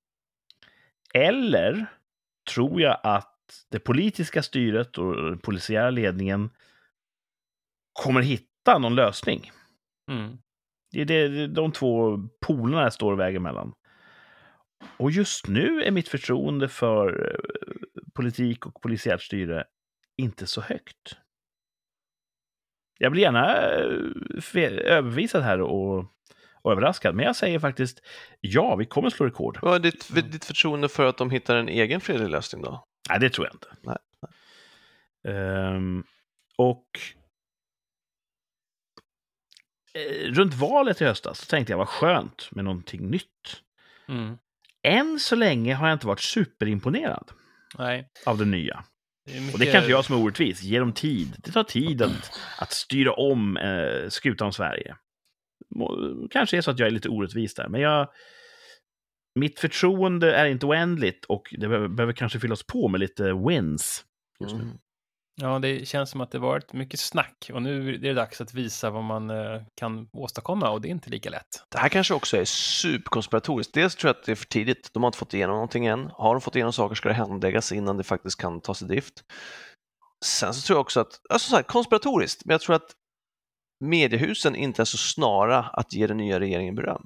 [SPEAKER 3] Eller tror jag att det politiska styret och den polisiära ledningen kommer hitta någon lösning?
[SPEAKER 2] Mm.
[SPEAKER 3] Det är det, de två polerna jag står och väger mellan. Och just nu är mitt förtroende för politik och polisiärt styre inte så högt. Jag blir gärna övervisad här och, och överraskad, men jag säger faktiskt ja, vi kommer slå rekord.
[SPEAKER 1] Vad är ditt, ditt förtroende för att de hittar en egen fredlig lösning då?
[SPEAKER 3] Nej, det tror jag inte.
[SPEAKER 1] Nej.
[SPEAKER 3] Um, och eh, runt valet i höstas så tänkte jag vad skönt med någonting nytt.
[SPEAKER 2] Mm.
[SPEAKER 3] Än så länge har jag inte varit superimponerad
[SPEAKER 2] Nej.
[SPEAKER 3] av det nya.
[SPEAKER 2] Det är mycket...
[SPEAKER 3] Och det är kanske jag som är orättvis. Ge dem tid. Det tar tid att, att styra om eh, skutan Sverige. Må, kanske är så att jag är lite orättvis där. Men jag, mitt förtroende är inte oändligt och det behöver, behöver kanske fyllas på med lite wins just nu.
[SPEAKER 1] Mm.
[SPEAKER 2] Ja, det känns som att det varit mycket snack och nu är det dags att visa vad man eh, kan åstadkomma och det är inte lika lätt.
[SPEAKER 1] Det här kanske också är superkonspiratoriskt. Dels tror jag att det är för tidigt. De har inte fått igenom någonting än. Har de fått igenom saker ska det handläggas innan det faktiskt kan tas i drift. Sen så tror jag också att, alltså så här, konspiratoriskt, men jag tror att mediehusen inte är så snara att ge den nya regeringen beröm.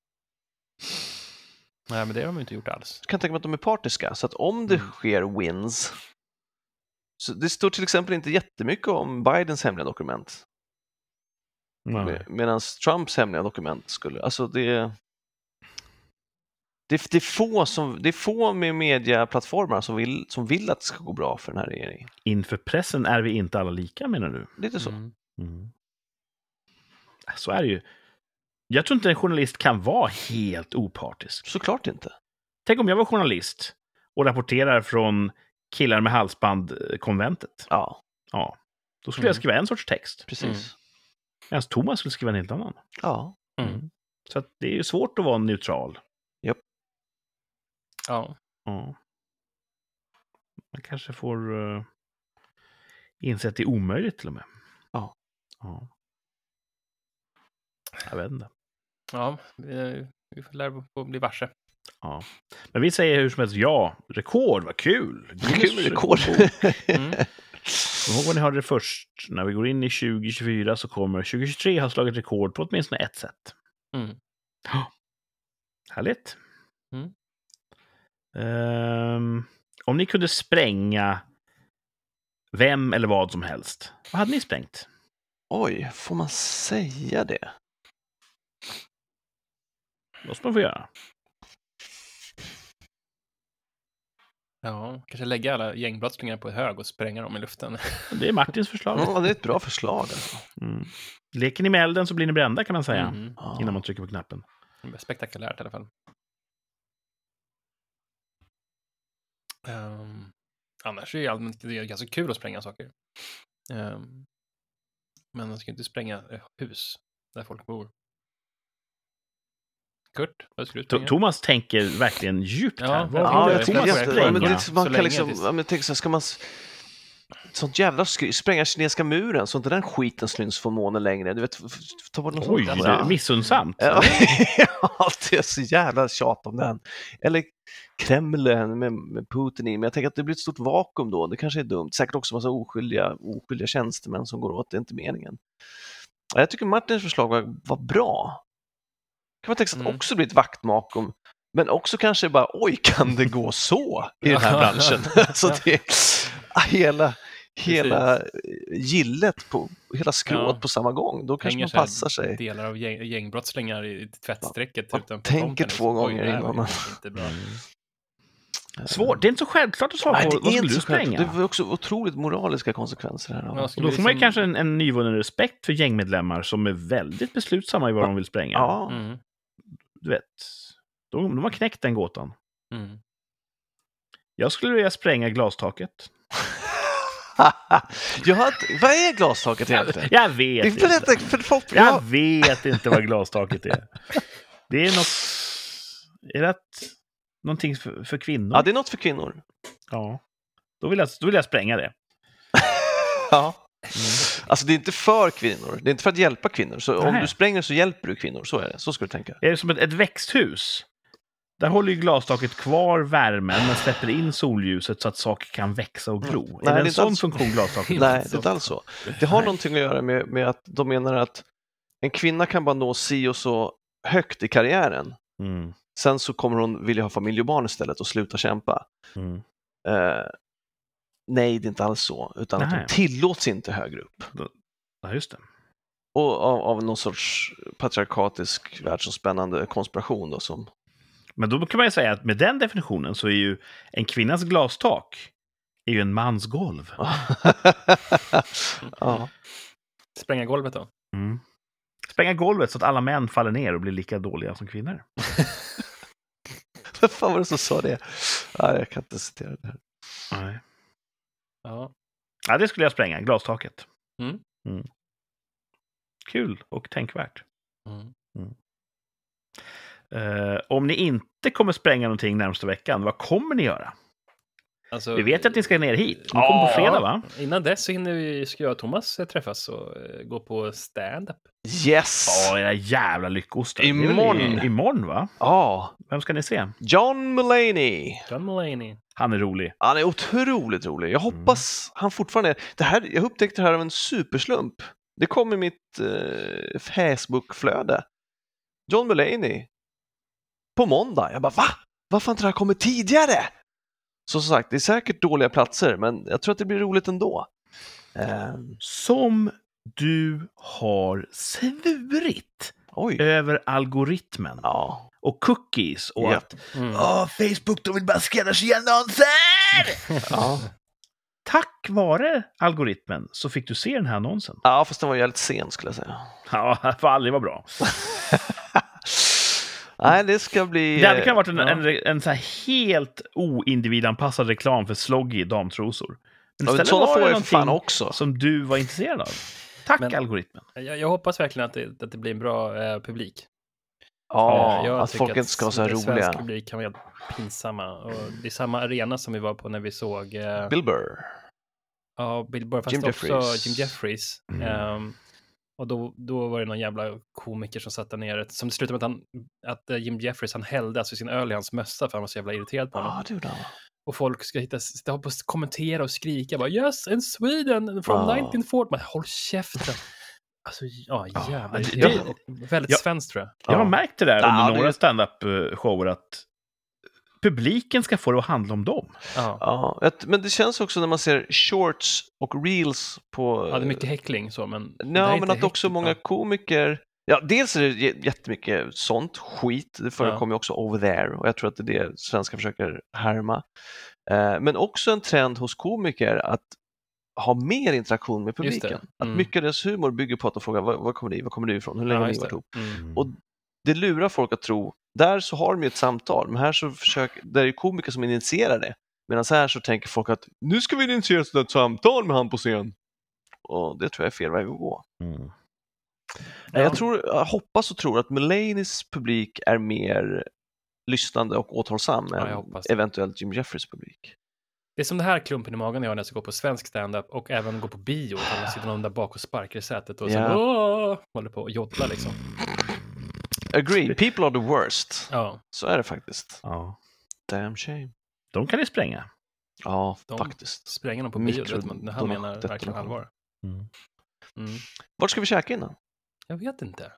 [SPEAKER 2] Nej, men det har de inte gjort alls.
[SPEAKER 1] Jag kan tänka mig att de är partiska, så att om det
[SPEAKER 2] Mm.
[SPEAKER 1] sker wins, så det står till exempel inte jättemycket om Bidens hemliga dokument.
[SPEAKER 3] Nej.
[SPEAKER 1] Med, medan Trumps hemliga dokument skulle, alltså det det, det, är få som, det är få med medieplattformar som vill, som vill att det ska gå bra för den här regeringen.
[SPEAKER 3] Inför pressen är vi inte alla lika, menar du?
[SPEAKER 1] Lite så.
[SPEAKER 2] Mm.
[SPEAKER 3] Mm. Så är det ju. Jag tror inte en journalist kan vara helt opartisk.
[SPEAKER 1] Såklart inte.
[SPEAKER 3] Tänk om jag var journalist och rapporterar från killar med halsband-konventet.
[SPEAKER 1] Ja,
[SPEAKER 3] Ja. Då skulle
[SPEAKER 2] Mm.
[SPEAKER 3] jag skriva en sorts text.
[SPEAKER 1] precis.
[SPEAKER 2] Mm.
[SPEAKER 3] Medan Thomas skulle skriva en helt annan.
[SPEAKER 1] Ja.
[SPEAKER 2] Mm.
[SPEAKER 3] Så att det är ju svårt att vara neutral.
[SPEAKER 2] Ja.
[SPEAKER 3] Ja. Man kanske får uh, inse att det är omöjligt till och med.
[SPEAKER 1] Ja.
[SPEAKER 3] Ja. Jag vet inte.
[SPEAKER 2] Ja, vi, vi får lära på att bli varse.
[SPEAKER 3] Ja. Men vi säger hur som helst ja. Rekord, vad kul!
[SPEAKER 1] Kul med rekord.
[SPEAKER 2] Mm.
[SPEAKER 3] Kom ihåg vad ni hörde det först. När vi går in i tjugo tjugofyra så kommer tjugo tjugotre ha slagit rekord på åtminstone ett sätt.
[SPEAKER 2] Mm.
[SPEAKER 3] Ja. Härligt.
[SPEAKER 2] Mm.
[SPEAKER 3] Um, om ni kunde spränga vem eller vad som helst, vad hade ni sprängt?
[SPEAKER 1] Oj, får man säga det?
[SPEAKER 3] Måste man få göra.
[SPEAKER 2] Ja, kanske lägga alla gängbrottslingar på ett hög och spränga dem i luften.
[SPEAKER 3] Det är Martins förslag.
[SPEAKER 1] Ja, det är ett bra förslag. Alltså.
[SPEAKER 3] Mm. Leker ni med elden så blir ni brända, kan man säga.
[SPEAKER 2] Mm.
[SPEAKER 1] Ja.
[SPEAKER 3] Innan man trycker på knappen.
[SPEAKER 2] Spektakulärt i alla fall. Um, annars är det allmänt det är ganska kul att spränga saker. Um, men man ska inte spränga eh, hus där folk bor. Kurt, vad skulle du spränga?
[SPEAKER 3] To- Thomas tänker verkligen djupt här.
[SPEAKER 2] Ja,
[SPEAKER 3] Vad
[SPEAKER 2] ja,
[SPEAKER 3] vill
[SPEAKER 2] jag
[SPEAKER 3] Thomas
[SPEAKER 2] tänker-
[SPEAKER 3] spränga?
[SPEAKER 1] ja, men det,
[SPEAKER 2] Så
[SPEAKER 1] man kan
[SPEAKER 2] länge
[SPEAKER 1] liksom,
[SPEAKER 2] tills-
[SPEAKER 1] ja, men tänk så här, ska man s- sånt jävla skry, spränga kinesiska muren så inte den skiten syns från månen längre. Du vet, f- f- ta bort något
[SPEAKER 3] Oj,
[SPEAKER 1] sånt.
[SPEAKER 3] det är missunnsamt.
[SPEAKER 1] Ja, det är så jävla tjat om den. Eller Kreml med, med Putin i, men jag tänker att det blir ett stort vakuum då. Det kanske är dumt. Säkert också massa oskyldiga, oskyldiga tjänstemän som går åt, det är inte meningen. Jag tycker Martins förslag var, var bra. Kan man tänka sig att
[SPEAKER 2] Mm.
[SPEAKER 1] också bli ett vaktmakum, men också kanske bara, oj, kan det gå så i den här branschen? Så det är hela, hela gillet på, hela skrået
[SPEAKER 2] Ja.
[SPEAKER 1] på samma gång. Då kanske
[SPEAKER 2] Hänger
[SPEAKER 1] man
[SPEAKER 2] så här
[SPEAKER 1] passar sig.
[SPEAKER 2] delar av gäng, gängbrottslingar i tvättstrecket.
[SPEAKER 1] Man
[SPEAKER 2] utanför
[SPEAKER 1] tänker
[SPEAKER 2] tomten,
[SPEAKER 1] två
[SPEAKER 2] liksom. Oj,
[SPEAKER 1] gånger
[SPEAKER 2] det här
[SPEAKER 1] innan
[SPEAKER 2] var
[SPEAKER 1] man-
[SPEAKER 2] inte bra.
[SPEAKER 3] Svårt. Det är inte så självklart att svara
[SPEAKER 1] Nej,
[SPEAKER 3] på
[SPEAKER 1] det
[SPEAKER 3] vad
[SPEAKER 1] är
[SPEAKER 3] skulle
[SPEAKER 1] inte
[SPEAKER 3] du
[SPEAKER 1] så självklart.
[SPEAKER 3] spränga.
[SPEAKER 1] Det var också otroligt moraliska konsekvenser här.
[SPEAKER 2] Ja,
[SPEAKER 3] Och
[SPEAKER 2] skulle
[SPEAKER 3] då får man ju
[SPEAKER 2] liksom-
[SPEAKER 3] kanske en, en nyvunnen respekt för gängmedlemmar som är väldigt beslutsamma i vad de vill spränga.
[SPEAKER 1] Ja,
[SPEAKER 2] Mm.
[SPEAKER 3] Du vet, de, de har knäckt den gåtan.
[SPEAKER 2] Mm.
[SPEAKER 3] Jag skulle vilja spränga glastaket.
[SPEAKER 1] jag har, vad är glastaket egentligen?
[SPEAKER 3] Jag vet inte.
[SPEAKER 1] Berätta för folk.
[SPEAKER 3] Jag vet inte vad glastaket är. Det är något... Är det att, någonting för, för kvinnor?
[SPEAKER 1] Ja, det är något för kvinnor.
[SPEAKER 3] Ja. Då vill jag, då vill jag spränga det.
[SPEAKER 1] Ja. Alltså det är inte för kvinnor, det är inte för att hjälpa kvinnor. Så om
[SPEAKER 3] Nej.
[SPEAKER 1] du spränger så hjälper du kvinnor, så är det. Så ska du tänka.
[SPEAKER 3] Är det som ett, ett växthus? Där håller ju glastaket kvar värmen men släpper in solljuset så att saker kan växa och gro.
[SPEAKER 1] Nej,
[SPEAKER 3] är
[SPEAKER 1] det
[SPEAKER 3] det
[SPEAKER 1] är
[SPEAKER 3] en
[SPEAKER 1] inte
[SPEAKER 3] sån
[SPEAKER 1] alls-
[SPEAKER 3] funktion glastaket?
[SPEAKER 1] Nej, det är inte alls så. Det har någonting att göra med, med att de menar att en kvinna kan bara nå si och så högt i karriären.
[SPEAKER 3] Mm.
[SPEAKER 1] Sen så kommer hon vilja ha familj och barn istället och sluta kämpa.
[SPEAKER 3] Mm.
[SPEAKER 1] Eh, nej, det är inte alls så. Utan
[SPEAKER 3] Nej.
[SPEAKER 1] att de tillåts inte högre upp.
[SPEAKER 3] Ja, just det.
[SPEAKER 1] Och av, av någon sorts patriarkatisk världsomspännande konspiration då som...
[SPEAKER 3] Men då kan man ju säga att med den definitionen så är ju en kvinnas glastak är ju en mans golv.
[SPEAKER 1] ja.
[SPEAKER 2] Spränga golvet då?
[SPEAKER 3] Mm. Spränga golvet så att alla män faller ner och blir lika dåliga som kvinnor.
[SPEAKER 1] Vem fan var det som sa det? Nej, jag kan inte citera det här.
[SPEAKER 3] Nej.
[SPEAKER 2] Ja.
[SPEAKER 3] Ja, det skulle jag spränga, glastaket.
[SPEAKER 2] Mm.
[SPEAKER 3] Mm. Kul och tänkvärt.
[SPEAKER 2] Mm.
[SPEAKER 3] Uh, om ni inte kommer spränga någonting närmsta veckan, vad kommer ni göra?
[SPEAKER 2] Alltså,
[SPEAKER 3] Vi vet att ni ska ner hit. Ni kommer på fredag, va?
[SPEAKER 2] Innan dess så hinner vi, ska jag och Thomas eh, träffas och eh, gå på stand-up.
[SPEAKER 1] Yes!
[SPEAKER 3] Ja, era jävla lyckostar. Det är väl
[SPEAKER 1] Imorgon.
[SPEAKER 3] I, imorgon, va?
[SPEAKER 1] Ja,
[SPEAKER 3] Vem ska ni se?
[SPEAKER 1] John Mulaney.
[SPEAKER 2] John Mulaney.
[SPEAKER 3] Han är rolig.
[SPEAKER 1] Han är otroligt rolig. Jag hoppas han fortfarande är... Det här, jag upptäckte det här av en superslump. Det kom i mitt eh, Facebook-flöde. John Mulaney. På måndag. Jag bara, va? Varför har inte det här kommit tidigare? Så som sagt, det är säkert dåliga platser, men jag tror att det blir roligt ändå. Um,
[SPEAKER 3] Som du har svurit
[SPEAKER 1] oj.
[SPEAKER 3] över algoritmen
[SPEAKER 1] Ja.
[SPEAKER 3] och cookies och
[SPEAKER 1] Ja.
[SPEAKER 3] att
[SPEAKER 2] Mm.
[SPEAKER 3] Åh, Facebook, de vill bara skräddarsy annonser!
[SPEAKER 1] Ja.
[SPEAKER 3] Tack vare algoritmen så fick du se den här annonsen.
[SPEAKER 1] ja, fast den var jävligt sen skulle jag säga.
[SPEAKER 3] Ja, det får aldrig vara bra.
[SPEAKER 1] Nej, det ska bli...
[SPEAKER 3] Det hade kunnat varit en,
[SPEAKER 2] Ja.
[SPEAKER 3] en, en så här helt oindividanpassad reklam för sloggy damtrosor. Men
[SPEAKER 1] Ja, men
[SPEAKER 3] istället
[SPEAKER 1] sådana
[SPEAKER 3] var
[SPEAKER 1] får
[SPEAKER 3] det
[SPEAKER 1] jag ju för fan
[SPEAKER 3] någonting
[SPEAKER 1] också.
[SPEAKER 3] som du var intresserad av. Tack,
[SPEAKER 2] Men-
[SPEAKER 3] algoritmen.
[SPEAKER 2] Jag, jag hoppas verkligen att det, att det blir en bra eh, publik.
[SPEAKER 1] Ja,
[SPEAKER 2] Eh, jag
[SPEAKER 1] att
[SPEAKER 2] tycker
[SPEAKER 1] folk inte ska vara så här
[SPEAKER 2] Svensk
[SPEAKER 1] roliga.
[SPEAKER 2] publik kan vara helt pinsamma. Och det är samma arena som vi var på när vi såg eh,
[SPEAKER 1] Bill Burr.
[SPEAKER 2] ja, Bill Burr, fast
[SPEAKER 1] Jim
[SPEAKER 2] också
[SPEAKER 1] Jeffries.
[SPEAKER 2] Jim Jeffries.
[SPEAKER 3] Mm.
[SPEAKER 2] Ehm, och då, då var det någon jävla komiker som satt där nere, som det slutade med att, han, att eh, Jim Jeffries, han hällde alltså sin öl i hans mössa för han var så jävla irriterad på honom.
[SPEAKER 1] Ja, det gjorde han.
[SPEAKER 2] Och folk ska hitta, sitta och kommentera och skrika bara yes, in Sweden from
[SPEAKER 1] Ja.
[SPEAKER 2] nitton forty. Men håll käften. Alltså, ja,
[SPEAKER 3] Ja,
[SPEAKER 2] jävlar.
[SPEAKER 3] det-
[SPEAKER 2] Det,
[SPEAKER 3] det-
[SPEAKER 2] är väldigt
[SPEAKER 3] ja.
[SPEAKER 2] svenskt, tror jag.
[SPEAKER 3] Jag har
[SPEAKER 1] Ja.
[SPEAKER 3] märkt det där
[SPEAKER 1] Ja,
[SPEAKER 3] under
[SPEAKER 1] det-
[SPEAKER 3] några stand-up-shower att publiken ska få det att handla om dem.
[SPEAKER 2] Ja.
[SPEAKER 1] Ja, ett- men det känns också när man ser shorts och reels på...
[SPEAKER 2] Ja, det är mycket häckling så, men... det här är
[SPEAKER 1] Ja,
[SPEAKER 2] inte
[SPEAKER 1] men att också
[SPEAKER 2] häckling,
[SPEAKER 1] många
[SPEAKER 2] ja.
[SPEAKER 1] komiker... Ja, dels är det j- jättemycket sånt skit. Det förekommer ju också over there och jag tror att det är det svenskar försöker härma. Eh, men också en trend hos komiker att ha mer interaktion med
[SPEAKER 2] Just det.
[SPEAKER 1] publiken.
[SPEAKER 2] Mm.
[SPEAKER 1] Att mycket av deras humor bygger på att de frågar, var, var kommer ni, var kommer du ifrån, hur länge
[SPEAKER 2] Ja,
[SPEAKER 1] har ni
[SPEAKER 2] just
[SPEAKER 1] varit
[SPEAKER 2] det.
[SPEAKER 1] ihop?
[SPEAKER 2] Mm.
[SPEAKER 1] Och det lurar folk att tro, där så har de ju ett samtal, men här så försöker, där är ju komiker som initierar det. Medan här så tänker folk att nu ska vi initiera ett samtal med han på scen. Och det tror jag är fel väg att gå.
[SPEAKER 3] Mm.
[SPEAKER 1] Nej, Jag, tror, jag hoppas och tror att Mulaneys publik är mer lyssnande och återhållsam
[SPEAKER 2] Ja, jag
[SPEAKER 1] än
[SPEAKER 2] hoppas det.
[SPEAKER 1] eventuellt Jim Jeffries publik.
[SPEAKER 2] Det är som det här klumpen i magen jag har när jag ska gå på svensk stand-up och även gå på bio. Och man sitter någon där bak och sparkar i sätet och så
[SPEAKER 1] Ja.
[SPEAKER 2] åh, håller på och joddlar liksom.
[SPEAKER 1] Agree, people are the worst.
[SPEAKER 2] Ja,
[SPEAKER 1] Så är det faktiskt.
[SPEAKER 3] Ja.
[SPEAKER 1] Damn shame.
[SPEAKER 3] De kan ni spränga.
[SPEAKER 1] Ja,
[SPEAKER 2] De-
[SPEAKER 1] faktiskt.
[SPEAKER 2] spränga någon på bio,
[SPEAKER 1] Mikro-
[SPEAKER 2] vet man, när han
[SPEAKER 1] donation-
[SPEAKER 2] menar verkligen
[SPEAKER 1] detonation.
[SPEAKER 2] allvar.
[SPEAKER 3] Mm.
[SPEAKER 2] Mm.
[SPEAKER 1] Vart ska vi käka innan?
[SPEAKER 2] Jag vet inte.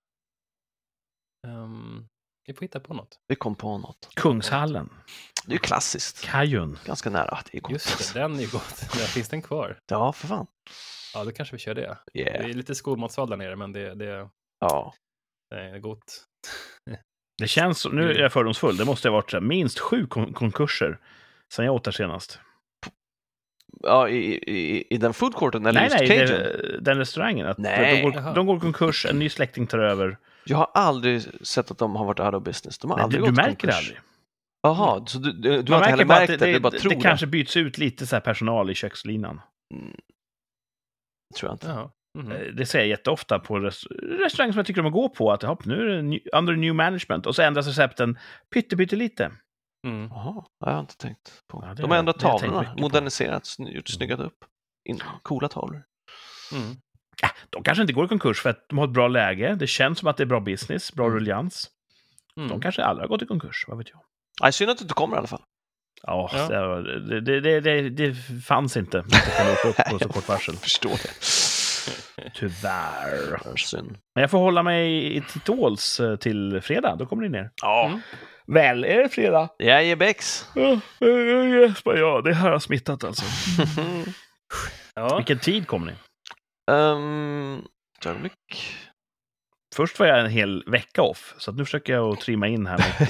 [SPEAKER 2] Um, vi får hitta på något.
[SPEAKER 1] Vi kom på något.
[SPEAKER 3] Kungshallen.
[SPEAKER 1] Det är ju klassiskt.
[SPEAKER 3] Kajun.
[SPEAKER 1] Ganska nära. Det är gott.
[SPEAKER 2] Just det, den är ju gott. Där finns den kvar.
[SPEAKER 1] Ja, för fan.
[SPEAKER 2] Ja, då kanske vi kör det.
[SPEAKER 1] Yeah.
[SPEAKER 2] Det är lite skolmatsal där nere, men det, det,
[SPEAKER 1] Ja.
[SPEAKER 2] det är gott.
[SPEAKER 3] Det känns, nu är jag fördomsfull, det måste ha varit så här, minst sju kon- konkurser sen jag åt där senast.
[SPEAKER 1] Ja, i, i, i den foodcourten eller
[SPEAKER 3] Nej,
[SPEAKER 1] just
[SPEAKER 3] nej,
[SPEAKER 1] Cajun?
[SPEAKER 3] det, den restaurangen. Att
[SPEAKER 1] Nej.
[SPEAKER 3] De, går,
[SPEAKER 2] Jaha.
[SPEAKER 3] de går i konkurs, en ny släkting tar över.
[SPEAKER 1] Jag har aldrig sett att de har varit out of business. De har
[SPEAKER 3] Men du,
[SPEAKER 1] aldrig
[SPEAKER 3] du
[SPEAKER 1] gått
[SPEAKER 3] märker det
[SPEAKER 1] konkurs.
[SPEAKER 3] aldrig.
[SPEAKER 1] Jaha, så du, du, du
[SPEAKER 3] Man
[SPEAKER 1] har inte heller
[SPEAKER 3] bara
[SPEAKER 1] märkt
[SPEAKER 3] att
[SPEAKER 1] det,
[SPEAKER 3] det,
[SPEAKER 1] du bara
[SPEAKER 3] det,
[SPEAKER 1] tror
[SPEAKER 3] det
[SPEAKER 1] det.
[SPEAKER 3] kanske byts ut lite så här personal i kökslinan.
[SPEAKER 1] Mm. Tror jag inte.
[SPEAKER 2] Jaha. Mhm.
[SPEAKER 3] Eh, Det säger jag jätteofta på res- restauranger som jag tycker om att gå på. Att hopp, nu är det ny, under new management. Och så ändras recepten pytte, pytte lite.
[SPEAKER 2] Mm.
[SPEAKER 1] Jaha, det har jag inte tänkt på.
[SPEAKER 3] Ja, det
[SPEAKER 1] de
[SPEAKER 3] har
[SPEAKER 1] har
[SPEAKER 3] jag-
[SPEAKER 1] ändrat
[SPEAKER 3] det har jag tänkt
[SPEAKER 1] tavlorna,
[SPEAKER 3] mycket på.
[SPEAKER 1] moderniserat, sny- gjort snyggat upp. In, coola tavlor.
[SPEAKER 2] Mm.
[SPEAKER 3] Äh, de kanske inte går i konkurs för att de har ett bra läge. Det känns som att det är bra business, bra
[SPEAKER 1] Mm.
[SPEAKER 3] ruljans.
[SPEAKER 2] Mm.
[SPEAKER 3] De kanske aldrig har gått i konkurs, vad vet jag.
[SPEAKER 1] Nej, synd att du inte kommer i alla fall.
[SPEAKER 3] Ja,
[SPEAKER 2] Ja.
[SPEAKER 3] Det, det, det, det, det fanns inte. Att det kunde åka upp på så kort varsel.
[SPEAKER 1] Jag förstår det.
[SPEAKER 3] Tyvärr.
[SPEAKER 1] Det är synd.
[SPEAKER 3] Men jag får hålla mig till tåls till fredag. Då kommer ni ner.
[SPEAKER 1] Ja.
[SPEAKER 2] Mm.
[SPEAKER 3] Väl, är det fredag?
[SPEAKER 1] Jajebäx.
[SPEAKER 3] Ja, yes, ja, det här har smittat alltså.
[SPEAKER 2] Ja.
[SPEAKER 3] Vilken tid kommer ni?
[SPEAKER 1] um, ögonblick.
[SPEAKER 3] Först var jag en hel vecka off, så att nu försöker jag att trimma in här mot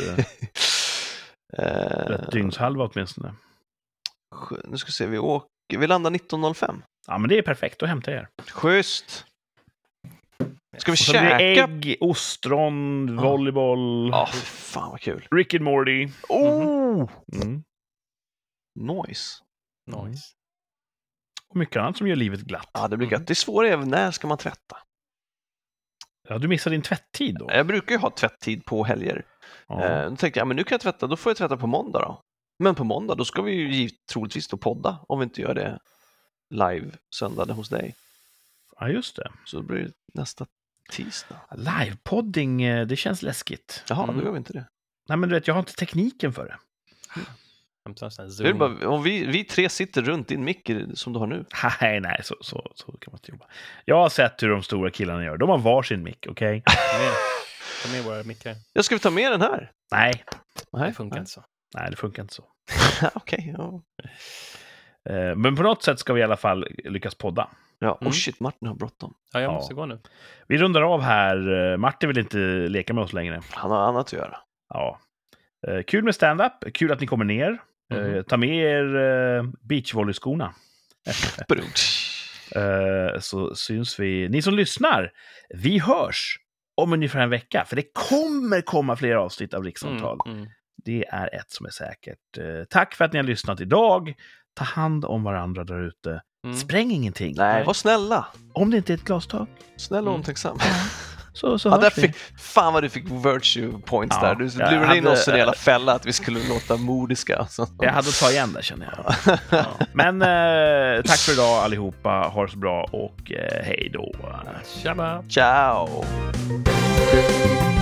[SPEAKER 3] uh, ett dygnshalva åtminstone.
[SPEAKER 1] Nu ska vi se, vi åker, vi landar nitton noll fem.
[SPEAKER 3] Ja, men det är perfekt, då hämtar jag er.
[SPEAKER 1] Schysst. Ska vi
[SPEAKER 3] Så blir det
[SPEAKER 1] käka?
[SPEAKER 3] ägg, ostron, volleyboll,
[SPEAKER 1] Ja, oh, fan vad kul.
[SPEAKER 3] Rick and Morty.
[SPEAKER 1] Oh!
[SPEAKER 3] Mm.
[SPEAKER 1] Nice.
[SPEAKER 2] Nice.
[SPEAKER 3] Och mycket annat som gör livet glatt.
[SPEAKER 1] Ja, det blir
[SPEAKER 2] Mm.
[SPEAKER 1] gött. Det är svårt även när ska man tvätta?
[SPEAKER 3] Ja, du missar din tvätttid då.
[SPEAKER 1] Jag brukar ju ha tvätttid på helger.
[SPEAKER 3] Ja.
[SPEAKER 1] Eh, då tänkte jag, men nu kan jag tvätta, då får jag tvätta på måndag då. Men på måndag, då ska vi ju givet, troligtvis då podda, om vi inte gör det live söndag hos dig.
[SPEAKER 3] ja, just det.
[SPEAKER 1] Så då blir det nästa tisdag.
[SPEAKER 3] Livepodding, eh, det känns läskigt.
[SPEAKER 1] Jaha,
[SPEAKER 2] Mm.
[SPEAKER 1] då gör vi inte det.
[SPEAKER 3] Nej, men du vet, jag har inte tekniken för det.
[SPEAKER 2] Hämta en sån här
[SPEAKER 1] det är
[SPEAKER 2] Zoom.
[SPEAKER 1] bara, om vi, vi tre sitter runt din mick som du har nu.
[SPEAKER 3] Nej, nej, så, så, så kan man inte jobba. Jag har sett hur de stora killarna gör. De har varsin mick, okej?
[SPEAKER 2] Ta med, ta med våra mickar.
[SPEAKER 1] Jag ska vi ta med den här?
[SPEAKER 3] Nej,
[SPEAKER 1] Nej,
[SPEAKER 2] Det funkar inte så.
[SPEAKER 3] nej, det funkar inte så.
[SPEAKER 1] Okej, ja.
[SPEAKER 3] Eh, Men på något sätt ska vi i alla fall lyckas podda.
[SPEAKER 1] Ja,
[SPEAKER 2] Mm.
[SPEAKER 1] oh shit, Martin har bråttom.
[SPEAKER 2] Ja, jag
[SPEAKER 3] Ja.
[SPEAKER 2] måste gå nu.
[SPEAKER 3] Vi rundar av här. Eh, Martin vill inte leka med oss längre.
[SPEAKER 1] Han har annat att göra.
[SPEAKER 3] Ja. Eh, Kul med stand-up. Kul att ni kommer ner. Eh,
[SPEAKER 2] Mhm.
[SPEAKER 3] Ta med er eh, beachvolleyskorna.
[SPEAKER 1] Brunt.
[SPEAKER 3] Eh, Så syns vi. Ni som lyssnar, vi hörs om ungefär en vecka. För det kommer komma fler avsnitt av Rikssamtal.
[SPEAKER 2] Mm, mm.
[SPEAKER 3] Det är ett som är säkert. Eh, Tack för att ni har lyssnat idag. Ta hand om varandra där ute.
[SPEAKER 2] Mm.
[SPEAKER 3] Spräng ingenting.
[SPEAKER 1] Nej, var snälla.
[SPEAKER 3] Om det inte är ett glastak,
[SPEAKER 1] Snäll och
[SPEAKER 2] Mm.
[SPEAKER 1] omtänksam.
[SPEAKER 3] så, så
[SPEAKER 1] Ja, där
[SPEAKER 3] hörs vi.
[SPEAKER 1] fick, fan vad du fick virtue points
[SPEAKER 3] Ja,
[SPEAKER 1] där. Du
[SPEAKER 3] jag
[SPEAKER 1] lurade in
[SPEAKER 3] hade-
[SPEAKER 1] oss i en jävla fälla att vi skulle låta modiska. Alltså.
[SPEAKER 3] Jag hade att ta igen det, känner jag. Ja. Men eh, tack för idag allihopa. Ha det så bra och eh, hej då.
[SPEAKER 2] Tjaba!
[SPEAKER 1] Ciao!